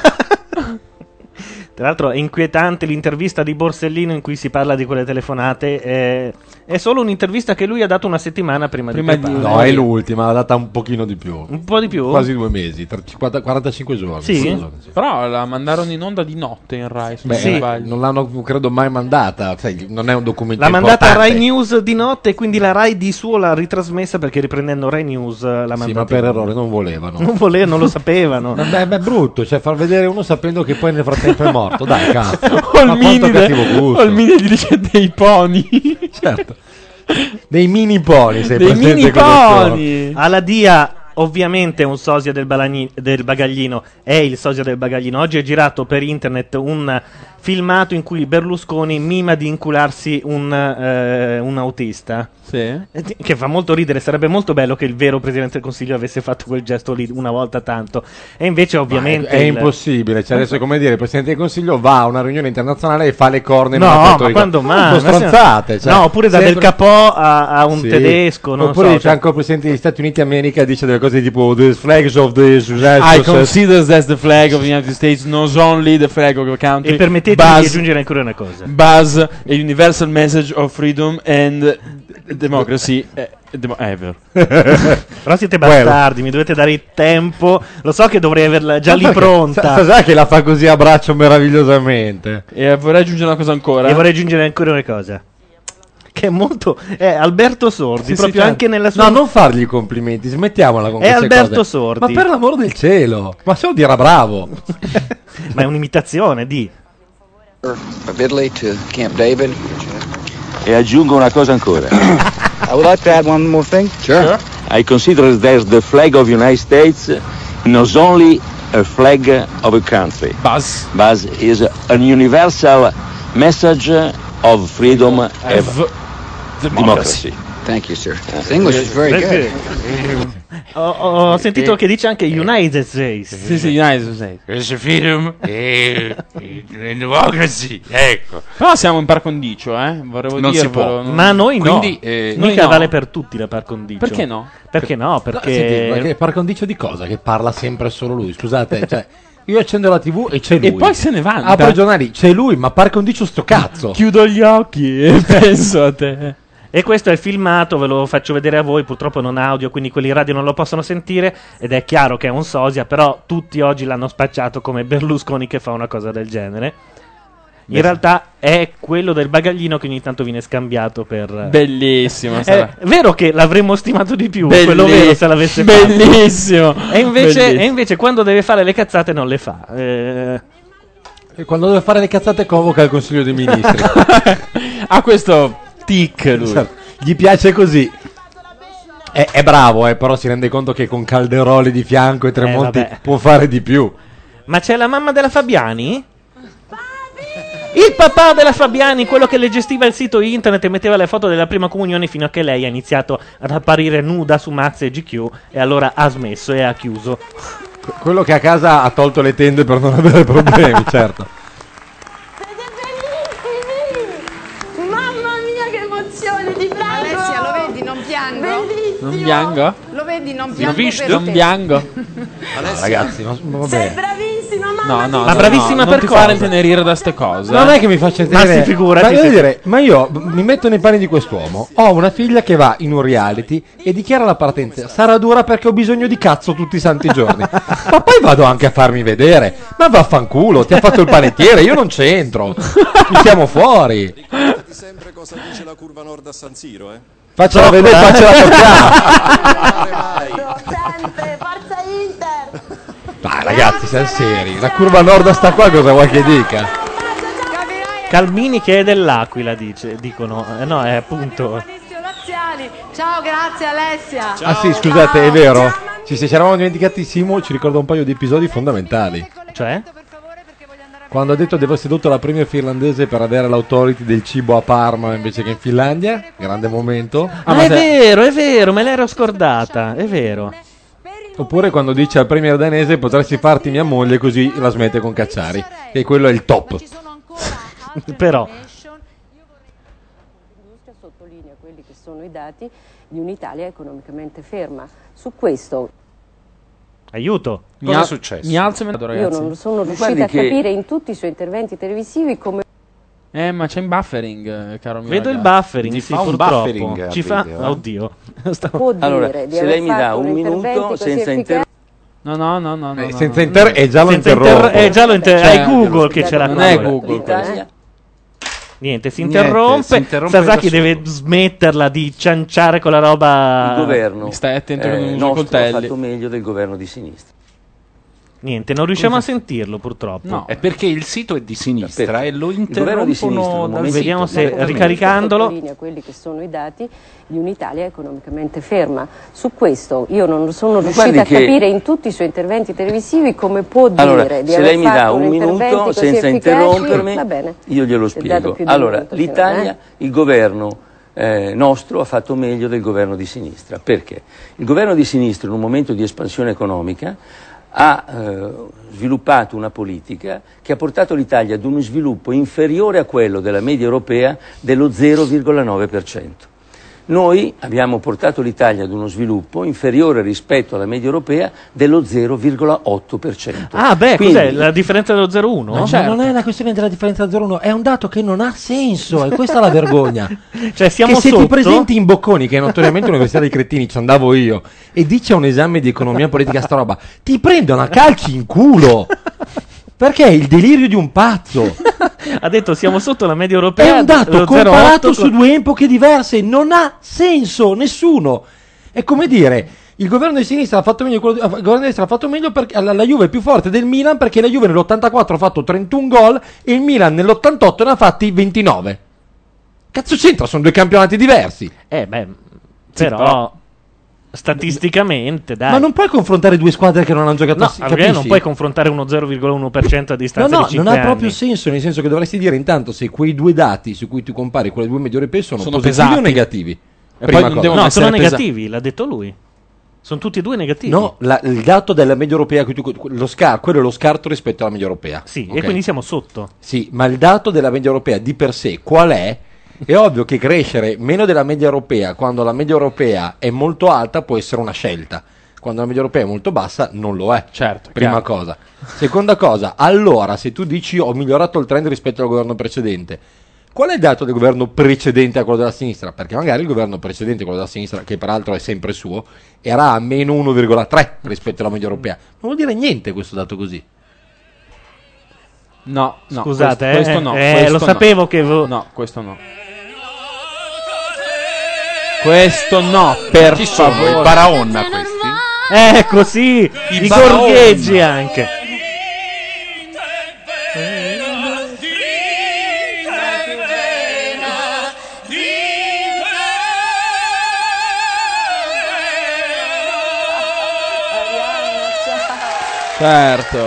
Tra l'altro è inquietante l'intervista di Borsellino in cui si parla di quelle telefonate. eh, È solo un'intervista che lui ha dato una settimana prima, Prima di di- preparare. No, è l'ultima, l'ha data un pochino di più. Un po' di più? Quasi due mesi, tra cinquanta quarantacinque giorni. Sì? Però la mandarono in onda di notte in Rai. se Beh, non sbaglio. non l'hanno credo mai mandata, sai, non è un documento L'ha mandata a importante. Rai News di notte e quindi la Rai di suo l'ha ritrasmessa perché riprendendo Rai News eh, l'ha mandata. Sì, ma per errore non volevano. Non volevano, non lo sapevano. Vabbè, beh, è brutto, cioè far vedere uno sapendo che poi nel frattempo è morto. Dai, cazzo. O il Ma mini, quanto de- cattivo gusto. o il mini dice dei pony. Certo. Dei mini pony, sei Dei presente mini cosa sono? pony. Alla Dia ovviamente è un sosia del, Balagni- del Bagaglino, è il sosia del Bagaglino. Oggi è girato per internet un filmato in cui Berlusconi mima di incularsi un, eh, un autista. Sì. Che fa molto ridere, sarebbe molto bello che il vero Presidente del Consiglio avesse fatto quel gesto lì una volta tanto. E invece ovviamente... È, è il- impossibile, cioè adesso è come dire, il Presidente del Consiglio va a una riunione internazionale e fa le corna in No, una ma fattoria. quando mai? Un po' stronzate, cioè, No, oppure da sempre- Del Capò a, a un Sì. tedesco, non Oppure so, di cioè- fianco al Presidente degli Stati Uniti d'America dice delle cose tipo the flags of the I consider that the flag of the United States not only the flag of a country, E permettetemi but di aggiungere ancora una cosa. Buzz, a universal message of freedom and democracy eh, demo- ever. Però siete bastardi, mi dovete dare il tempo. Lo so che dovrei averla già lì pronta. Sa, sa che la fa così a braccio meravigliosamente. E vorrei aggiungere una cosa ancora. E vorrei aggiungere ancora una cosa. Che è molto. È Alberto Sordi, Sì, sì, proprio certo. anche nella sua. No, non fargli i complimenti, smettiamola con È queste Alberto cose. Sordi. Ma per l'amor del cielo, ma Sordi era bravo. Ma è un'imitazione di. Of Italy to Camp David. E aggiungo una cosa ancora. I would like to add one more thing. Sure. I consider that the flag of the United States not only a flag of a country, Buzz, but is an universal message of freedom and democracy. Thank you, sir. His English is very good. Ho, ho sentito che dice anche United States. Sì, sì, United States. Questo film e democracy, ecco. Però siamo in par condicio, eh? Vorrei Non dire, si può. però non- Ma noi Quindi, no. eh, Mica noi no. vale per tutti la par condicio. Perché no? Perché no? Perché... No, senti, perché par condicio di cosa? Che parla sempre solo lui. Scusate, cioè, io accendo la tivù e c'è lui. E poi se ne vanta. Apro i giornali, c'è lui, ma par condicio sto cazzo. Chiudo gli occhi e penso a te. E questo è filmato, ve lo faccio vedere a voi, purtroppo non audio, quindi quelli in radio non lo possono sentire, ed è chiaro che è un sosia, però tutti oggi l'hanno spacciato come Berlusconi che fa una cosa del genere. In Beh, realtà è quello del bagaglino che ogni tanto viene scambiato per... Bellissimo. È sarà. vero che l'avremmo stimato di più, Belli- quello vero se l'avesse Bellissimo. fatto. E invece, Bellissimo. e invece quando deve fare le cazzate non le fa. Eh, E quando deve fare le cazzate convoca il Consiglio dei Ministri. Ha questo tic lui. Esatto. Gli piace così. È, è bravo, eh, però si rende conto che con Calderoli di fianco e Tremonti Eh, vabbè. può fare di più. Ma c'è la mamma della Fabiani? Il papà della Fabiani, quello che le gestiva il sito internet e metteva le foto della prima comunione fino a che lei ha iniziato ad apparire nuda su Max e G Q e allora ha smesso e ha chiuso. Que- quello che a casa ha tolto le tende per non avere problemi, certo. Mamma mia che emozione, ti prego. Alessia, lo vedi, non piango? Bellissimo. Non piango? Lo vedi, non Non piango visto? per Non te. piango. No, ragazzi, ma, ma Sei vabbè. bravissima, mamma. No, no, Ma no, bravissima no, per non ti cosa? fare intenerire da ste cose. Non eh. è che mi faccia Ma intendere. si figurati Ma, voglio se- dire, ma io b- mi metto nei panni di quest'uomo. Ho una figlia che va in un reality e dichiara la partenza. Sarà dura perché ho bisogno di cazzo tutti i santi giorni. Ma poi vado anche a farmi vedere. Ma vaffanculo, ti ha fatto il panettiere, io non c'entro. Stiamo fuori. Ricordati sempre cosa dice la curva nord a San Siro, eh? Faccela vedere, faccela toccare. Sempre, forza Inter. Dai ragazzi, siamo seri. La curva nord sta qua, cosa vuoi che dica? Calmini che è dell'Aquila, dice, dicono. Eh, no, è appunto... Laziali. Ciao, grazie Alessia. Ah sì, scusate, è vero. Ci, se ci eravamo dimenticati Simo, ci ricorda un paio di episodi fondamentali. Cioè? Quando ha detto di aver sedotto la premier finlandese per avere l'autority del cibo a Parma invece che in Finlandia, grande momento. Ah, ma è se- vero, è vero, me l'ero scordata, è vero. Oppure quando dice al premier danese potresti farti mia moglie così la smette con Cacciari. E quello è il top. Però L'industria sottolinea quelli che sono i dati di un'Italia economicamente ferma. Su questo aiuto. Mi al- Mi alzo e me ne vado, io ragazzi. non sono Guardi riuscita a che- capire in tutti i suoi interventi televisivi come Eh, ma c'è in buffering, eh, caro mio Vedo il ragazzo. buffering, Ti sì, fa un purtroppo. buffering Ci al fa... video, eh? Oddio. può dire Allora, di se aver lei mi dà fatto un intervento minuto così senza efficace. inter- No, no, no, no, no, Eh, no, senza no. inter- e già lo Senza interrompo. inter- è già lo inter- Cioè, è Google che ce l'ha non qua. è Google. L'Italia- Niente, si Niente, interrompe. si interrompe Sasaki da solo. deve smetterla di cianciare con la roba. Il governo Stai attento che eh, non uso i nostro ha coltelli. fatto meglio del governo di sinistra. Niente, non riusciamo a sentirlo purtroppo. No. È perché il sito è di sinistra Perché e lo il governo di sinistra, in interrompono un dal momento- Vediamo sito. se ricaricandolo. Sottolinea quelli che sono i dati di un'Italia economicamente ferma. Su questo io non sono riuscita guardi a che- capire in tutti i suoi interventi televisivi come può dire Allora, di se aver lei mi dà fatto un intervento minuto così senza efficaci. interrompermi, Va bene. io glielo Ti ho dato spiego. più di un Allora, minuto finora, l'Italia, eh? il governo eh, nostro ha fatto meglio del governo di sinistra. Perché? Il governo di sinistra in un momento di espansione economica ha eh, sviluppato una politica che ha portato l'Italia ad uno sviluppo inferiore a quello della media europea dello zero virgola nove per cento. Noi abbiamo portato l'Italia ad uno sviluppo inferiore rispetto alla media europea dello zero virgola otto per cento. Ah, beh, Quindi- cos'è? La differenza dello zero virgola uno? No, certo. ma non è una questione della differenza zero uno, è un dato che non ha senso, e questa è la vergogna. Cioè, siamo che se sotto? ti presenti in Bocconi, che è notoriamente l'università dei cretini, ci andavo io, e dice a un esame di economia politica sta roba, ti prendono a calci in culo. Perché è il delirio di un pazzo. Ha detto siamo sotto la media europea. È un dato dello zero virgola comparato otto su due epoche diverse, non ha senso, nessuno. È come dire, il governo di sinistra ha fatto meglio, quello di- il governo di destra ha fatto meglio perché la, la Juve è più forte del Milan, perché la Juve nell'ottantaquattro ha fatto trentuno gol e il Milan nell'ottantotto ne ha fatti ventinove. Cazzo c'entra, sono due campionati diversi. Eh, beh, però statisticamente, dai. Ma non puoi confrontare due squadre che non hanno giocato No, assieme, perché non capisci? puoi confrontare uno zero virgola uno per cento a No, distanza no, di cinque non ha anni. proprio senso, nel senso che dovresti dire intanto se quei due dati su cui tu compari quelle due medie europee sono, Sono positivi pesati. o negativi. E Prima poi non cosa. devono No, essere sono pesa- negativi, l'ha detto lui. Sono tutti e due negativi. No, la- il dato della media europea, che tu- lo scar- quello è lo scarto rispetto alla media europea. Sì, Ok? e quindi siamo sotto. Sì, ma il dato della media europea di per sé qual è? È ovvio che crescere meno della media europea quando la media europea è molto alta può essere una scelta. Quando la media europea è molto bassa non lo è. Certo, prima chiaro. cosa. Seconda cosa, allora se tu dici ho migliorato il trend rispetto al governo precedente, qual è il dato del governo precedente a quello della sinistra? Perché magari il governo precedente, quello della sinistra, che peraltro è sempre suo, era a meno uno virgola tre rispetto alla media europea. Non vuol dire niente questo dato così. No, no, Scusate, questo, eh, questo no, eh, questo lo no. sapevo che vo- No, questo no. Questo no, per Chi sono? favore. I Baraonna questi? Eh, così, i, I gorgheggi Baraonna. anche. Certo.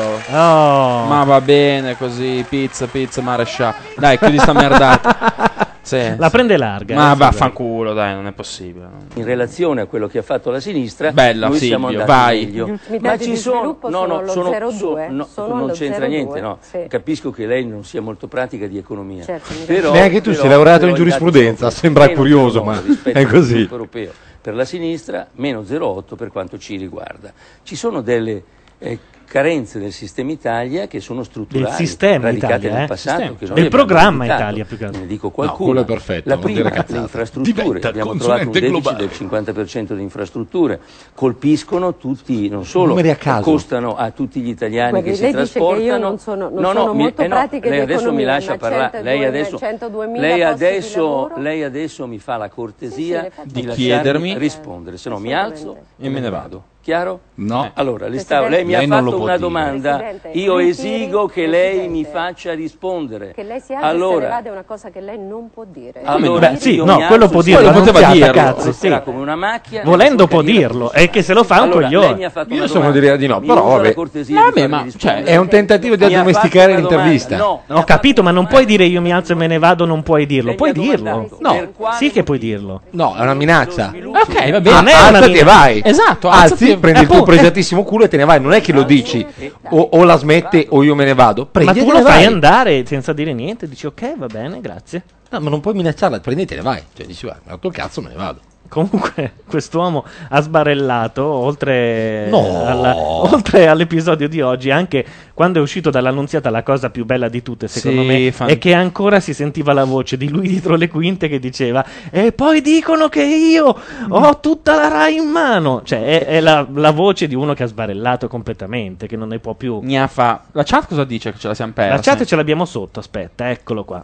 Oh. Ma va bene così, pizza, pizza, maresciallo. Dai, chiudi sta merdata. Sì, La sì. prende larga. Ma eh, vaffanculo, dai, non è possibile. In relazione a quello che ha fatto la sinistra, Bella, noi Silvio, siamo andati vai. meglio. Gli ultimi Ma dati ci di sono, sviluppo no, sono no, allo sono, zero virgola due, so- no, sono non allo c'entra zero virgola niente, due, no. sì. Capisco che lei non sia molto pratica di economia. Certo, mi Però- Neanche tu però- sei laureato in però i dati giurisprudenza, sono sembra meno curioso, zero virgola nove ma rispetto è al così. sviluppo europeo. Per la sinistra meno zero virgola otto per quanto ci riguarda. Ci sono delle eh, carenze del sistema Italia che sono strutturali, Del sistema radicate Italia, nel eh? passato, Sistema. che noi Del abbiamo programma criticato. Italia, più che altro. Ne dico No, qualcuno. quello è perfetto, La non prima, dire le cazzate. infrastrutture. Diventa Abbiamo consulente trovato un deficit globale. del cinquanta per cento di infrastrutture. Colpiscono tutti, non solo Numeri a caso. costano a tutti gli italiani Guardi, che si lei dice che trasportano. io non sono- non no, no, sono mi- molto eh no, pratica lei di adesso mi economia, lascia ma parlare. Lei centodue adesso, centoduemila lei, posti di adesso, lavoro? lei adesso mi fa la cortesia Sì, sì, le di Di lasciarmi chiedermi- rispondere, se no mi alzo e me ne vado. Chiaro? No. Allora, le stavo- lei mi Lei ha non lo fatto può una dire. domanda, Presidente, io ritiri, esigo che lei Presidente. mi faccia rispondere. Che lei si alza e se ne Allora, vada è una cosa che lei non può dire. allora Beh, sì, io no, mi quello alzo può e dirlo, se ne non vado. poteva Dirlo, cazzo, resterà sì. come una macchia. Volendo nella può sua carriera dirlo, è che se lo fa un allora, coglione. lei mi ha fatto Io una sono domanda. direi di no, Mi però usa la vabbè. cortesia Vabbè, di farmi ma, rispondere. È un tentativo di Mi ha addomesticare fatto una l'intervista. domanda. No, Ho capito, ma non puoi dire io mi alzo e me ne vado, non puoi dirlo. Lei Puoi mi ha dirlo. domandato No. per quale Sì che puoi dirlo. No, è una minaccia. Ok, va bene. Non è una Alzati e minaccia. vai. Esatto, Alzi, alzati e- prendi il tuo appunto. pregiatissimo culo e te ne vai. Non è che lo dici o, o la smette o io me ne vado. Prendi Ma e tu te lo ne fai vai. andare senza dire niente, dici ok, va bene, grazie. No, ma non puoi minacciarla, prendi e te ne vai. Cioè dici, va, ma col cazzo me ne vado. Comunque, quest'uomo ha sbarellato oltre, No. alla- oltre all'episodio di oggi, anche quando è uscito dall'Annunziata. La cosa più bella di tutte, secondo Sì, me, fan- è che ancora si sentiva la voce di lui dietro le quinte che diceva: e poi dicono che io ho tutta la Rai in mano. Cioè, è, è la, la voce di uno che ha sbarellato completamente, che non ne può più. Gnafa. La chat cosa dice che ce la siamo persa? La chat ce l'abbiamo sotto, aspetta, eccolo qua.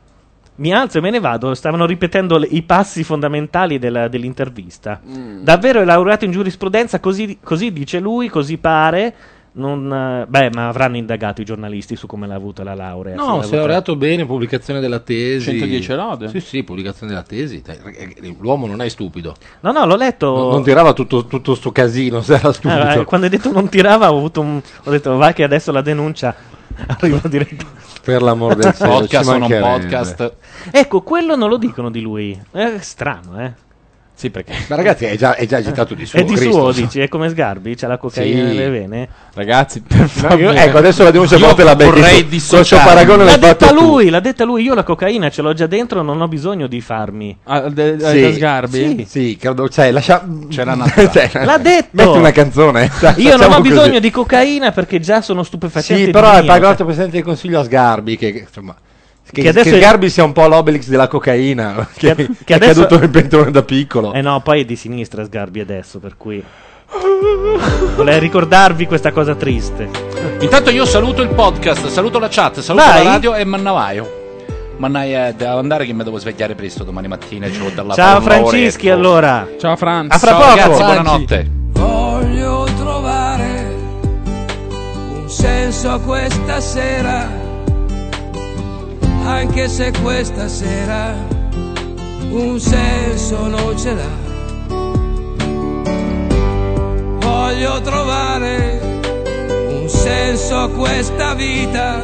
Mi alzo e me ne vado. Stavano ripetendo le- i passi fondamentali della- dell'intervista. Mm. Davvero è laureato in giurisprudenza, così, così dice lui, così pare. Non, eh, beh, ma avranno indagato i giornalisti su come l'ha avuta la laurea. se l'ha No, si è avuta- laureato bene, pubblicazione della tesi. centodieci lode. Sì, sì, pubblicazione della tesi. Dai, eh, l'uomo non è stupido. No, no, l'ho letto. Non, non tirava tutto, tutto sto casino, se era stupido. Eh, quando hai detto non tirava, ho avuto un. Ho detto vai che adesso la denuncia arriva direttamente. Per l'amor del cielo, Podcast ci o non mancherebbe. podcast. Ecco, quello non lo dicono di lui. È strano, eh. Sì, perché? Ma ragazzi, è già, è già agitato di suo. È di Cristo. suo, dici? È come Sgarbi? C'ha la cocaina Sì. nelle vene? Ragazzi, per No, io- favore. ecco, adesso la denuncia Io forte la becchi. vorrei Col dissociarmi. suo paragone L'ha l'hai detta fatto tu. lui, l'ha detta lui. Io la cocaina ce l'ho già dentro, non ho bisogno di farmi. Ah, de- de- Sì, da Sgarbi? Sì, sì, credo. Cioè, lascia. C'era una- Cioè, L'ha detto! Metti una canzone. Io non Facciamo ho bisogno così. di cocaina perché già sono stupefacente. Sì, di però è mio, pagato cioè. Presidente del Consiglio a Sgarbi. Che, insomma, che, Che adesso che è- Sgarbi sia un po' l'Obelix della cocaina. Che, Che- che è adesso- caduto nel pentolone da piccolo. Eh no, poi è di sinistra Sgarbi adesso, per cui. Volevo ricordarvi questa cosa triste. Intanto io saluto il podcast, saluto la chat, saluto Vai. la radio e Mannavaio. Mannaia, devo andare che mi devo svegliare presto domani mattina e ce l'ho dalla Ciao fare una Francischi, oretta. allora. Ciao Franz. A fra Ciao poco. ragazzi, Franci. buonanotte. Voglio trovare un senso a questa sera, anche se questa sera un senso non ce l'ha. Voglio trovare un senso a questa vita,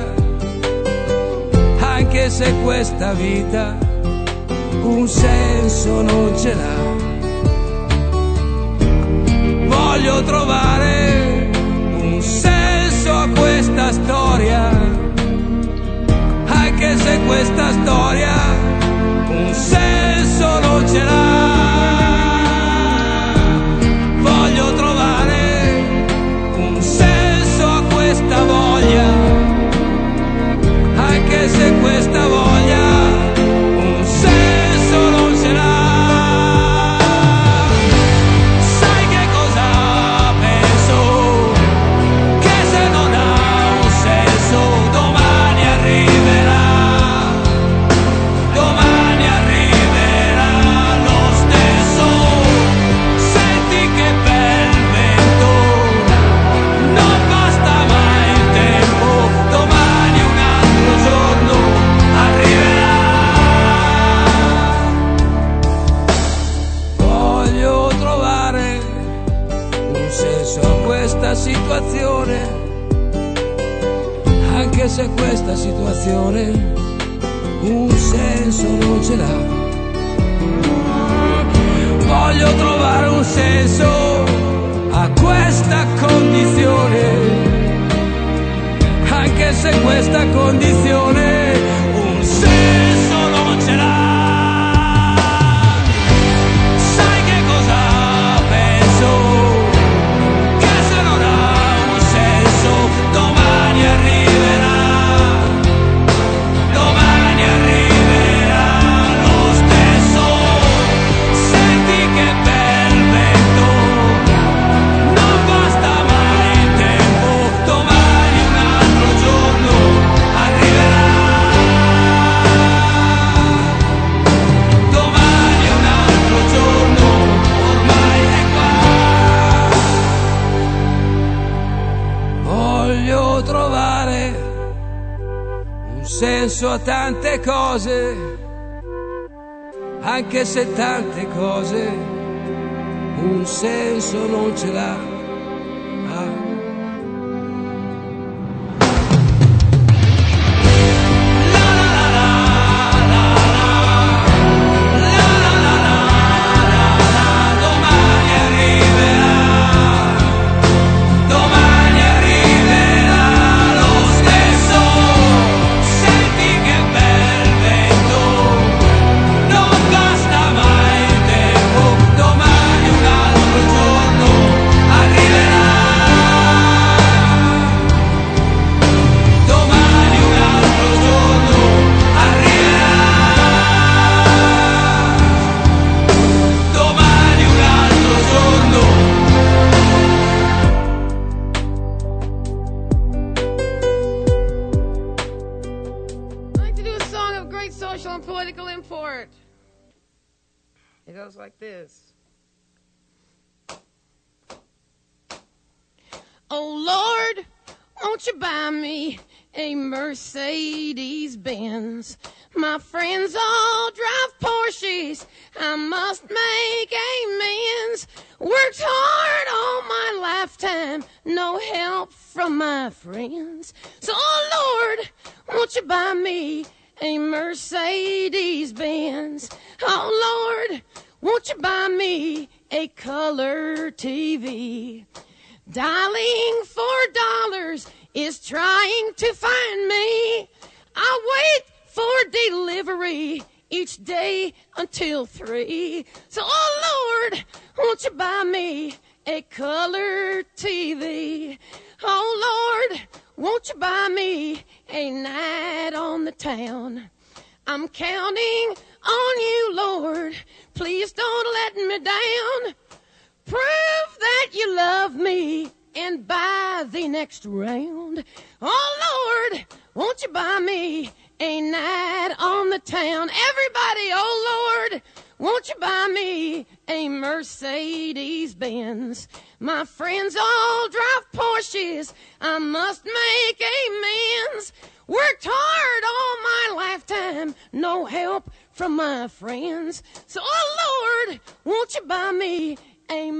anche se questa vita un senso non ce l'ha. Voglio trovare un senso a questa storia, anche se questa storia un senso non ce l'ha. Voglio trovare un senso a questa voglia, anche se questa voglia un senso non ce l'ha. Sai che cosa penso? Che se non ha un senso domani arriverà, domani arriverà lo stesso. Senti che bel vento, non basta mai il tempo, domani un altro giorno arriverà. Voglio trovare un senso a questa situazione, anche se questa situazione un senso non ce l'ha. Voglio trovare un senso a questa condizione, anche se questa condizione un senso non ce l'ha. Sai che cosa penso? Che se non ha un senso domani arriverà, domani arriverà lo stesso. Senti che bel vento, non basta mai il tempo, domani un altro giorno arriverà, domani un altro giorno ormai è qua. Voglio trovare un senso a tante cose, anche se tante cose un senso non ce l'ha. Ah. Domani arriverà, domani arriverà lo stesso. Senti che bel vento, non basta mai il tempo, domani un altro giorno arriverà, domani un altro giorno arriverà, domani un altro giorno. I'd like to do a song of great social and political import. It goes like this. Oh Lord, won't you buy me a Mercedes Benz? My friends all drive Porsches, I must make amends. Worked hard all my lifetime, no help from my friends. So oh Lord, won't you buy me a Mercedes Benz? Oh Lord, won't you buy me a color T V? Dialing for dollars is trying to find me. I wait for delivery each day until three. So, oh Lord, won't you buy me a color T V? Oh Lord, won't you buy me a night on the town? I'm counting on you, Lord. Please don't let me down. Prove that you love me and buy the next round. Oh Lord, won't you buy me a night on the town? Everybody, oh Lord, won't you buy me a Mercedes Benz? My friends all drive Porsches, I must make amends. Worked hard all my lifetime, no help from my friends. So, oh Lord, won't you buy me a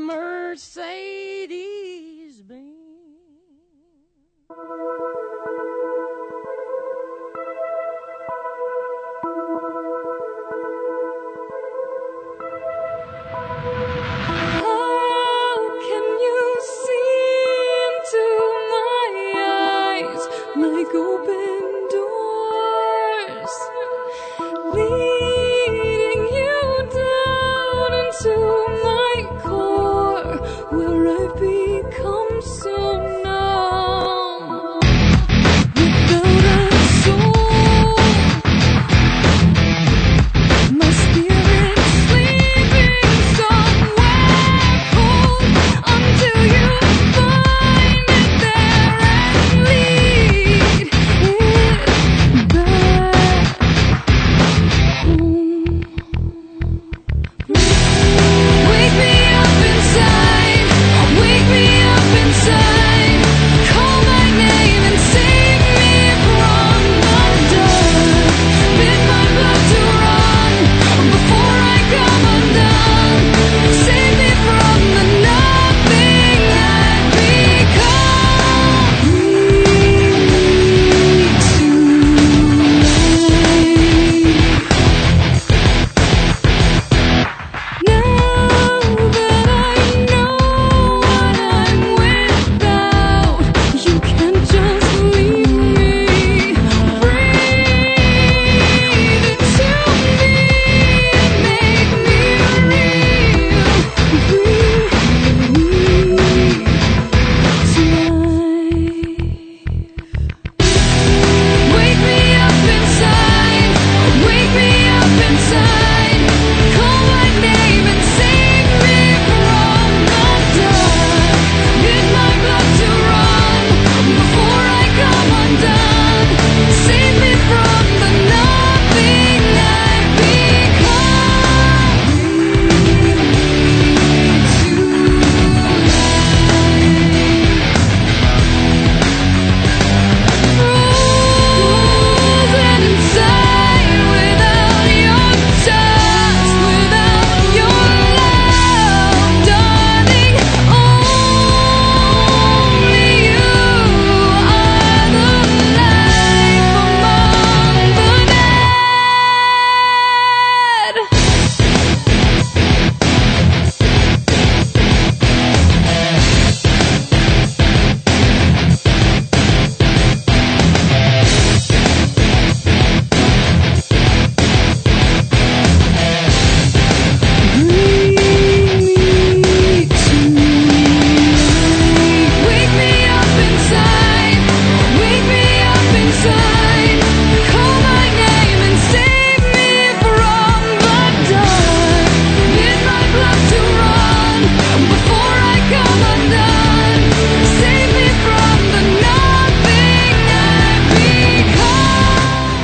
Mercedes Benz? How can you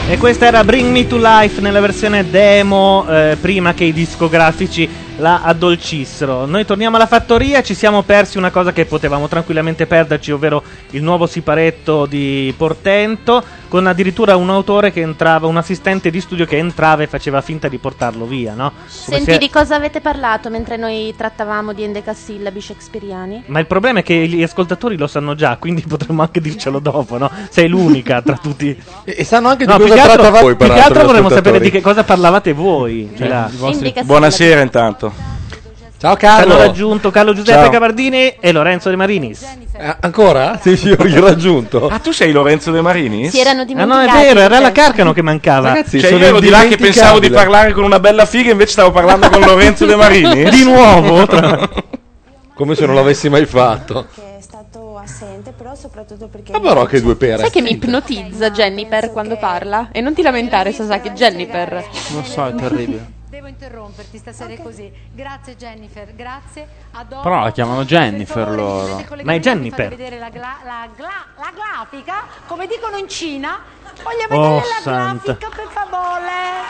E questa era Bring Me to Life nella versione demo, eh, prima che i discografici la addolcissero. Noi torniamo alla fattoria, ci siamo persi una cosa che potevamo tranquillamente perderci, ovvero il nuovo siparetto di Portento, con addirittura un autore che entrava, un assistente di studio che entrava e faceva finta di portarlo via, no? Come Senti, se- di cosa avete parlato mentre noi trattavamo di endecasillabi shakespeariani? Ma il problema è che gli ascoltatori lo sanno già, quindi potremmo anche dircelo dopo, no? Sei l'unica tra tutti. E, e sanno anche di No, cosa più che altro- trattava- più che peraltro, altro gli vorremmo sapere ascoltatori. di che cosa parlavate voi. di là. Buonasera intanto. Ciao Hanno Carlo. raggiunto Carlo Giuseppe Ciao. Cavardini e Lorenzo De Marinis. Eh, ancora? Sì, sì, io l'ho raggiunto. Ah, tu sei Lorenzo De Marinis? Si erano Ah dimenticati. no, è vero, era la Carcano che mancava. Ragazzi, cioè, io ero di là che pensavo di parlare con una bella figa, invece stavo parlando con Lorenzo De Marinis. Di nuovo? Come se non l'avessi mai fatto. È stato assente, però soprattutto perché... Ma però che due pere. Sai che mi ipnotizza Jennifer quando parla? E non ti lamentare, Sasaki, Jennifer. Non so, è terribile. Devo interromperti stasera così. Grazie Jennifer, grazie. A dopo. Però la chiamano Jennifer loro. Ma è Jennifer. Fate vedere la, gla- la, gla- la grafica, come dicono in Cina. Voglio Oh, vedere la santa. grafica, per favore.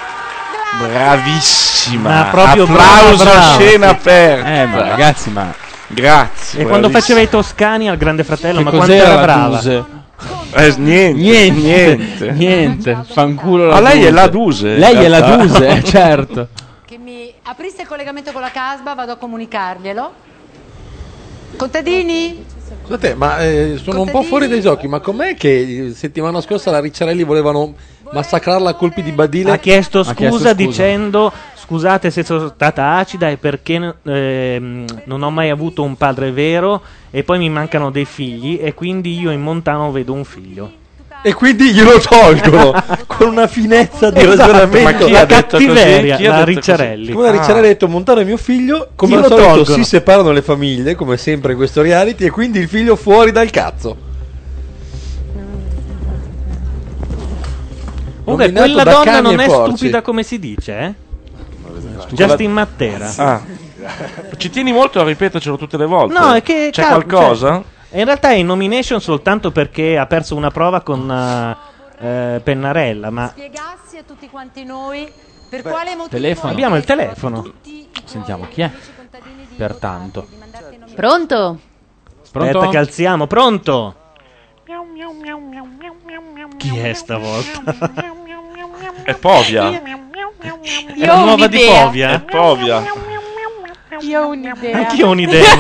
Bravissima. Ma proprio Applauso brava, brava. scena aperta. Eh, ma ragazzi, ma... Grazie. E quando bravissima. faceva i toscani al Grande Fratello, Che ma quanto cos'era era la brava. Duse? Eh, niente, Niente, niente. niente. Fanculo la Ma lei è Duse. la Duse, in Lei è la realtà. Duse, certo. Che mi aprisse il collegamento con la Casba, vado a comunicarglielo. Contadini? Scusate, ma eh, sono un po' fuori dai giochi, ma com'è che settimana scorsa la Ricciarelli volevano massacrarla a colpi di badile? Ha chiesto scusa, Ha chiesto scusa. dicendo scusate se sono stata acida e perché ehm, non ho mai avuto un padre vero e poi mi mancano dei figli e quindi io in Montano vedo un figlio. E quindi glielo tolgono con una finezza di Esatto, ragionamento. ma chi La ha detto così? cattiveria, Chi ha la detto Ricciarelli. così? Come la Ah. Ricciarelli ha detto: Montano è mio figlio. Come Chi al lo solito tolgono? si separano le famiglie, come sempre in questo reality, e quindi il figlio fuori dal cazzo. Comunque Nominato quella da donna cani non e è porci. stupida come si dice, eh? Stupida- Justin Matera. Ah. Ci tieni molto a ripetercelo tutte le volte? No, è che c'è cal- qualcosa? cioè, in realtà è in nomination soltanto perché ha perso una prova con eh, eh, Pennarella, ma Spiegassi a tutti quanti noi per quale motivo Telefono. abbiamo il telefono. Sentiamo chi è. Pertanto. Pronto? Aspetta Pronto? che alziamo, pronto? Chi è stavolta? È Povia. È la nuova di Povia? È Povia. Io ho un'idea. Anch'io ho un'idea, ma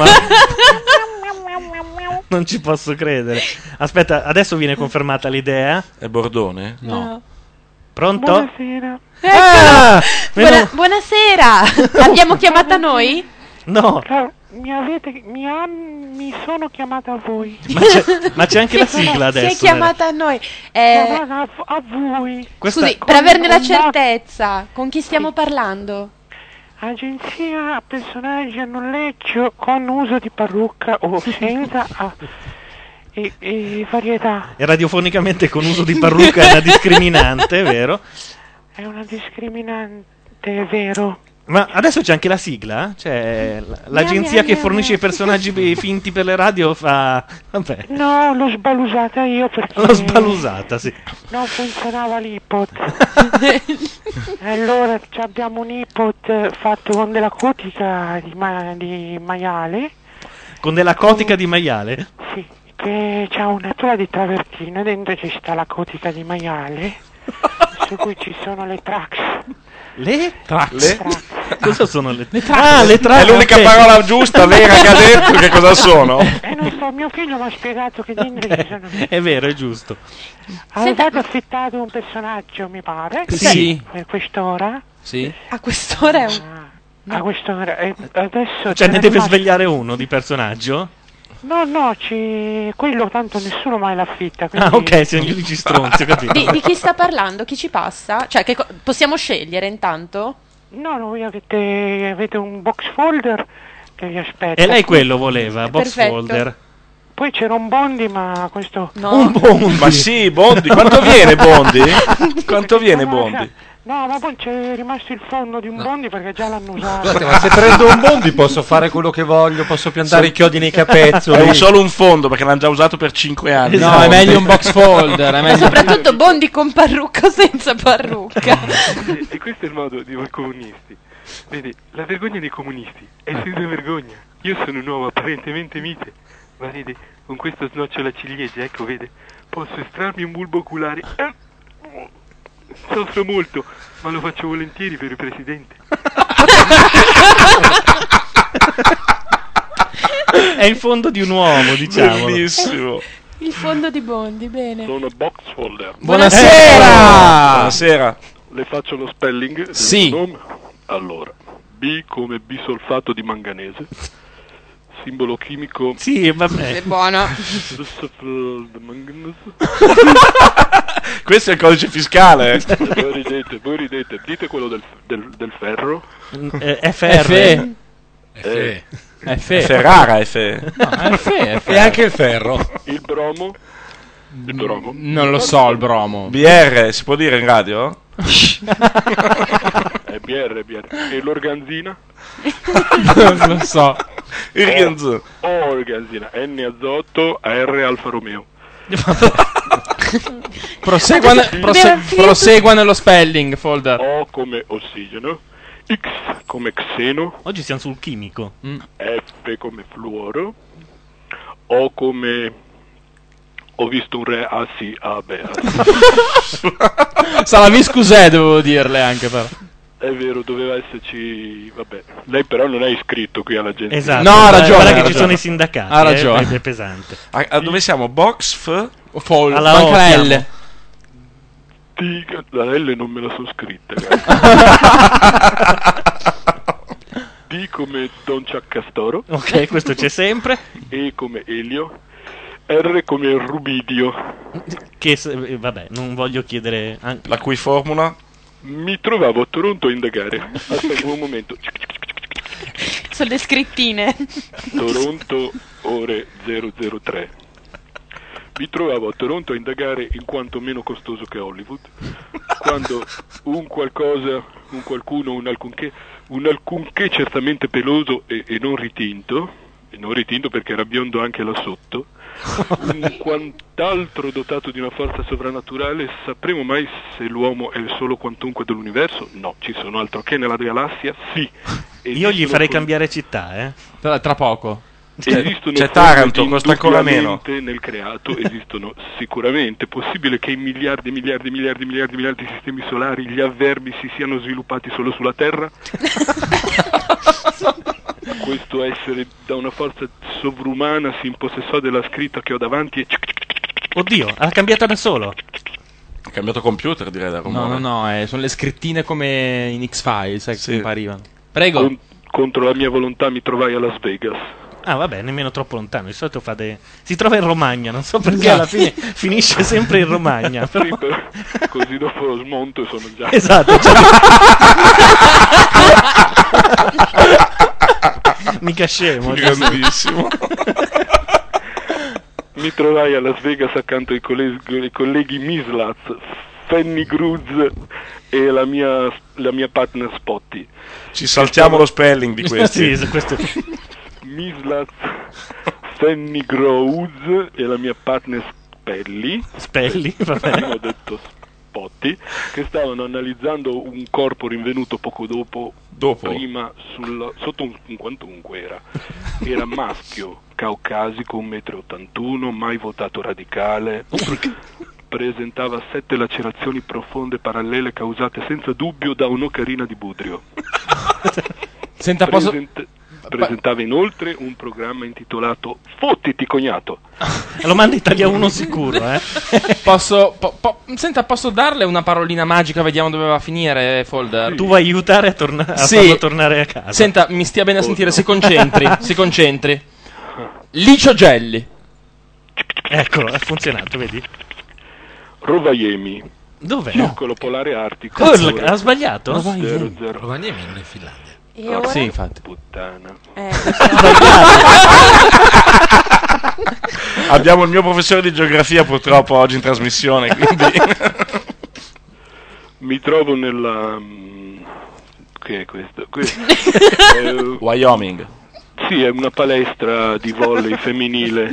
non ci posso credere. Aspetta, adesso viene confermata l'idea. È Bordone? No. Pronto? Buonasera. Ah! Buona- meno- buonasera. L'abbiamo chiamata noi? No, Mi avete, mi, han- mi sono chiamata a voi. ma c'è, ma c'è anche la sigla Si adesso. è chiamata a noi. Eh, Chiamata a, a voi. Questa- Scusi, Con- per averne la con- certezza, con chi stiamo parlando? Agenzia personaggi a noleggio con uso di parrucca o senza ah, e, e varietà. E radiofonicamente con uso di parrucca è una discriminante, è vero? È una discriminante, è vero. Ma adesso c'è anche la sigla? Cioè, l- l'agenzia che fornisce i personaggi bi- finti per le radio fa... Vabbè, No, l'ho sbalusata io perché l'ho sbalusata, sì. non funzionava l'iPod. E allora ci abbiamo un iPod fatto con della cotica di, ma- di maiale. Con della cotica di maiale? Sì, che c'ha una tola di travertino e dentro ci sta la cotica di maiale su cui ci sono le tracks. Le? Le? Cosa sono le, Le Ah, le È l'unica ok. parola giusta, vera che ha detto, che cosa sono? E non so, mio figlio mi ha spiegato che dentro ci sono... È vero, è giusto. Avevate affittato un personaggio, mi pare? Sì. Per quest'ora? Sì. A quest'ora è un... A quest'ora. E adesso... Cioè, ce ne n'è deve rimasto- svegliare uno di personaggio? No, no, ci... quello tanto nessuno mai l'affitta. Quindi... Ah, ok, siamo gli unici stronzi, ho capito. Di, di chi sta parlando? Chi ci passa? Cioè, che co- possiamo scegliere intanto? No, no, voi avete, avete un box folder che vi aspetta. E lei quello voleva, box Perfetto. folder. Poi c'era un Bondi, ma questo... No. Un Bondi. Ma sì, Bondi. Quanto viene Bondi? Quanto viene No, Bondi? sa- No, ma poi c'è rimasto il fondo di un bondi perché già l'hanno usato. Scusate, ma se prendo un bondi posso fare quello che voglio, posso piantare Sì. i chiodi nei capezzoli. È solo un fondo perché l'hanno già usato per cinque anni. No, è meglio un box folder. È Ma meglio... soprattutto bondi con parrucca o senza parrucca. E, e questo è il modo di voi comunisti. Vedi, la vergogna dei comunisti è senza vergogna. Io sono un uomo apparentemente mite, ma vedi, con questo snocciolo a ciliegie, ecco, vede, posso estrarmi un bulbo oculare. Eh, soffro molto, ma lo faccio volentieri per il presidente. È il fondo di un uomo, diciamo. Bellissimo. Il fondo di bondi, bene. Sono box folder. Buonasera! Buonasera. Le faccio lo spelling del Sì. nome? Allora, B come bisolfato di manganese, simbolo chimico. Sì, vabbè. È buono. Questo è il codice fiscale. Voi ridete, voi ridete, dite quello del, del, del ferro. Eh, F R. Eh, F. Ferrara, F. No, F, F. E anche il ferro. il bromo. Il bromo. Non lo so, il bromo. B R, si può dire in radio? È B R, B R. E l'organzina? Non lo so. Il riganzo. O organzina, N azoto, A R Alfa Romeo. Proseguano, prose- prosegua nello spelling, folder. O come ossigeno, X come xeno, Oggi siamo sul chimico. F come fluoro, O come... Ho visto un re, ah sì, ah beh, ah sì. Salami scusè, dovevo dirle anche però. È vero, doveva esserci, vabbè. Lei però non è iscritto qui all'agenzia. Esatto. No, ha ragione, Guarda ha che ci ragione. sono i sindacati. Ha ragione. Eh, è pesante. A, a dove siamo? Box F? Fol- Alla manca O la siamo. L. T- la L non me la sono scritta, ragazzi. D come Don Ciaccastoro. Ok, questo c'è sempre. E come Elio. R come Rubidio. Che s- eh, vabbè, non voglio chiedere anche... La cui formula? Mi trovavo a Toronto a indagare. Aspetta un momento. Sono le scrittine. Toronto ore zero zero tre. Mi trovavo a Toronto a indagare in quanto meno costoso che Hollywood, quando un qualcosa, un qualcuno, un alcunché, un alcunché certamente peloso e, e non ritinto, e non ritinto perché era biondo anche là sotto, un quant'altro dotato di una forza sovrannaturale. Sapremo mai se l'uomo è il solo quantunque dell'universo? No, ci sono altro che nella galassia? Sì. Io gli Esistono farei con- cambiare città, eh. Tra, tra poco. Esistono C'è forme Taranto, di costa ancora meno. indubbiamente nel creato, esistono sicuramente. È possibile che in miliardi, miliardi, miliardi, miliardi, miliardi di sistemi solari gli avverbi si siano sviluppati solo sulla Terra? Questo essere da una forza sovrumana si impossessò della scritta che ho davanti e... Oddio, ha cambiato da solo. Ha cambiato computer, direi, da No, rumore. no, no, eh, sono le scrittine come in X-Files, eh, che Sì. comparivano. Prego. Con- contro la mia volontà mi trovai a Las Vegas. Ah, vabbè, nemmeno troppo lontano. Di solito fa dei... si trova in Romagna, non so perché Esatto. alla fine finisce sempre in Romagna. Però... Sì, per- così dopo lo smonto e sono già... Esatto. già- Mica scemo. Grandissimo. Mi trovai a Las Vegas accanto ai colleghi, ai colleghi Mislatz, Fanny Gruz e la mia, la mia partner Spotty. Ci saltiamo lo spelling di questi. Sì, questo... Mislatz, Fanny Gruz e la mia partner Spelli. Spelli, va bene. Ho detto Spotty, che stavano analizzando un corpo rinvenuto poco dopo, Dopo? prima sul, sotto un, un quantunque era. Era maschio, caucasico, un metro e ottantuno, mai votato radicale. Presentava sette lacerazioni profonde parallele causate senza dubbio da un'ocarina di Budrio. Senta, posso... Present- presentava inoltre un programma intitolato Fottiti cognato. Lo manda Italia uno sicuro, eh. Posso, po- po- senta, posso darle una parolina magica, vediamo dove va a finire, Folder? Tu vuoi aiutare a, torna- a Sì. farlo tornare a casa. Senta, mi stia bene a sentire, si concentri, si concentri. Licio Gelli. Ecco, ha funzionato, vedi? Rovaiemi. Dov'è? Circolo polare artico. Cazzo, ha sbagliato? zero zero. Rovaniemi non è in Finlandia. E ora? Sì, infatti. Puttana. Eh, Abbiamo il mio professore di geografia purtroppo oggi in trasmissione, quindi... Mi trovo nella... mm, che è questo? questo è, uh, Wyoming. Sì, è una palestra di volley femminile.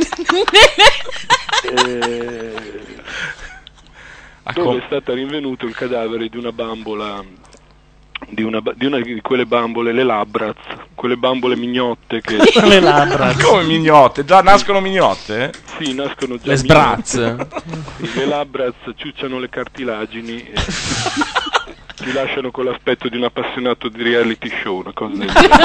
eh, dove è stata rinvenuto il cadavere di una bambola, di una, ba- di una di quelle bambole, le Labraz, quelle bambole mignotte che... Le Labraz. Come mignotte? Già nascono mignotte? Eh? Sì, nascono già Le Sbraz. mignotte. Sì, le Labraz ciucciano le cartilagini e ti lasciano con l'aspetto di un appassionato di reality show, una cosa del genere.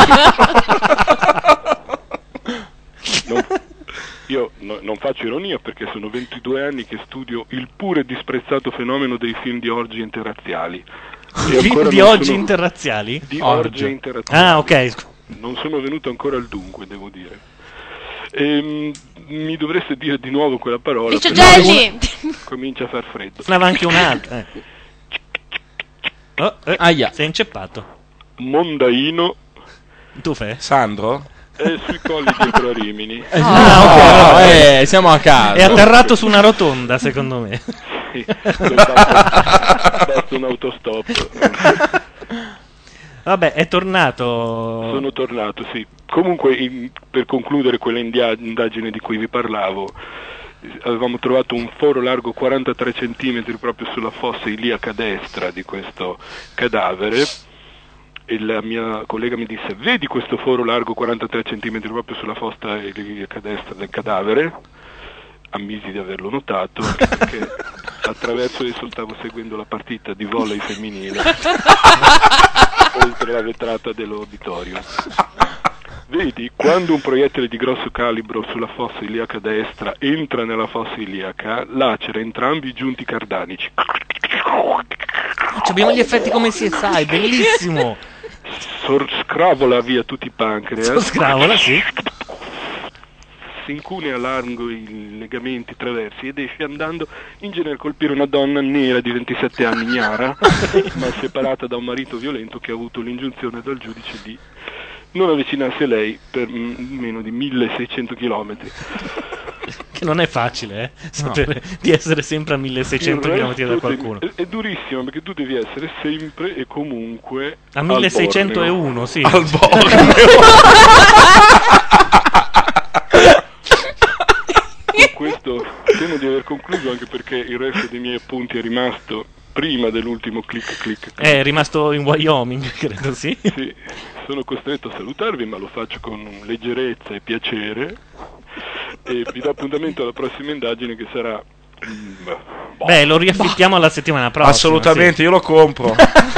Non, io no, non faccio ironia perché sono ventidue anni che studio il pure disprezzato fenomeno dei film di orgie interrazziali. E Film ancora di non oggi sono- interrazziali? Di Orge. orgie interrazziali. Ah, ok. Non sono venuto ancora al dunque, devo dire. Ehm, mi dovreste dire di nuovo quella parola. Dice perché Gigi! comincia a far freddo. Ne aveva anche un'altra. Eh. Oh, eh, Aia. sei inceppato. Mondaino Tu fai? Sandro? è sui colli dietro a Rimini. Ah, ok. Oh, eh, siamo a casa. È atterrato su una rotonda, secondo me. Sì, basta un autostop. Vabbè, è tornato. Sono tornato, sì. Comunque, in- per concludere quella india- indagine di cui vi parlavo, avevamo trovato un foro largo quarantatré centimetri proprio sulla fossa iliaca destra di questo cadavere. E la mia collega mi disse: vedi questo foro largo quarantatré centimetri proprio sulla fossa iliaca destra del cadavere? Ammisi di averlo notato, anche perché attraverso esso stavo seguendo la partita di volley femminile oltre la vetrata dell'auditorio. Vedi, quando un proiettile di grosso calibro sulla fossa iliaca destra entra nella fossa iliaca, lacera entrambi i giunti cardanici. Abbiamo gli effetti come si sa, è bellissimo. Scravola via tutti i pancreas. Scravola, sì. Si incunea a largo i legamenti traversi ed esce andando in genere a colpire una donna nera di ventisette anni, ignara, ma separata da un marito violento che ha avuto l'ingiunzione dal giudice di non avvicinarsi a lei per mm, meno di milleseicento chilometri. Che non è facile, eh? Sapere di essere sempre a milleseicento Il chilometri da resto qualcuno. È, è durissimo perché tu devi essere sempre e comunque A al milleseicentouno, sì. Al Con questo temo di aver concluso, anche perché il resto dei miei appunti è rimasto prima dell'ultimo click click. È rimasto in Wyoming, credo, sì. Sì, sono costretto a salutarvi, ma lo faccio con leggerezza e piacere e vi do appuntamento alla prossima indagine che sarà... mm, Beh, lo riaffittiamo alla settimana prossima. Assolutamente, sì. io lo compro.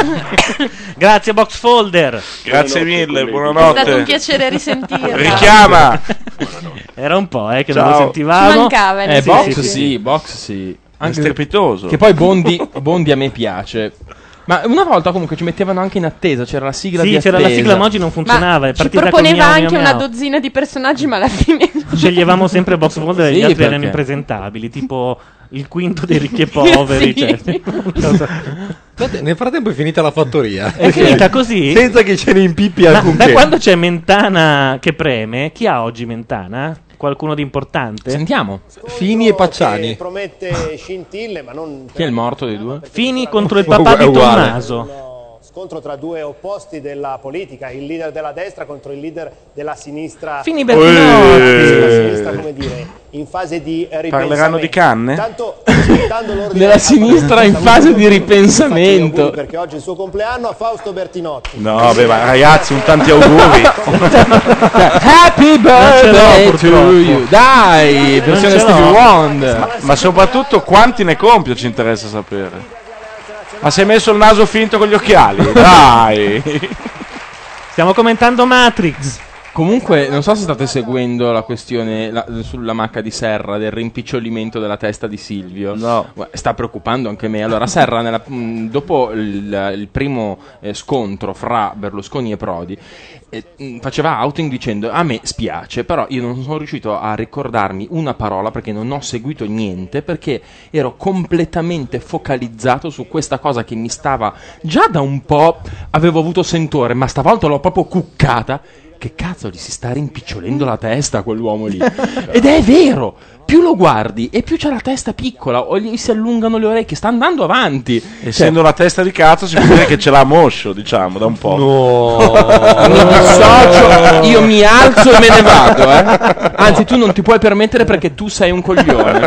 Grazie Box Folder. Grazie mille, È buonanotte. stato un piacere risentirla. Richiama. Era un po', eh, che Ciao. non lo sentivamo. Ci mancava, Eh, sì, box sì, sì, sì. box sì. È strepitoso. Che poi Bondi, Bondi a me piace. Ma una volta comunque ci mettevano anche in attesa, c'era la sigla Sì, di c'era attesa. la sigla, ma oggi non funzionava. È Ci partita con proponeva miau, anche miau, una miau. dozzina di personaggi, ma alla fine Sceglievamo sempre Box Folder e Sì, gli altri perché? erano impresentabili, tipo il quinto dei ricchi e poveri. Sì. Cioè. Aspetta, nel frattempo è finita la fattoria. È finita così? Senza che ce ne impippi Ma alcunché. da quando c'è Mentana che preme, chi ha oggi Mentana? Qualcuno di importante? Sentiamo. Fini e Pacciani. Che promette scintille, ma non... Chi è il morto dei due? Fini contro il papà di uguale. Tommaso. Scontro tra due opposti della politica, il leader della destra contro il leader della sinistra. Fini Bertinotti. La sinistra, come dire, in fase di ripensamento. Parleranno di canne? Tanto, aspettando l'ordine Della al sinistra in Parlamento, fase di faccio gli ripensamento. auguri perché oggi è il suo compleanno a Fausto Bertinotti. No, beh, ma ragazzi, un tanti auguri. Happy birthday to purtroppo. you. Dai, versione ce l'ho. Stevie Wonder. Ma soprattutto quanti ne compio ci interessa sapere. Ma sei messo il naso finto con gli occhiali? Dai. Stiamo commentando Matrix. Comunque, non so se state seguendo la questione la- sulla macca di Serra del rimpicciolimento della testa di Silvio. No. Guarda, sta preoccupando anche me. Allora, Serra, nella- mh, dopo il, il primo eh, scontro fra Berlusconi e Prodi, eh, mh, faceva outing dicendo: a me spiace, però io non sono riuscito a ricordarmi una parola perché non ho seguito niente, perché ero completamente focalizzato su questa cosa che mi stava già da un po', avevo avuto sentore, ma stavolta l'ho proprio cuccata. che cazzo gli si sta rimpicciolendo la testa a quell'uomo lì. Ed è vero, più lo guardi e più c'ha la testa piccola o gli si allungano le orecchie, sta andando avanti. Essendo una testa di cazzo si può dire che ce l'ha moscio, diciamo, da un po'. No, mi dissocio, io mi alzo e me ne vado, eh. Anzi, tu non ti puoi permettere perché tu sei un coglione.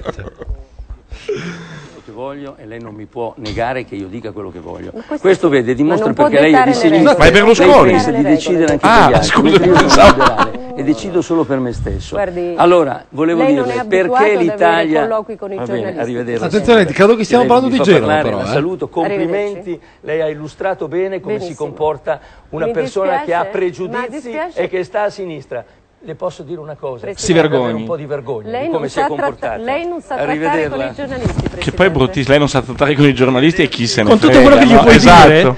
Che voglio e lei non mi può negare che io dica quello che voglio. questo- Questo vede dimostra ma non può perché lei è di dettare le sinistra. regole. Ma è Berlusconi. Lei pensa di decidere anche Ah, per gli altri. scusa, mentre io sono pensavo- liberale e decido solo per me stesso. Guardi, allora, volevo lei non è dirle abituato perché ad avere l'Italia colloqui con i Va bene, giornalisti. arrivederci. Attenzione, credo che stiamo Lei parlando mi di fa Genova, parlare, però, la eh. saluto, complimenti. Arrivederci. Lei ha illustrato bene come Benissimo. si comporta una Mi persona che ha dispiace, ma pregiudizi dispiace. e che sta a sinistra. Le posso dire una cosa? Si Deve avere vergogni. un po' di vergogna Lei di non come si è sa comportata. tratta- lei non sa trattare Arrivederla. con i giornalisti, Che Presidente. poi è bruttissimo, lei non sa trattare con i giornalisti e chi se ne Con tutto frega, quello che gli no? puoi Esatto. dire?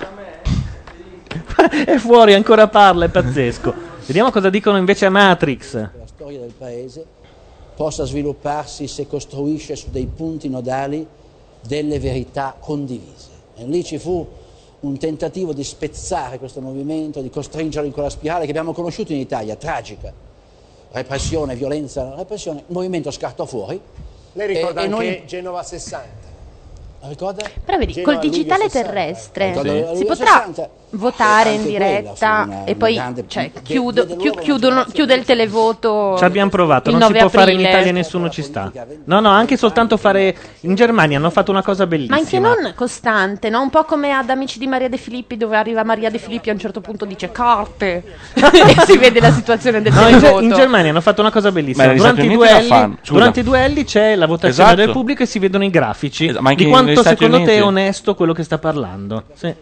È fuori, ancora parla, è pazzesco. Vediamo cosa dicono invece a Matrix. La storia del paese possa svilupparsi se costruisce su dei punti nodali delle verità condivise. E lì ci fu un tentativo di spezzare questo movimento, di costringerlo in quella spirale che abbiamo conosciuto in Italia, tragica. Repressione, violenza, repressione, il movimento scartò fuori. Lei ricorda E- e anche noi- Genova sessanta. Ricorda? Però vedi, Genova, col digitale luglio sessanta. terrestre Ricordo luglio si potrà sessanta. votare in Anche quella fu diretta una- e una poi grande- cioè, de- chiudo- vede chiu- loro chiudono- chiude il televoto. Ci abbiamo provato, il non si nove può fare in aprile. Italia e nessuno ci sta. No, no, anche soltanto fare. In Germania hanno fatto una cosa bellissima. Ma anche non costante, no? Un po' come ad Amici di Maria De Filippi, dove arriva Maria De Filippi e a un certo punto dice carte e si vede la situazione del No, in, Ge- televoto. in Germania hanno fatto una cosa bellissima. Ma negli Durante i, Stati Uniti la duelli, fanno. Scusa. durante i duelli c'è la votazione Esatto. del pubblico e si vedono i grafici Esatto, ma anche di negli quanto Stati secondo te è Uniti. onesto quello che sta parlando. Sì.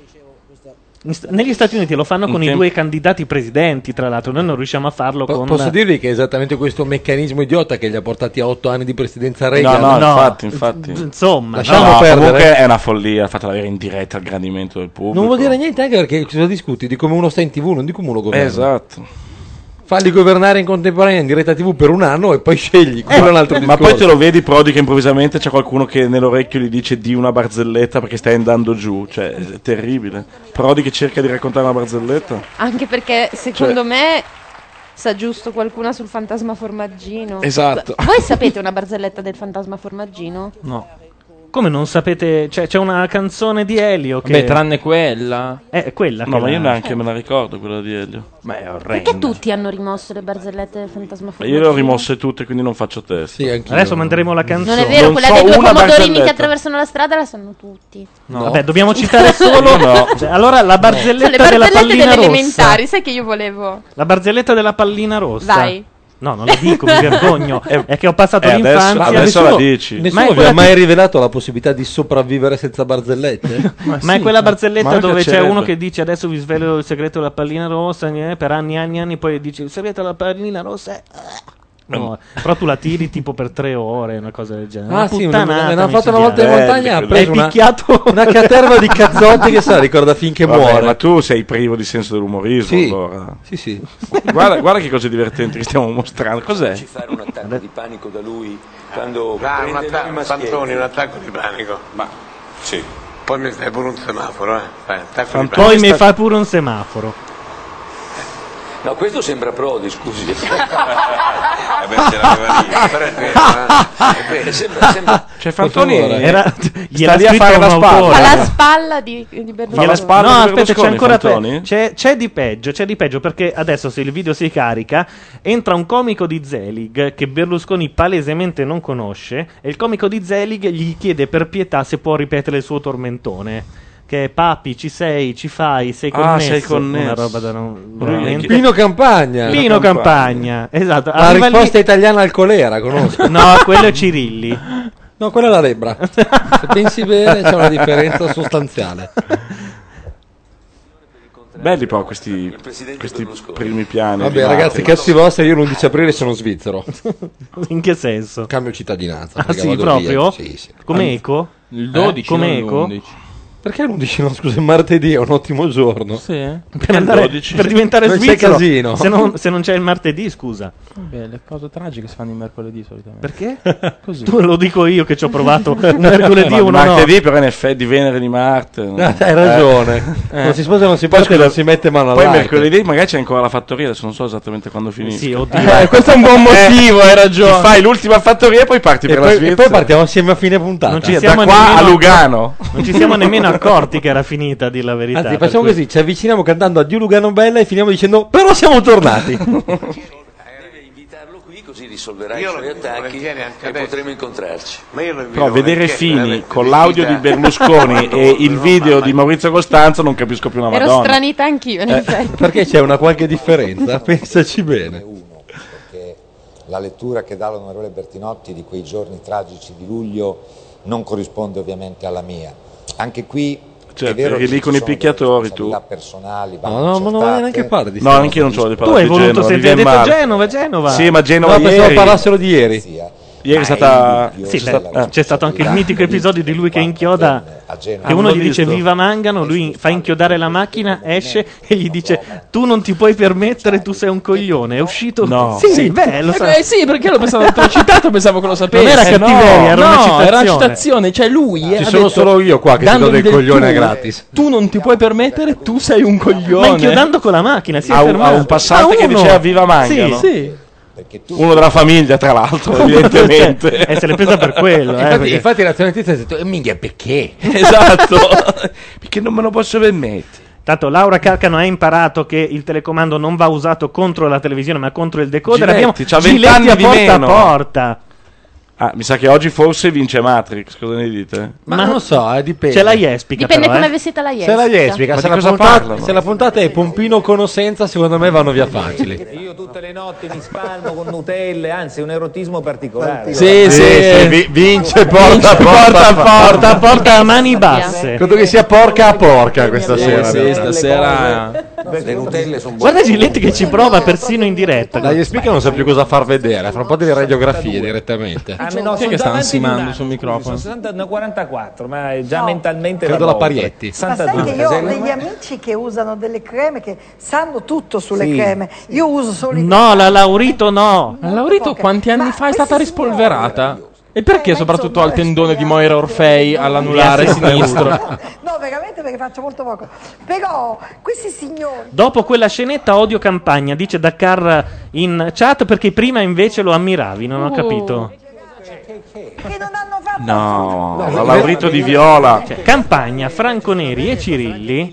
In st- negli Stati Uniti lo fanno Un con i tempo- due candidati presidenti, tra l'altro. Noi non riusciamo a farlo Po- con. Posso dirvi che è esattamente questo meccanismo idiota che li ha portati a otto anni di presidenza No, Reagan. no, infatti, infatti. Insomma, lasciamo No, no, perdere. comunque è una follia fatela avere in diretta il gradimento del pubblico. Non vuol dire niente anche perché cosa discuti? Di come uno sta in tivù, non di come uno governa. Esatto. Falli governare in contemporanea in diretta tivù per un anno e poi scegli. Quello è un altro Ma discorso. poi te lo vedi Prodi che improvvisamente c'è qualcuno che nell'orecchio gli dice di una barzelletta perché stai andando giù, cioè è terribile. Prodi che cerca di raccontare una barzelletta. Anche perché secondo Cioè- me sa giusto qualcuna sul fantasma formaggino. Esatto. Voi sapete una barzelletta del fantasma formaggino? No. Come non sapete? Cioè, c'è una canzone di Elio che. Beh, tranne quella. Eh, quella. No, che ma la- io neanche me la ricordo quella di Elio. Ma è Perché tutti hanno rimosso le barzellette del fantasma Ma formaggino? io le ho rimosse tutte, quindi non faccio test. Adesso manderemo la canzone. Non è vero, quella dei due pomodorini che attraversano la strada la sanno tutti. No. Vabbè, dobbiamo citare solo. No. Cioè, allora, la barzelletta Sono le della barzellette pallina delle rossa. elementari, sai che io volevo. La barzelletta della pallina rossa. Vai. No, non la dico, mi vergogno. È che ho passato Eh, adesso- l'infanzia. adesso Nessuno- la dici. Ma Nessuno è vi ha quella mai ti- rivelato la possibilità di sopravvivere senza barzellette? Ma è quella barzelletta Ma mi dove c'è piacerebbe. uno che dice adesso vi svelo il segreto della pallina rossa eh, per anni e anni e anni, poi dice il segreto della pallina rossa è... No, però tu la tiri tipo per tre ore, una cosa del genere. Ah Una sì, puttanata, ne ha mi fatto si una volta in chiama. montagna, ha Hai preso una, picchiato una caterva di cazzotti che sa, ricorda finché Vabbè, muore. ma tu sei privo di senso dell'umorismo Sì. allora. Sì, sì. Guarda, guarda che cose divertenti che stiamo mostrando. Cos'è? Ci fare un attacco di panico da lui quando Dai, un prende attacco, noi maschietti. Fantoni, un attacco di panico. Ma sì. Poi mi fai pure un semaforo, eh. Fai, attacco di Poi panico. mi fa pure un semaforo. No, questo sembra Prodi, scusi. Eh beh, ce l'aveva lì. Però è vero, eh. È vero, sembra, sembra... Cioè Fantoni Era- sta gliel'ha lì a scritto fare un la spalla. autore. Fa la spalla di, di Berlusconi. la spalla No, di aspetta, c'è Berlusconi, ancora Fantoni? pe- c'è, c'è di peggio, c'è di peggio perché adesso se il video si carica entra un comico di Zelig che Berlusconi palesemente non conosce e il comico di Zelig gli chiede per pietà se può ripetere il suo tormentone. Che è papi, ci sei, ci fai, sei Ah, connesso. sei connesso. Una roba da non. Bravo. veramente- Pino Campagna. Pino Campagna, esatto. La Arriva risposta lì- italiana al colera, conosco. No, quello è Cirilli. No, quella è la lebbra. Se pensi bene c'è una differenza sostanziale. Belli però questi, questi primi piani. Vabbè animati. ragazzi, cazzi vostri, io l'undici aprile sono svizzero. In che senso? Cambio cittadinanza. Ah perché sì, vado proprio? via. Sì, sì. Come Ah, eco? Il dodici, Eh, come non eco? l'undici. Perché non dici no, scusa, martedì è un ottimo giorno? Sì. Per, andare, per diventare Non c'è svizzero, casino. se non, se non c'è il martedì, scusa. Vabbè, le cose tragiche si fanno il mercoledì solitamente. Perché? Così. Tu lo dico io che ci ho provato un mercoledì Ma e uno no. martedì però in effetti di venere di Marte. no? Ah, hai ragione. Eh. Non si sposa, non si Poi parte, scusa, non si mette mano Poi all'arte. mercoledì magari c'è ancora la fattoria, adesso non so esattamente quando finisce. Sì, oddio. Eh, questo è un buon motivo, hai ragione. Ti fai l'ultima fattoria e poi parti E per la poi, e Svizzera. poi partiamo assieme a fine puntata. Non ci Da siamo qua nemmeno a Lugano. Non ci siamo nemmeno accorti che era finita, a dir la verità. Anzi, per facciamo cui- così, ci avviciniamo cantando Addio Lugano Bella e finiamo dicendo però siamo tornati. Così risolverà i suoi attacchi e potremo incontrarci. Però vedere Fini con l'audio di Berlusconi e il video di Maurizio Costanzo non capisco più una Ero madonna. stranita anch'io, in effetti. Perché c'è una qualche differenza? Pensaci bene. La lettura che dà l'onorevole Bertinotti di quei giorni tragici di luglio non corrisponde ovviamente alla mia. Anche qui Cioè, è vero perché che lì con ci i sono picchiatori delle tu. responsabilità personali, No, no, ma non voglio neanche parlare di No, sta anche io non ce l'ho di Tu parlare hai di voluto Genova, mi sentire, hai viene detto male. Genova, Genova. Sì, ma Genova No, pensavo ieri. parlassero di ieri. Ieri è stata Sì, c'è beh, stata- eh. c'è stato anche il mitico episodio di lui che inchioda, che uno Hanno gli dice visto? viva Mangano, lui fa inchiodare la macchina, esce e gli dice tu non ti puoi permettere, tu sei un coglione. È uscito? No. Sì, Sì. beh, lo Eh, sa. beh, sì, perché io lo pensavo, te l'ho citato, pensavo che lo sapessi. Non era Eh, cattiveria, no, era una no, citazione. era una citazione, cioè lui Ci ha sono detto, solo io qua che ti do dandogli del del coglione tu, gratis. Tu non ti puoi permettere, tu sei un coglione. Ma inchiodando con la macchina, si è Ha un- fermato. ha un passante Ah, che uno. diceva viva Mangano. Sì, Sì. Uno della famiglia, tra l'altro, evidentemente. Cioè, eh, se l'è presa per quello. eh, Infatti, perché- infatti la notizia ha detto "Eh, minchia perché?" Esatto. Perché non me lo posso permettere. Tanto Laura Carcano ha imparato che il telecomando non va usato contro la televisione ma contro il decoder. Giletti, c'ha Abbiamo vent'anni Giletti a di porta meno. a porta. Ah, mi sa che oggi forse vince Matrix, cosa ne dite? Ma, non lo so, eh, dipende. C'è la Jespica Dipende però, come eh. è vestita la Se Jespica. la Jespica, Ma se di la, cosa puntata, parlano? se la puntata è Pompino conoscenza, secondo me vanno via facili. Io tutte le notti mi spalmo con Nutelle, anzi è un erotismo particolare. Sì, sì, vi- vince porta a porta a Porta a porta a mani basse. Credo che sia porca a porca questa Sì, sera. sì, stasera. Le Nutelle sono Guarda Giletti che ci prova persino in diretta. La Jespica non sa più cosa far vedere, fra un po' delle radiografie direttamente. Ah, no, Chi è sono che sta davanti di un ansimando anno, sul scusi, microfono? Sono sessanta, no, quarantaquattro, ma è già No. mentalmente Credo da la volta. Parietti. Ma sai sessantadue. che io ho Casella- degli amici che usano delle creme che sanno tutto sulle Sì. creme. Io uso solo i No, la Laurito no. Ma Laurito quanti anni fa è stata rispolverata? E perché soprattutto al tendone di Moira Orfei all'anulare Sì, sì, sinistro? No, veramente perché faccio molto poco. Però questi signori Dopo quella scenetta odio campagna, dice Dakar in chat perché prima invece lo ammiravi, non ho capito. che non hanno fatto No, la Laurito di Viola. Cioè, Campagna, Franco Neri e Cirilli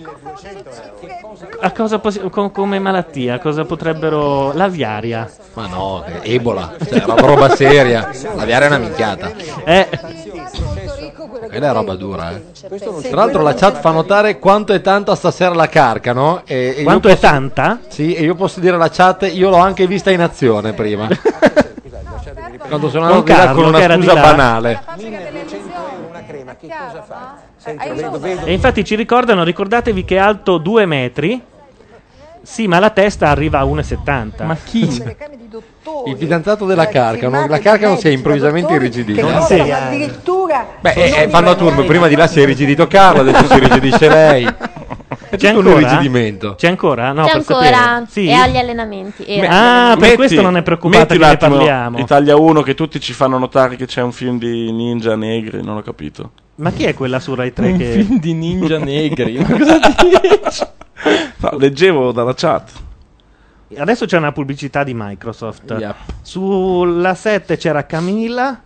a cosa possi- co- come malattia, cosa potrebbero l'aviaria. Ma no, che Ebola, cioè, roba, roba seria. La viara è una minchiata. Eh, Quella è roba dura, eh. Tra l'altro la chat fa notare quanto è tanta stasera la Carcano. E, e io quanto è posso- tanta? Sì, e io posso dire alla chat, io l'ho anche vista in azione prima. Quando sono Con andato di là Carlo, con una che era di scusa là. banale. una crema, che cosa fa? Senti, vedo, vedo. E infatti ci ricordano, ricordatevi che è alto due metri. Sì, ma la testa arriva a uno e settanta. Ma chi? Il fidanzato della Carcano, la Carcano si è improvvisamente irrigidito. che Sì. usano addirittura Beh, eh, eh, fanno a turno, prima di là si è irrigidito Carlo, adesso si irrigidisce lei. È C'è tutto un ancora? irrigidimento. C'è ancora? No, C'è per ancora, sapere. Sì? è agli allenamenti. era agli Ah, allenamenti. per questo non è preoccupata metti che un ne attimo parliamo. Italia uno che tutti ci fanno notare che c'è un film di ninja negri, non ho capito. Ma chi è quella su Rai tre Un che... film di ninja negri. Ma cosa dici? No, leggevo dalla chat. Adesso c'è una pubblicità di Microsoft. Yep. Sulla sette c'era Camilla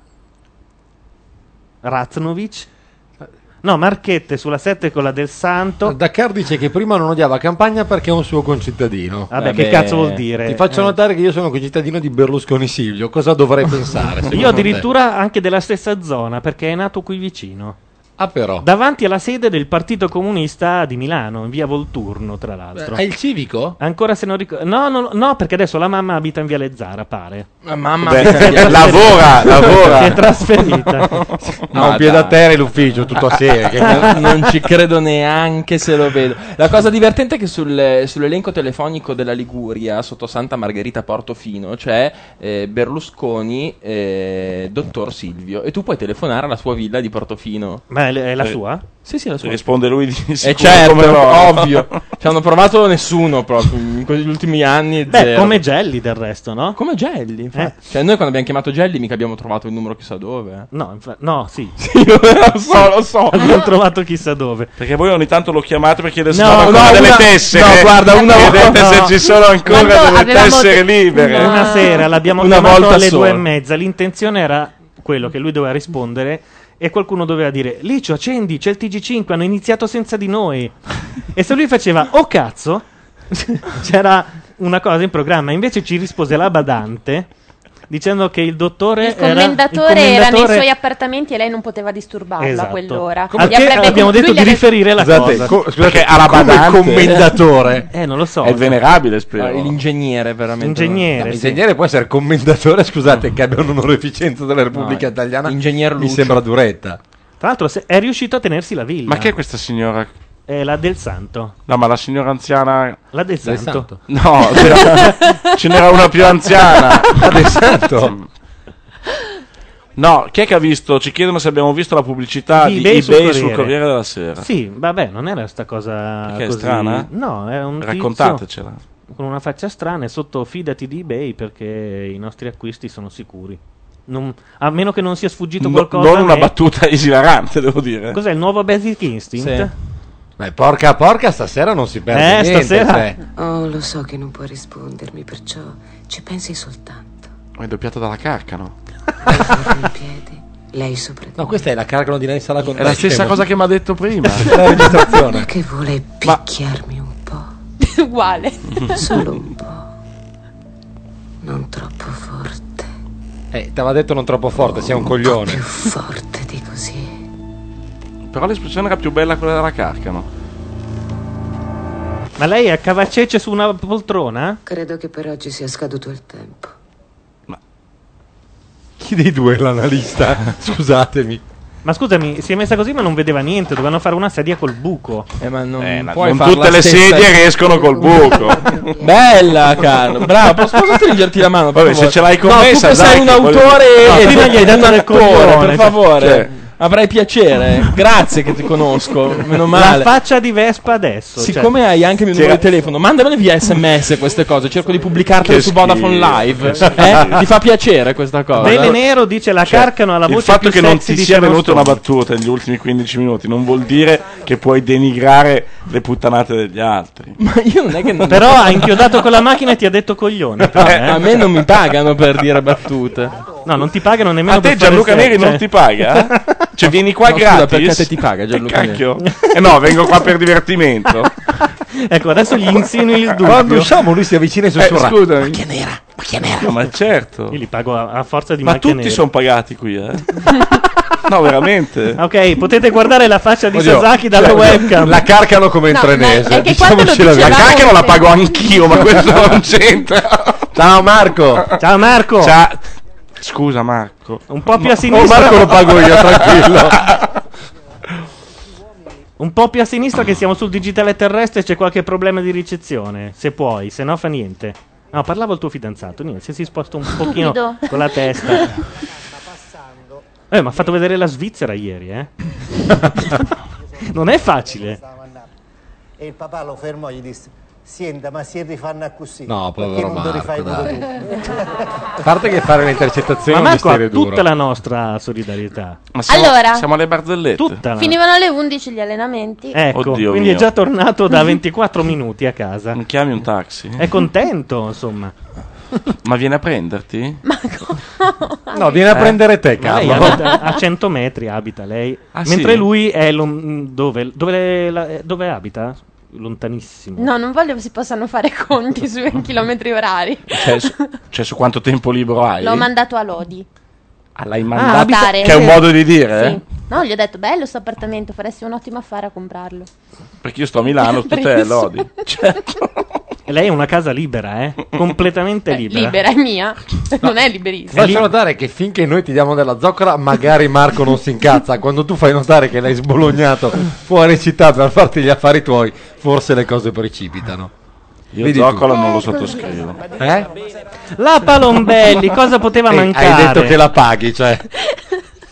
Raznovic. No, Marchette sulla sette con la del Santo. Dakar dice che prima non odiava Campagna perché è un suo concittadino. Vabbè, Vabbè. che cazzo vuol dire? Ti faccio Eh. notare che io sono concittadino di Berlusconi Silvio. Cosa dovrei pensare? secondo Io te? addirittura anche della stessa zona perché è nato qui vicino. Ah, però. Davanti alla sede del Partito Comunista di Milano, in via Volturno, tra l'altro. È il civico? Ancora se non ricordo. No, no, no, perché adesso la mamma abita in via Lezzara, pare. Ma mamma Beh, mia. Si è lavora, lavora. Si è trasferita. Ha un piede a terra e l'ufficio, tutto a sé. che- non, non ci credo neanche se lo vedo. La cosa divertente è che sul- sull'elenco telefonico della Liguria, sotto Santa Margherita Portofino, c'è eh, Berlusconi, eh, dottor Silvio. E tu puoi telefonare alla sua villa di Portofino. Ma è, è la Eh, sua? Sì, sì, la sua. Risponde lui di E sicuro certo, come loro. ovvio. Ci hanno provato nessuno proprio in quegli ultimi anni. Beh, zero. come Gelli del resto, no? Come Gelli, infatti. Cioè, noi quando abbiamo chiamato Gelli mica abbiamo trovato il numero chissà dove. eh. No, infa- no, sì. lo so, lo so. Abbiamo trovato chissà dove. Perché voi ogni tanto lo chiamate per chiedere se No, sono ancora no, delle una- tessere. no, guarda, una Chiedete volta- se no. ci sono ancora Quando delle avevamo- tessere libere. Una sera l'abbiamo Una chiamato volta alle sola. due e mezza. L'intenzione era quello che lui doveva rispondere e qualcuno doveva dire: Licio, accendi, c'è il T G cinque, hanno iniziato senza di noi. E se lui faceva oh cazzo, c'era una cosa in programma. Invece ci rispose la badante dicendo che il dottore Il era commendatore, il era nei commendatore- suoi appartamenti e lei non poteva disturbarlo Esatto. a quell'ora. Come- Gli avrebbe- abbiamo detto lui gli di avrebbe- riferire la Scusate, cosa. co- scusate, Perché alla come badante- commendatore. Eh, non lo so. È il venerabile, spero. L'ingegnere, veramente. Ingegnere, No, sì. Ingegnere può essere commendatore, scusate, che abbia un'onorificenza della Repubblica No, Italiana. ingegner Mi Lucio. sembra duretta. Tra l'altro se- è riuscito a tenersi la villa. Ma che è questa signora? È la del Santo. No, ma la signora anziana. La del Del Santo. No, c'era- ce n'era una più anziana. La del Santo? No, chi è che ha visto? Ci chiedono se abbiamo visto la pubblicità Di di eBay eBay, sul sul, Corriere. Corriere della Sera. Sì, vabbè, non era sta cosa Perché è così. strana? No, è un tizio Raccontatecela. con una faccia strana e sotto fidati di eBay perché i nostri acquisti sono sicuri. Non- a meno che non sia sfuggito No- qualcosa. non una ne- battuta esilarante, devo dire. Cos'è il nuovo Basic Instinct? Beh, porca porca, stasera non si perde Eh, niente. stasera- cioè. Oh, lo so che non puoi rispondermi, perciò ci pensi soltanto. Ma è doppiata dalla Carcano. In piedi, lei sopra di No, questa è la carcano di Nani Sala con È la stessa cosa che mi ha detto prima. la registrazione. che vuole picchiarmi un po'. Uguale. Solo un po'. Non troppo forte. Eh, ti aveva detto non troppo forte, sei un coglione. Più forte di così. Però l'espressione era più bella quella della Carcano. Ma lei è a cavacece su una poltrona? Credo che per oggi sia scaduto il tempo. Chi dei due è l'analista? Scusatemi. Ma scusami, si è messa così ma non vedeva niente, dovevano fare una sedia col buco. Eh, ma non, Eh, ma puoi non far tutte la le stessa- sedie riescono col buco. Bella, Carlo. Bravo, posso, posso stringerti la mano? Per Vabbè, favore? se ce l'hai con no, me, tu che sai sei un che voglio- autore No, e prima tu- gli hai dato un del attore, coglione, per cioè. favore. Cioè. Avrai piacere. Grazie che ti conosco. Meno La male. faccia di Vespa adesso. Siccome cioè. hai anche il mio numero di telefono, mandamele via sms queste cose. Cerco di pubblicartele Che su Vodafone schifo. Live. Che Eh? schifo. Ti fa piacere questa cosa? Bene Nero dice la Cioè, Carcano alla il voce fatto più che non sexy ti di sia Sharon venuta una Stone. battuta negli ultimi quindici minuti non vuol dire che puoi denigrare le puttanate degli altri. Ma io non è che non Però ha inchiodato con la macchina e ti ha detto coglione. però, Eh, eh. A me non mi pagano per dire battute. No, non ti pagano nemmeno A te per fare Gianluca sesso, Neri non cioè. ti paga? Cioè vieni qua No, scusa, gratis? perché te ti paga Gianluca Eh, cacchio. Eh no, vengo qua per divertimento. Ecco, adesso gli insinui il dubbio. Quando usciamo lui si avvicina e Eh, sussurra. scusami. Macchia nera, macchia nera. No, ma certo. Io li pago a, a forza di Ma macchie tutti nere. sono pagati qui, eh? No, veramente. Ok, potete guardare la faccia di Oddio, Sasaki dalla cioè, webcam. La carcano come in No, trenese. ma è che quando lo diciamocela dicevamo- vera. La Carcano la pago anch'io, ma questo non c'entra. Ciao Marco. Ciao Marco. Ciao. Scusa Marco. Un po' più a Oh sinistra. Marco lo pago io, tranquillo. Un po' più a sinistra che siamo sul digitale terrestre, c'è qualche problema di ricezione. Se puoi, se no fa niente. No, parlavo il tuo fidanzato, niente, se si sposta un pochino Stupido. con la testa. Eh, mi ha fatto vedere la Svizzera ieri, eh. Non è facile. E il papà lo fermò e gli disse: Senta, ma si rifanno così. No, perché povero non te rifai Marco, pure dai. tu? A parte che fare le intercettazioni Ma è un Marco ha mestiere duro. tutta la nostra solidarietà. Ma siamo, Allora. siamo alle barzellette. Tutta la... Finivano alle undici gli allenamenti. Ecco, Oddio quindi mio. è già tornato da ventiquattro minuti a casa. Non chiami un taxi? È contento, insomma. Ma viene a prenderti? No, viene a Eh, prendere te, ma lei Carlo. abita a cento metri abita lei. Ah, Mentre sì? lui è lon- dove, dove, la- dove abita? Lontanissimo. No, non voglio che si possano fare conti sui chilometri orari. Cioè su, cioè, su quanto tempo libero hai? L'ho mandato a Lodi. Ah, l'hai mandato? abita- Che è un modo di dire, eh? Sì. No, gli ho detto, bello sto appartamento, faresti un ottimo affare a comprarlo. Perché io sto a Milano, tu te Preso. Lodi. E lei è una casa libera, eh? Completamente libera. Libera, è mia. Non è liberissima. Faccio notare che finché noi ti diamo della zoccola, magari Marco non si incazza. Quando tu fai notare che l'hai sbolognato fuori città per farti gli affari tuoi, forse le cose precipitano. Io Vedi zoccola tu. non lo sottoscrivo. Eh? La Palombelli, cosa poteva Ehi, mancare? hai detto che la paghi, cioè.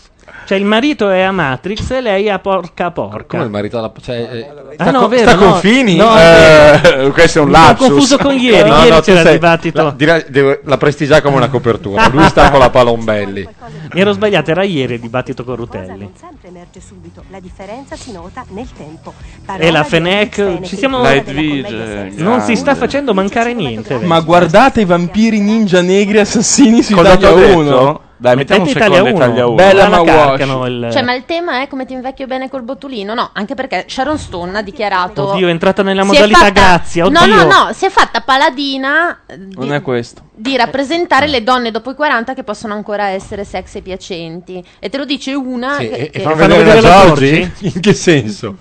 Cioè il marito è a Matrix e lei a porca porca. Come il marito alla... Cioè, eh, Ah, sta no, con- vero, sta con no. Fini? No, Eh, questo è un Mi sono lapsus. confuso con ieri, No, ieri no, tu c'era il sei- dibattito. La, direi- devo- la prestigia come una copertura. Lui sta con la Palombelli. Mi ero sbagliato, era ieri il dibattito con Rutelli. sempre emerge subito, la differenza si nota nel tempo. E la Fenech, ci siamo... Light Vige, Non si sta grande. facendo mancare niente. vedi? Ma guardate i vampiri ninja negri assassini su Cosa Italia ti ho detto? uno. Dai, mettiamo un Mettete secondo Italia Italia uno. uno. Bella La ma carcano wash. il- Cioè, ma il tema è come ti invecchio bene col bottolino? No, anche perché Sharon Stone ha dichiarato. Oddio, è entrata nella si è modalità fatta- grazia, oddio. No, no, no, si è fatta paladina eh, di, Non è questo. di rappresentare le donne dopo i quaranta che possono ancora essere sexy e piacenti. E te lo dice una. Sì, che, e, e che- fanno fanno vedere, vedere la la Giorgi? In che senso?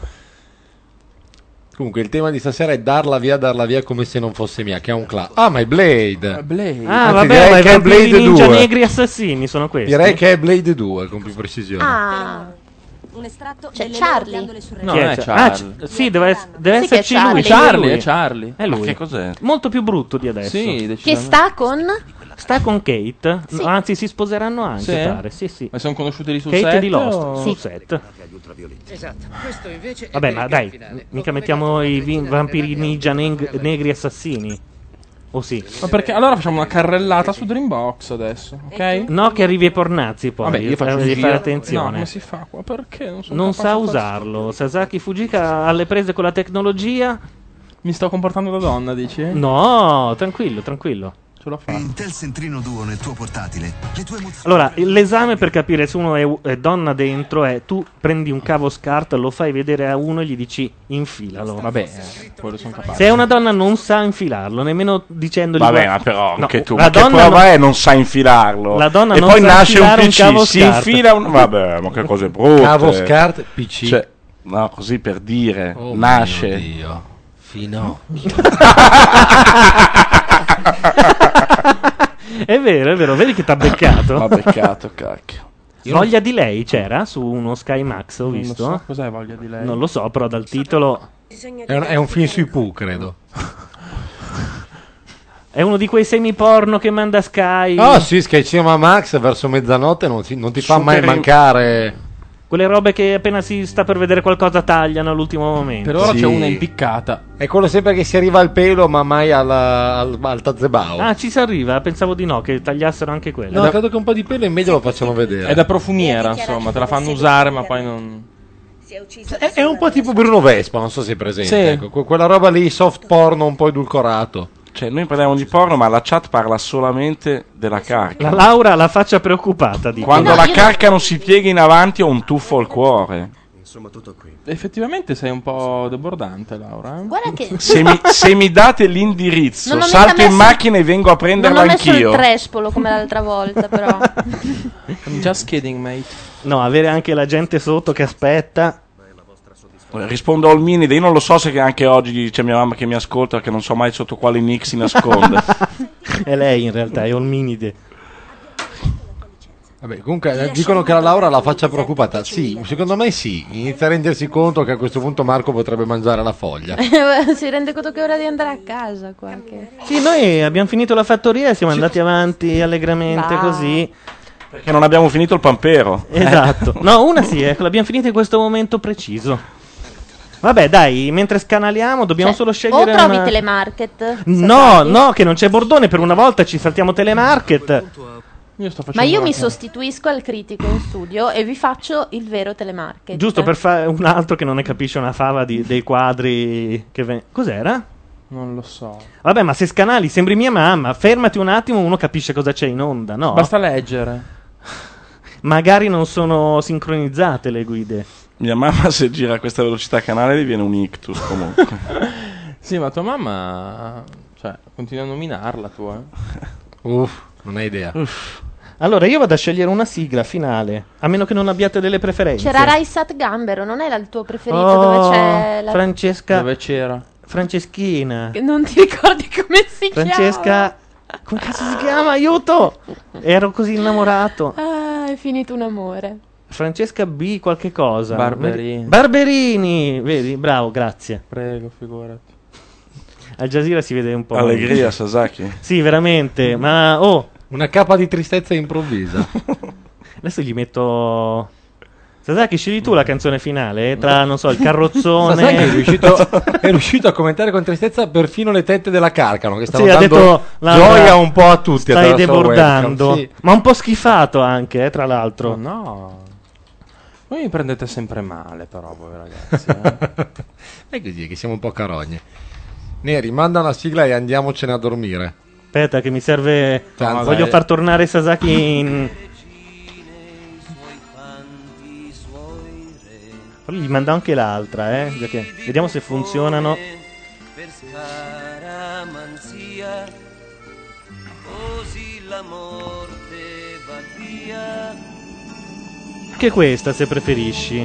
Comunque il tema di stasera è darla via, darla via come se non fosse mia, che è un cla. Ah, ma è Blade. Blade. Ah, Anzi, vabbè, direi ma i che è vampiri Blade ninja due. negri assassini sono questi. Direi che è Blade due con più precisione. Ah, Un estratto c'è delle Charlie. ghiandole surrenali. No, Chi non è è Char- Charlie. Ah, c- sì, deve, ess- deve Sì che è esserci lui. Charlie. Charlie, lui. è Charlie. È lui. Ma che cos'è? Molto più brutto di adesso. Sì, Che decisamente. sta con. Sta con Kate. Sì. Anzi, si sposeranno anche, Sì? pare. Sì, sì. Ma sono conosciuti lì sul Kate set? di Lost o- sul set. Esatto, questo invece è Vabbè, per ma il dai, finale. mica mettiamo i vi- vampiri ninja neg- negri assassini. O sì? Ma perché allora facciamo una carrellata su Dreambox adesso, ok? No, che arrivi ai pornazzi poi. Vabbè, io faccio devi il fare giro. attenzione. No, come si fa qua? Perché non sono Non capace sa di fare- usarlo. Sasaki Fujika alle prese con la tecnologia. Mi sto comportando da donna, dici? No, tranquillo, tranquillo. Ce l'ho fatta. Intel Centrino Duo nel tuo portatile. Le tue emozioni. Allora, l'esame per capire se uno è, è donna dentro è tu prendi un cavo SCART, lo fai vedere a uno e gli dici infilalo. Vabbè, eh, quello sono capace. Se è una donna non sa infilarlo, nemmeno dicendogli Vabbè, guarda- ma però No, anche tu, la ma che donna prova non- è non sa infilarlo? La donna e non poi sa nasce un infilare un P C, cavo si SCART. infila un... Vabbè, ma che cose brutte. Cavo SCART, P C. Cioè, no, così per dire, Oh nasce. mio Dio. Finocchio. È vero, è vero, vedi che t'ha beccato. M'ha beccato, cacchio. Voglia di lei c'era su uno Sky Max, ho Non lo visto. so, cos'è Voglia di lei? Non lo so, però dal titolo È un, è un film sui Pooh, credo. è uno di quei semi porno che manda Sky. Ah sì, Sky Cinema Max verso mezzanotte non, si- non ti fa mai Super- mancare. Quelle robe che appena si sta per vedere qualcosa tagliano all'ultimo momento. Per ora Sì. c'è una impiccata. È quello sempre che si arriva al pelo ma mai alla- al, al tazebao. Ah, ci si arriva? Pensavo di no, che tagliassero anche quelle. No, credo che un po' di pelo è meglio lo facciano vedere. È da profumiera, insomma, te la fanno usare, ma poi non. È, è un po' tipo Bruno Vespa, non so se è presente. Sì. Ecco, que- quella roba lì, soft porno un po' edulcorato. Cioè, noi parliamo di porno, ma la chat parla solamente della carca. La Laura ha la faccia preoccupata di Quando No, la io carca non si piega in avanti ho un tuffo al cuore. Insomma, tutto qui. Effettivamente sei un po' debordante, Laura. eh? Guarda che. Se mi, se mi date l'indirizzo, Non ho mica salto in messo- macchina e vengo a Non prenderla ho messo anch'io. il trespolo come l'altra volta, però. I'm just kidding, mate. No, avere anche la gente sotto che aspetta. Rispondo al Minide, io non lo so se anche oggi c'è mia mamma che mi ascolta, che non so mai sotto quale nick si nasconde. È lei in realtà, è Olminide. Vabbè, comunque eh, dicono che la Laura ha la faccia preoccupata. Sì, secondo me sì. Inizia a rendersi conto che a questo punto Marco potrebbe mangiare la foglia. Si rende conto che è ora di andare a casa qua. Che... Sì, noi abbiamo finito la fattoria e siamo andati avanti allegramente Va. così. Perché non abbiamo finito il pampero. Esatto. No, una sì, ecco, l'abbiamo finita in questo momento preciso. Vabbè, dai, mentre scanaliamo dobbiamo Cioè, solo o scegliere trovi una... telemarket. No, Sasaki. no, che non c'è Bordone, per una volta ci saltiamo telemarket. Io sto Ma io mi una- sostituisco al critico in studio e vi faccio il vero telemarket. Giusto per fare un altro che non ne capisce una fava di- dei quadri che ven- Cos'era? Non lo so. Vabbè, ma se scanali sembri mia mamma, fermati un attimo, uno capisce cosa c'è in onda, no? Basta leggere. Magari non sono sincronizzate le guide. Mia mamma se gira a questa velocità canale diviene un ictus comunque. Sì, ma tua mamma. Cioè, continua a nominarla tu, eh. Uff, non hai idea. Allora, io vado a scegliere una sigla finale, a meno che non abbiate delle preferenze. C'era Raisat Gambero, non era il tuo preferito Oh, dove c'è la... Francesca. Dove c'era? Franceschina. Che non ti ricordi come si Francesca. Come cazzo si chiama? Aiuto! Ero così innamorato. chiama? Ah, è finito un amore. Francesca B qualche cosa. Barberini. Barberini, vedi? Bravo, grazie. Prego, figurati. Al Jazeera si vede un po'. Allegria, Sasaki. Sì, veramente, ma oh, Una capa di tristezza improvvisa. adesso gli metto Sasaki, scegli tu la canzone finale? Tra, non so, il carrozzone. Sasaki è riuscito, è riuscito a commentare con tristezza perfino le tette della Carcano, che stava Sì, ha dando detto, gioia Laura, un po' a tutti. Stai attraverso la debordando. webcam, sì. Ma un po' schifato anche, eh, tra l'altro. Oh, no. Voi mi prendete sempre male, però, voi ragazzi. Eh. È così, che siamo un po' carogne. Neri, manda una sigla e andiamocene a dormire. Aspetta, che mi serve. No, voglio dai. far tornare Sasaki in. Poi gli manda anche l'altra, eh. Perché vediamo se funzionano. Per scaramanzia, così la morte va via. Anche questa, se preferisci.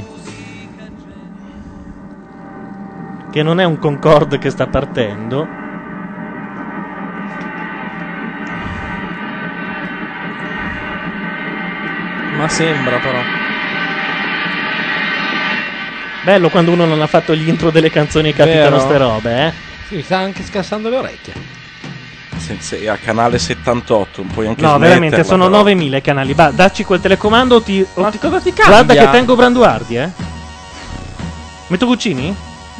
Che non è un Concorde che sta partendo. Ma sembra, però. Bello quando uno non ha fatto gli intro delle canzoni e capitano Vero? ste robe, eh. Sì, sta anche scassando le orecchie. Se- se è a canale settantotto, non puoi anche No, veramente, smetterla, sono però. novemila i canali. Va, dacci quel telecomando o ti. o Ma ti- cosa ti cambia? Guarda che tengo Branduardi, eh. Metto Guccini?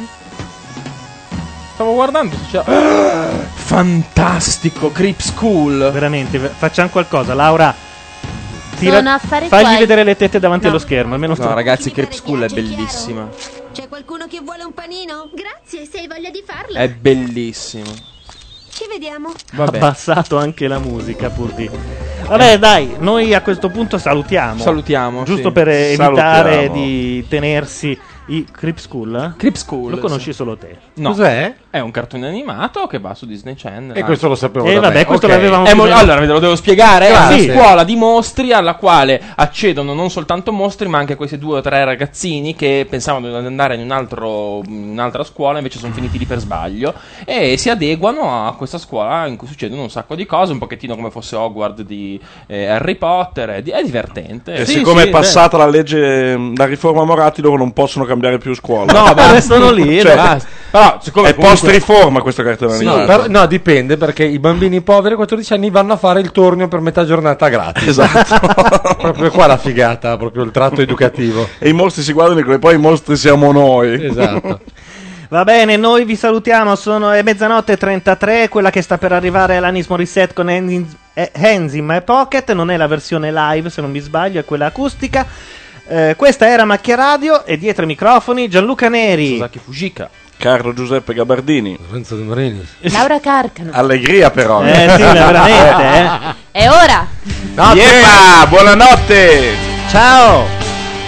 Stavo guardando se c'era. Fantastico, Creep School. Veramente, ve- facciamo qualcosa, Laura. Tira- Sono affari fagli tuoi. vedere le tette davanti No. allo schermo, almeno sto- No, ragazzi, Creep School è bellissima. C'è qualcuno che vuole un panino? Grazie, se hai voglia di farlo. È bellissimo. Ci vediamo. Vabbè. abbassato anche la musica pur di. Vabbè, dai, noi a questo punto salutiamo. Salutiamo, Giusto sì. per eh, evitare Salutiamo. di tenersi i Creep School. eh? Creep School. Lo conosci sì. solo te. No. Cos'è? È un cartone animato che va su Disney Channel. E questo lo sapevo Eh, da vabbè, me. questo Ok. l'avevamo È mo- più- allora ve lo devo spiegare. È Grazie. una scuola di mostri alla quale accedono non soltanto mostri, ma anche questi due o tre ragazzini che pensavano di andare in, un altro, in un'altra scuola, invece sono finiti lì per sbaglio. E si adeguano a questa scuola in cui succedono un sacco di cose, un pochettino come fosse Hogwarts di eh, Harry Potter. È, di- è divertente. E Sì, siccome sì, è passata la legge, la riforma Moratti, loro non possono cambiare più scuola. No, beh, restano lì, Cioè, basta. Però, siccome è comunque- post-riforma questo cartone Sì, animato. per- no, dipende, perché i bambini poveri a quattordici anni vanno a fare il tornio per metà giornata gratis. Esatto. Proprio qua la figata, proprio il tratto educativo. E i mostri si guardano e poi i mostri siamo noi. Esatto. Va bene, noi vi salutiamo, sono è mezzanotte e trentatré, quella che sta per arrivare è l'Anis Morissette con Hands in, eh, Hands in My Pocket, non è la versione live se non mi sbaglio, è quella acustica. Eh, questa era Macchia Radio e dietro i microfoni Gianluca Neri, Sasaki Fujika, Carlo Giuseppe Gabardini, Lorenzo De Marini. Laura Carcano. Allegria però. Eh sì, veramente, eh. E ora? Yepa, buonanotte. Ciao.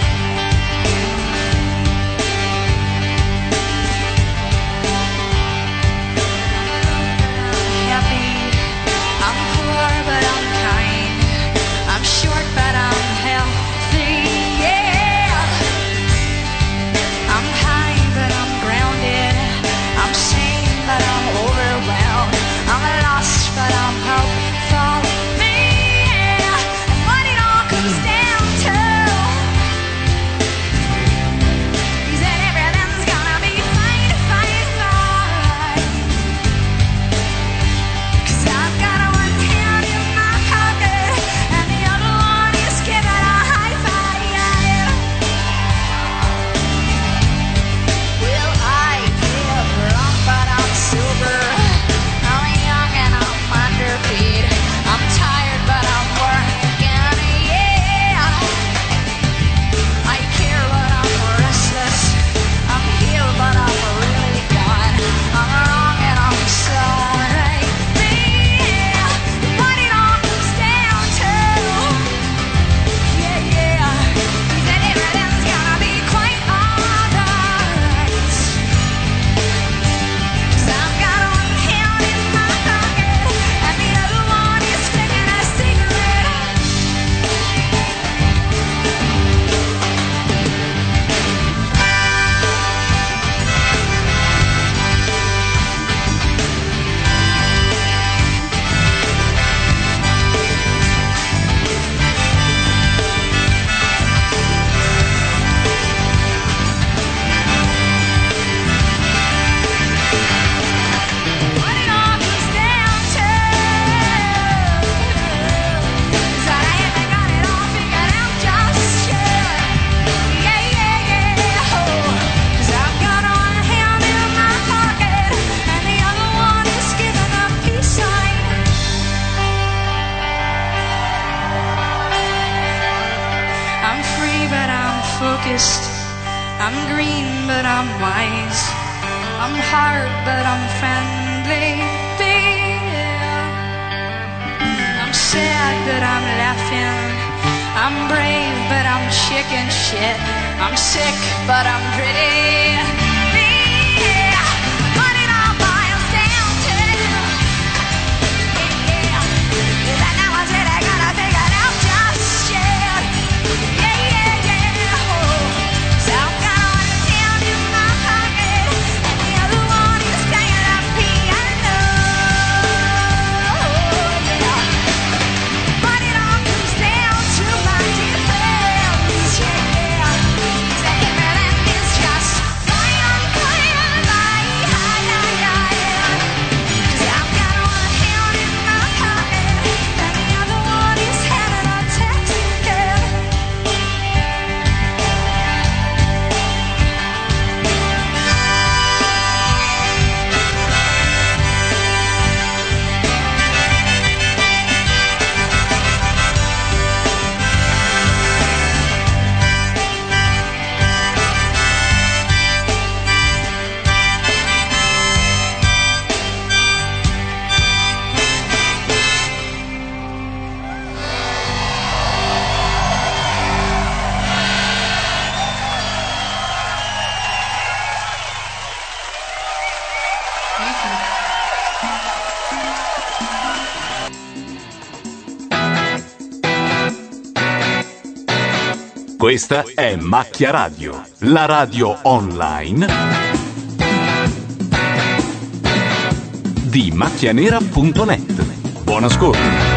I'm poor, but I'm kind. I'm short, but I'm healthy. Yeah. I'm high, but I'm grounded. I'm sane, but I'm overwhelmed. I'm lost, but I'm hopeful. Me, yeah. And what it all comes down to I'm wise. I'm hard, but I'm friendly. Dear. I'm sad, but I'm laughing. I'm brave, but I'm chicken shit. I'm sick, but I'm pretty. Yeah. What it all boils down to. Yeah. Is that now I said I gotta figure it out just yet. Yeah, yeah, yeah. Oh. So I've got one down in my pocket, and the other one is playing a piano. Yeah. But it all comes down to my defense. Yeah. Take me then it's just fine on fire, fire, yeah, yeah, yeah. 'Cause I've got one hand in my pocket, and the other one is having a taxi cab. Questa è Macchia Radio, la radio online di macchianera punto net. Buon ascolto.